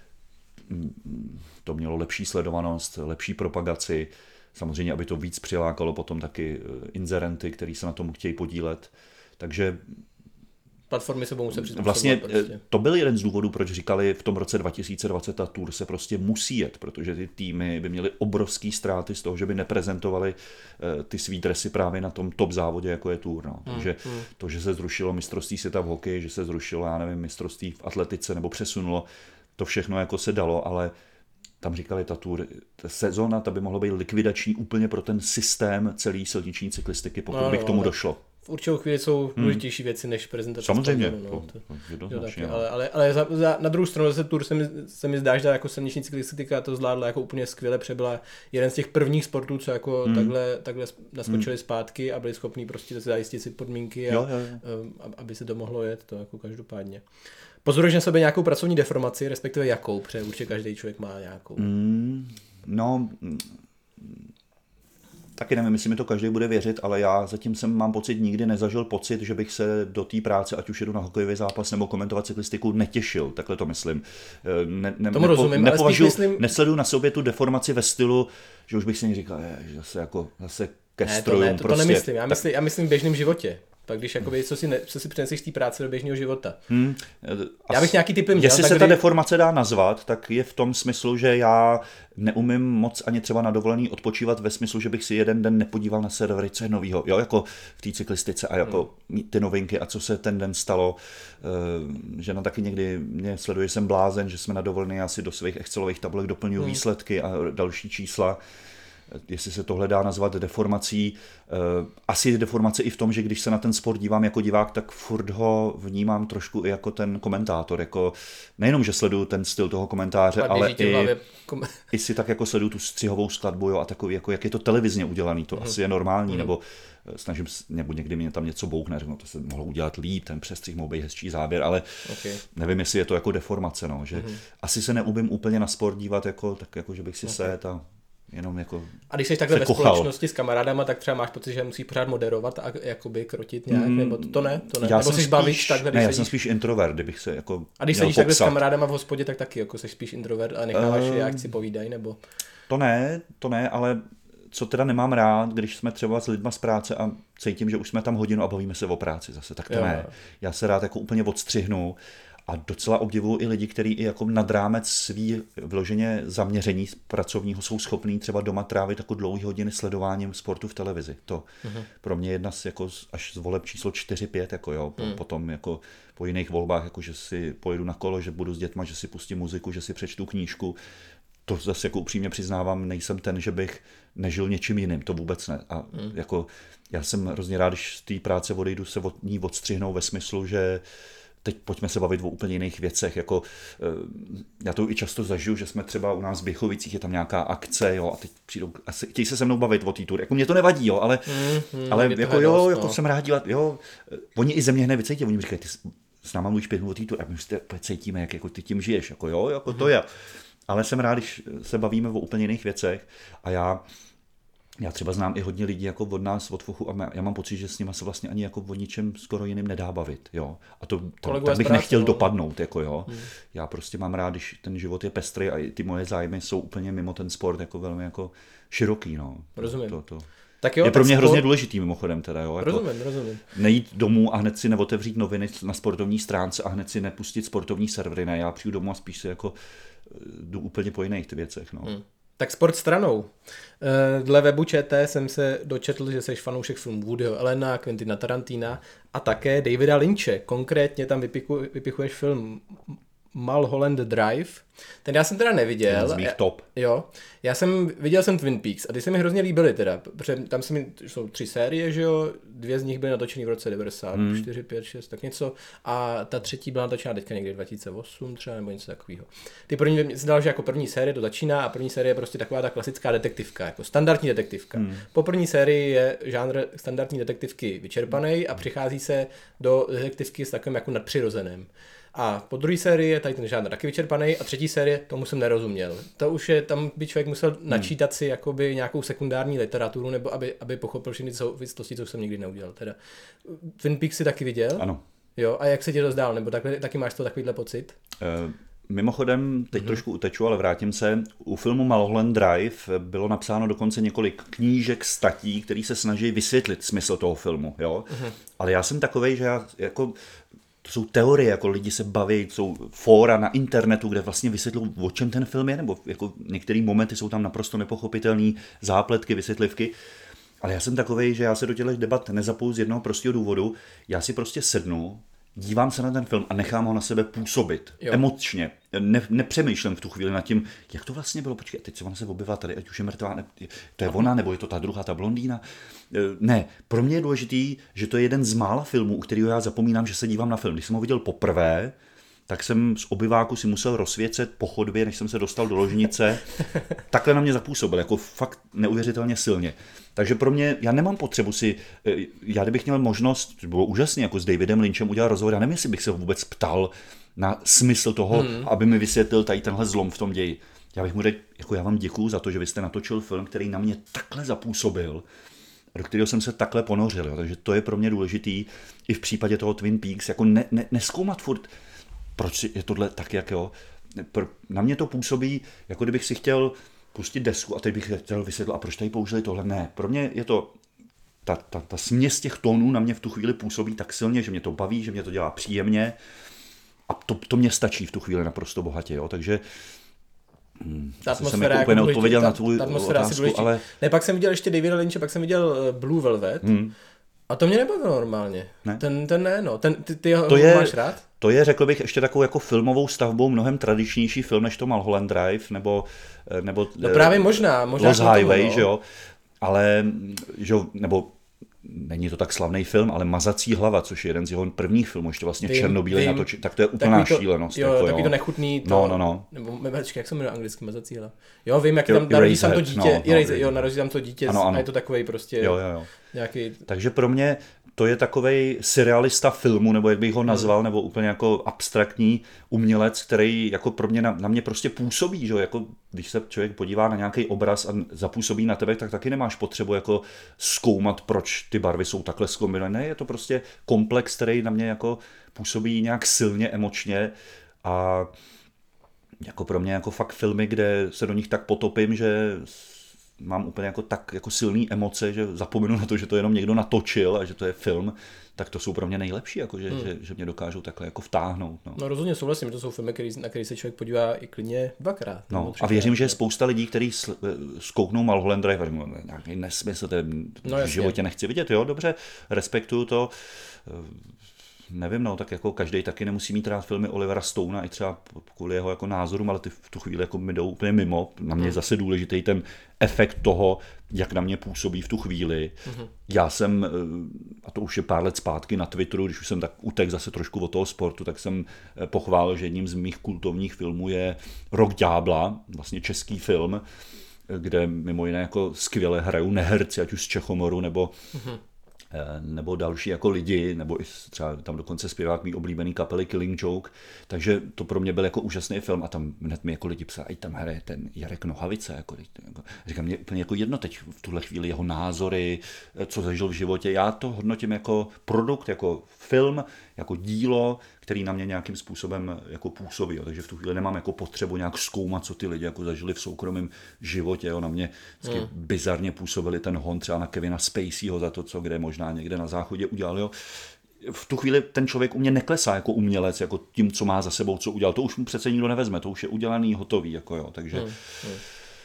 S2: to mělo lepší sledovanost, lepší propagaci, samozřejmě, aby to víc přilákalo potom taky inzerenty, kteří se na tom chtějí podílet. Takže
S1: platformy se budou muset přizpůsobovat.
S2: Vlastně
S1: prostě.
S2: To byl jeden z důvodů, proč říkali v tom roce dva tisíce dvacet ta Tour se prostě musí jet, protože ty týmy by měly obrovský ztráty z toho, že by neprezentovali ty svý dresy právě na tom top závodě, jako je Tour. No. Hmm, Takže hmm. to, že se zrušilo mistrovství světa v hokeji, že se zrušilo, já nevím, mistrovství v atletice nebo přesunulo, to všechno jako se dalo, ale tam říkali ta Tour, ta sezóna, ta by mohla být likvidační úplně pro ten systém celý silniční cyklistiky, pokud no, by k tomu no, došlo.
S1: V určitou chvíli jsou důležitější hmm. věci než prezentace.
S2: Samozřejmě.
S1: Sportu, no, to,
S2: to,
S1: jo, taky, ale, ale, ale za, za, na druhou stranu zase Tour se mi, se mi zdá, že jako silniční cyklistika to zvládla jako úplně skvěle, přebyla jeden z těch prvních sportů, co jako hmm. takhle, takhle naskočili hmm. zpátky a byli schopní prostě zajistit si podmínky, a, jo, jo, jo. aby se to mohlo jet, to jako každopádně. Pozoruješ na sebe nějakou pracovní deformaci, respektive jakou, protože určitě každý člověk má nějakou.
S2: Mm, no... Taky nevím, jestli mi to každý bude věřit, ale já zatím jsem, mám pocit, nikdy nezažil pocit, že bych se do té práce, ať už jedu na hokejový zápas nebo komentovat cyklistiku, netěšil. Takhle to myslím. Ne, ne,
S1: Tomu nepo, rozumím,
S2: nepovažuji,
S1: myslím...
S2: Nesleduju na sobě tu deformaci ve stylu, že už bych si říkal, je, že zase jako zase ke
S1: ne,
S2: strojům.
S1: To, ne, to,
S2: prostě.
S1: to nemyslím. Já myslím, já myslím v běžném životě. Pak když jakoby, co si, ne, co si přineseš z té práce do běžného života.
S2: Hmm.
S1: Já bych nějaký typy měl.
S2: Jestli
S1: tak
S2: se
S1: kdy...
S2: ta deformace dá nazvat, tak je v tom smyslu, že já neumím moc ani třeba na dovolený odpočívat ve smyslu, že bych si jeden den nepodíval na servery, co je novýho, jo, jako v té cyklistice a jako hmm. ty novinky a co se ten den stalo. Žena taky někdy mě sleduje, že jsem blázen, že jsme na dovolený, já si do svých Excelových tabulek doplňuji hmm. výsledky a další čísla. Jestli se tohle dá nazvat deformací. Asi je deformace i v tom, že když se na ten sport dívám jako divák, tak furt ho vnímám trošku i jako ten komentátor. Jako nejenom, že sleduju ten styl toho komentáře, ale i, kom... i si tak jako sleduju tu střihovou skladbu, jo, a takový, jako jak je to televizně udělaný, to mm. asi je normální, mm. nebo snažím, nebo někdy mě tam něco bouchne, řeknu, to se mohlo udělat líp, ten přestřih mohl být hezčí záběr, ale okay. nevím, jestli je to jako deformace, no, že mm. asi se neumím úplně na sport dívat, jako, tak jako, že bych si okay. set a jenom jako
S1: a když jsi takhle ve kochal. Společnosti s kamarádama, tak třeba máš pocit, že musíš pořád moderovat a jakoby krotit nějak, mm, nebo to, to ne? To ne.
S2: Já
S1: nebo jsi bavíš takhle,
S2: ne, já
S1: sedíš...
S2: jsem spíš introvert, kdybych se jako
S1: a když sedíš takhle s kamarádama v hospodě, tak taky jako jsi spíš introvert a necháváš uh, je, jak si povídají, nebo?
S2: To ne, to ne, ale co teda nemám rád, když jsme třeba s lidma z práce a cítím, že už jsme tam hodinu a bavíme se o práci zase, tak to jo. ne. Já se rád jako úplně odstřihnu. A docela obdivuju i lidi, kteří i jako nad rámec svý vloženě zaměření pracovního jsou schopní třeba doma trávit jako dlouhé hodiny sledováním sportu v televizi. To uh-huh. pro mě jedna z jako až z voleb číslo čtyři pět, jako jo, uh-huh. potom jako po jiných volbách, jako že si pojedu na kolo, že budu s dětma, že si pustím muziku, že si přečtu knížku. To zase jako upřímně přiznávám, nejsem ten, že bych nežil něčím jiným, to vůbec ne. A uh-huh. jako já jsem hrozně rád, když z té práce odejdu, se od ní odstřihnou ve smyslu, že teď pojďme se bavit o úplně jiných věcech, jako já to i často zažiju, že jsme třeba u nás v Běchovicích, je tam nějaká akce, jo, a teď přijdou, a se, chtějí se se mnou bavit o té tury, jako mě to nevadí, jo, ale, mm, mm, ale jako jo, dost, jako no. jsem rád dívat, jo, oni i ze mě hned vycítí, oni mi říkají, ty s náma mluvíš pět minut o té tury, a my se cítíme, jak jako ty tím žiješ, jako jo, jako mm. to je, ale jsem rád, když se bavíme o úplně jiných věcech a já Já třeba znám i hodně lidí jako od nás, od Fochu a já mám pocit, že s nima se vlastně ani jako o ničem skoro jiným nedá bavit, jo. A to tam, tak bych nechtěl no. dopadnout, jako jo. Hmm. Já prostě mám rád, když ten život je pestrý a ty moje zájmy jsou úplně mimo ten sport jako velmi jako široký, no.
S1: Rozumím.
S2: To, to.
S1: Tak jo,
S2: je pro mě
S1: sport...
S2: hrozně důležitý mimochodem teda, jo. Jako
S1: rozumím, rozumím.
S2: Nejít domů a hned si neotevřít noviny na sportovní stránce a hned si nepustit sportovní servery, ne. Já přijdu domů a spíš si jako jdu úplně po jiných ty věcech, no. Hmm.
S1: Tak sport stranou. Dle webu ČT jsem se dočetl, že jsi fanoušek filmů Woodyho Allena, Quentina Tarantina a také Davida Lynche. Konkrétně tam vypichu, vypichuješ film Mulholland Drive. Ten já jsem teda neviděl.
S2: Z mých top.
S1: Jo. Já jsem, viděl jsem Twin Peaks a ty se mi hrozně líbily teda, protože tam se mi, jsou tři série, že jo, dvě z nich byly natočeny v roce devadesát čtyři, hmm. pět, šest, tak něco a ta třetí byla natočena teďka někdy dva tisíce osm třeba nebo něco takového. Ty první, mě se dalo, že jako první série to začíná a první série je prostě taková ta klasická detektivka, jako standardní detektivka. Hmm. Po první sérii je žánr standardní detektivky vyčerpaný a přichází se do detektivky s takovým jako nadpřirozeným. A po druhé sérii je tady ten žánr taky vyčerpaný a třetí série, tomu jsem nerozuměl. To už je, tam by člověk musel načítat si jakoby nějakou sekundární literaturu, nebo aby, aby pochopil všechny souvislosti, co jsem nikdy neudělal. Teda. Twin Peaks si taky viděl?
S2: Ano.
S1: Jo, a jak se ti to zdálo? Nebo takhle, taky máš to takovýhle pocit?
S2: Uh... Mimochodem, teď mm-hmm. trošku uteču, ale vrátím se. U filmu Mulholland Drive bylo napsáno dokonce několik knížek, statí, který se snaží vysvětlit smysl toho filmu. Jo? Mm-hmm. Ale já jsem takovej, že já jako... To jsou teorie, jako lidi se baví, jsou fóra na internetu, kde vlastně vysvětlují, o čem ten film je, nebo jako některé momenty jsou tam naprosto nepochopitelné zápletky, vysvětlivky. Ale já jsem takovej, že já se do těchto debat nezapoju z jednoho prostého důvodu. Já si prostě sednu, dívám se na ten film a nechám ho na sebe působit. Jo. Emočně. Ne, nepřemýšlím v tu chvíli nad tím, jak to vlastně bylo. Počkej, teď se ona se objevila tady, ať už je mrtvá, ne, to je ona, nebo je to ta druhá, ta blondýna. Ne, pro mě je důležitý, že to je jeden z mála filmů, u kterého já zapomínám, že se dívám na film. Když jsem ho viděl poprvé, tak jsem z obyváku si musel rozsvěcet po chodbě, než jsem se dostal do ložnice. Takhle na mě zapůsobil, jako fakt neuvěřitelně silně. Takže pro mě, já nemám potřebu si, já kdybych měl možnost, to bylo úžasné, jako s Davidem Lynchem udělat rozhovor, já nevím, jestli bych se vůbec ptal na smysl toho, hmm. aby mi vysvětlil tady tenhle zlom v tom ději. Já bych mu řekl, jako já vám děkuju za to, že vy jste natočil film, který na mě takhle zapůsobil, do kterého jsem se takhle ponořil. Jo. Takže to je pro mě důležitý i v případě toho Twin Peaks, jako ne, ne, neskoumat furt, proč je tohle tak, jak jo. Na mě to působí, jako kdybych si chtěl pustit desku a teď bych chtěl vysvětlit, a proč tady použili tohle. Ne, pro mě je to ta, ta, ta směs těch tónů na mě v tu chvíli působí tak silně, že mě to baví, že mě to dělá příjemně a to, to mě stačí v tu chvíli naprosto bohatě, jo, takže Hmm,
S1: ta
S2: jsem jako úplně neodpověděl na tvůj otázku, ale...
S1: Ne, pak jsem viděl ještě Davida Lynche, pak jsem viděl Blue Velvet hmm. a to mě nebavilo normálně. Ne? Ten, ten ne, no. Ten, ty, ty ho
S2: to je,
S1: máš rád?
S2: To je, řekl bych, ještě takovou jako filmovou stavbou mnohem tradičnější film, než to Mulholland Drive, nebo... nebo
S1: no právě možná. možná
S2: Lost Highway, tomu, no. Že jo, ale, že jo, nebo... Není to tak slavný film, ale Mazací hlava, což je jeden z jeho prvních filmů, ještě vlastně vím, černobílej natočí, tak to je úplná to, šílenost.
S1: Jo,
S2: jako,
S1: takový to nechutný, to,
S2: no, no, no.
S1: Nebo, počkej, jak se jmenuje anglicky Mazací hlava? Jo, vím, jak tam narodí tam to dítě, no, no, jo, narodí tam to dítě ano, ano. A je to takovej prostě
S2: jo, jo, jo.
S1: nějaký...
S2: Takže pro mě to je takovej surrealista filmu, nebo jak bych ho nazval, hmm. nebo úplně jako abstraktní umělec, který jako pro mě na, na mě prostě působí, že jako když se člověk podívá na nějaký obraz a zapůsobí na tebe, tak taky nemáš potřebu jako zkoumat, proč ty barvy jsou takhle zkombinované. Ne, je to prostě komplex, který na mě jako působí nějak silně emočně a jako pro mě jako fakt filmy, kde se do nich tak potopím, že mám úplně jako tak jako silný emoce, že zapomenu na to, že to jenom někdo natočil a že to je film, tak to jsou pro mě nejlepší, jako že, hmm. že, že mě dokážou takhle jako vtáhnout. No,
S1: no rozhodně souhlasím, to jsou filmy, který, na který se člověk podívá i klidně dvakrát.
S2: No a věřím, že je spousta lidí, kteří zkouknou Mulholland Drive, nějaký nesmysl, to no, v životě nechci vidět, jo, dobře, respektuju to. Nevím, no, tak jako každý taky nemusí mít rád filmy Olivera Stonea i třeba kvůli jeho jako názorům, ale ty v tu chvíli jako mi jdou úplně mimo. Na mě je zase důležitý ten efekt toho, jak na mě působí v tu chvíli. Mm-hmm. Já jsem, a to už je pár let zpátky na Twitteru, když už jsem tak utek zase trošku od toho sportu, tak jsem pochválil, že jedním z mých kultovních filmů je Rok ďábla, vlastně český film, kde mimo jiné jako skvěle hrajou neherci, ať už z Čechomoru nebo mm-hmm. nebo další jako lidi, nebo i třeba tam dokonce zpěvák mý oblíbený kapely Killing Joke, takže to pro mě byl jako úžasný film a tam hned mi jako lidi psali, ať tam hraje ten Jarek Nohavice, jako, jako, říkám, mě úplně jako jedno teď v tuhle chvíli jeho názory, co zažil v životě, já to hodnotím jako produkt, jako film, jako dílo, který na mě nějakým způsobem jako působí, jo. Takže v tu chvíli nemám jako potřebu nějak zkoumat, co ty lidi jako zažili v soukromém životě, jo. Na mě vždycky mm. bizarně působili ten hon třeba na Kevina Spaceyho za to, co kde možná někde na záchodě udělal, jo. V tu chvíli ten člověk u mě neklesá jako umělec, jako tím, co má za sebou, co udělal. To už mu přece nikdo nevezme, to už je udělaný, hotový, jako jo. Takže mm. Mm.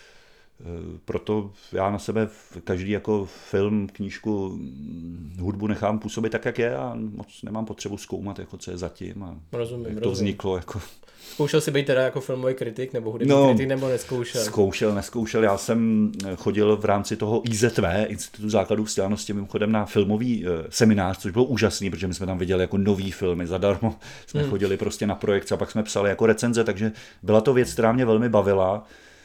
S2: Proto já na sebe každý jako film, knížku, hudbu nechám působit tak, jak je a moc nemám potřebu zkoumat, jako co je zatím a
S1: rozumím,
S2: jak to
S1: rozumím.
S2: vzniklo. Jako...
S1: Zkoušel jsi být teda jako filmový kritik nebo hudební no, kritik, nebo neskoušel?
S2: Zkoušel, neskoušel. Já jsem chodil v rámci toho I Z V, Institutu základů vzdělanosti, mimochodem na filmový seminář, což bylo úžasný, protože my jsme tam viděli jako nový filmy zadarmo. Jsme hmm. chodili prostě na projekce a pak jsme psali jako recenze, takže byla to věc, která mě velmi bavila.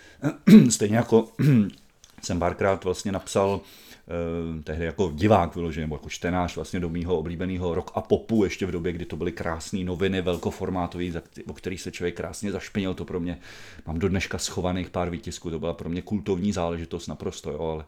S2: Stejně jako jsem párkrát vlastně napsal eh, tehdy jako divák vyložený, nebo jako čtenář vlastně do mýho oblíbeného rock a popu, ještě v době, kdy to byly krásné noviny, velkoformátový, o kterých se člověk krásně zašpinil, to pro mě, mám do dneška schovaných pár výtisků, to byla pro mě kultovní záležitost naprosto, jo, ale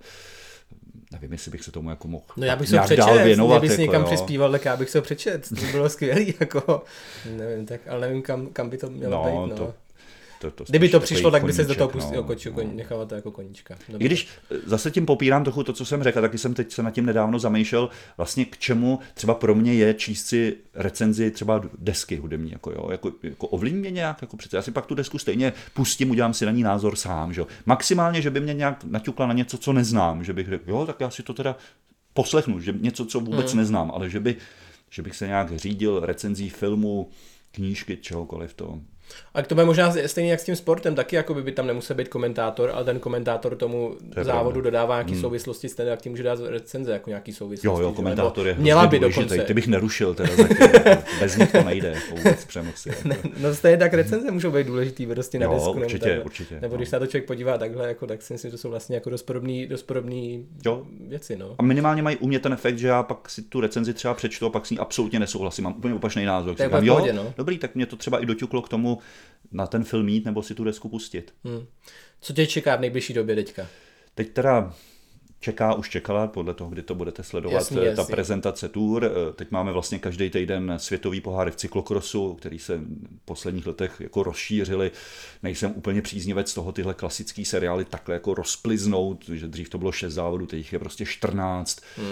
S2: nevím, jestli bych se tomu jako mohl
S1: no já bych se přečet,
S2: věnovat.
S1: Kdybys
S2: jako,
S1: někam
S2: jo.
S1: přispíval, tak já bych se přečet, to bylo skvělý, jako, nevím, tak, ale nevím, kam, kam by to mělo
S2: no,
S1: být, no.
S2: To... To, to
S1: Kdyby to přišlo, tak by se do toho
S2: pustil,
S1: no, koči, no. Nechával to jako koníčka.
S2: Dobře. I když zase tím popírám trochu to, co jsem řekl, taky jsem teď se nad tím nedávno zamýšlel, vlastně k čemu třeba pro mě je číst si recenzi třeba desky hudební, jako jo, jako, jako ovlivní mě nějak, jako přece já si pak tu desku stejně pustím, udělám si na ní názor sám, že jo. Maximálně, že by mě nějak naťukla na něco, co neznám, že bych řekl, jo, tak já si to teda poslechnu, že něco, co vůbec hmm. neznám, ale že, by, že bych se nějak řídil recenzí filmu, knížky, čehokoliv to.
S1: A to bude možná stejně jak s tím sportem, taky jako by tam nemusel být komentátor, ale ten komentátor tomu to závodu pravda. Dodává nějaký hmm. souvislosti, stejně jak tím může dát recenze, jako nějaký souvislosti.
S2: Jo, jo, komentátor je
S1: měla by dokonce.
S2: Ty bych nerušil teda zatím, bez nich to nejde, vůbec přenosy. Jako.
S1: Ne, no stejně tak recenze můžou být důležitý prostě na
S2: jo,
S1: desku.
S2: Určitě,
S1: nebo,
S2: určitě.
S1: Nebo když se na to člověk podívá takhle, jako, tak si myslím, že to jsou vlastně jako dost podobný, dost podobný věci. No.
S2: A minimálně mají u mě ten efekt, že já pak si tu recenzi třeba přečtu a pak s ní absolutně nesouhlasím, mám úplně opačný názor.
S1: Říkám, jo, pohodě, no.
S2: Dobrý, tak mě to třeba i doťuklo k tomu na ten film jít nebo si tu desku pustit.
S1: Hmm. Co tě čeká v nejbližší době teďka?
S2: Teď teda čeká, už čekala, podle toho, kdy to budete sledovat, jasný, jasný. Ta prezentace tour. Teď máme vlastně každý týden světový pohár v cyklokrosu, který se v posledních letech jako rozšířili. Nejsem úplně příznivec toho tyhle klasický seriály takhle jako rozpliznout, že dřív to bylo šest závodů, teď je prostě čtrnáct. Hmm.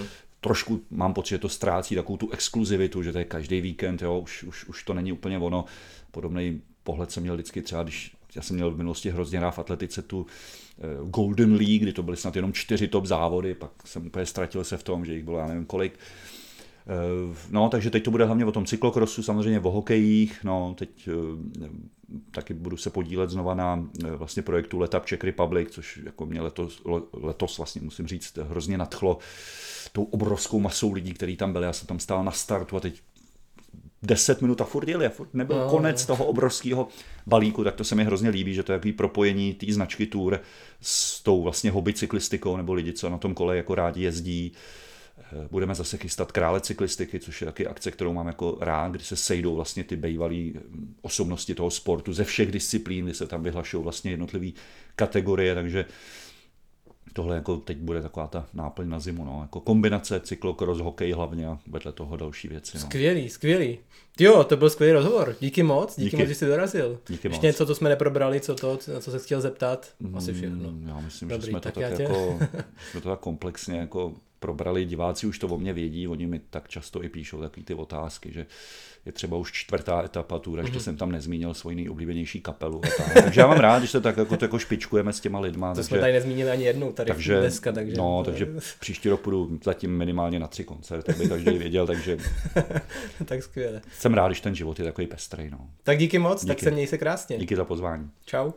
S2: trošku mám pocit, že to ztrácí takovou tu exkluzivitu, že to je každý víkend, jo, už, už, už to není úplně ono. Podobný pohled jsem měl vždycky třeba, když já jsem měl v minulosti hrozně rád v atletice tu Golden League, kdy to byly snad jenom čtyři top závody, pak jsem úplně ztratil se v tom, že jich bylo já nevím kolik. No, takže teď to bude hlavně o tom cyklokrosu, samozřejmě o hokejích, no, teď taky budu se podílet znova na vlastně projektu Let Up Czech Republic, což jako mě letos, letos vlastně musím říct hrozně nadchlo tou obrovskou masou lidí, kteří tam byli, já jsem tam stál na startu a teď deset minut a furt jeli a furt nebyl no. konec toho obrovského balíku, tak to se mi hrozně líbí, že to je takový propojení té značky Tour s tou vlastně hobby cyklistikou nebo lidi, co na tom kole jako rádi jezdí. Budeme zase chystat Krále cyklistiky, což je taky akce, kterou mám jako rád, kdy se sejdou vlastně ty bejvalý osobnosti toho sportu ze všech disciplín, kdy se tam vyhlašují vlastně jednotlivé kategorie, takže tohle jako teď bude taková ta náplň na zimu, no, jako kombinace cyklokros, hokej hlavně a vedle toho další věci. No.
S1: Skvělý, skvělý. Jo, to byl skvělý rozhovor. Díky moc, díky, díky. moc, že jsi dorazil.
S2: Díky
S1: Ještě moc. Něco, co jsme neprobrali, co to, na co se chtěl zeptat, asi všechno.
S2: Mm, já myslím,
S1: Dobrý,
S2: že jsme
S1: tak
S2: to tak, jako, jsme to tak komplexně jako probrali, diváci už to o mě vědí, oni mi tak často i píšou takový ty otázky, že je třeba už čtvrtá etapa Tour, ještě mm-hmm. jsem tam nezmínil svoji nejoblíbenější kapelu. A tak. Takže já mám rád, že se tak jako, jako špičkujeme s těma lidma.
S1: To
S2: takže,
S1: jsme tady nezmínili ani jednou tady
S2: takže,
S1: dneska. Takže,
S2: no,
S1: to
S2: takže příští rok půjdu zatím minimálně na tři koncerty, aby každý věděl, takže
S1: tak skvěle.
S2: Jsem rád, když ten život je takový pestrej. No.
S1: Tak díky moc,
S2: díky.
S1: Tak se měj se krásně.
S2: Díky za pozvání.
S1: Čau.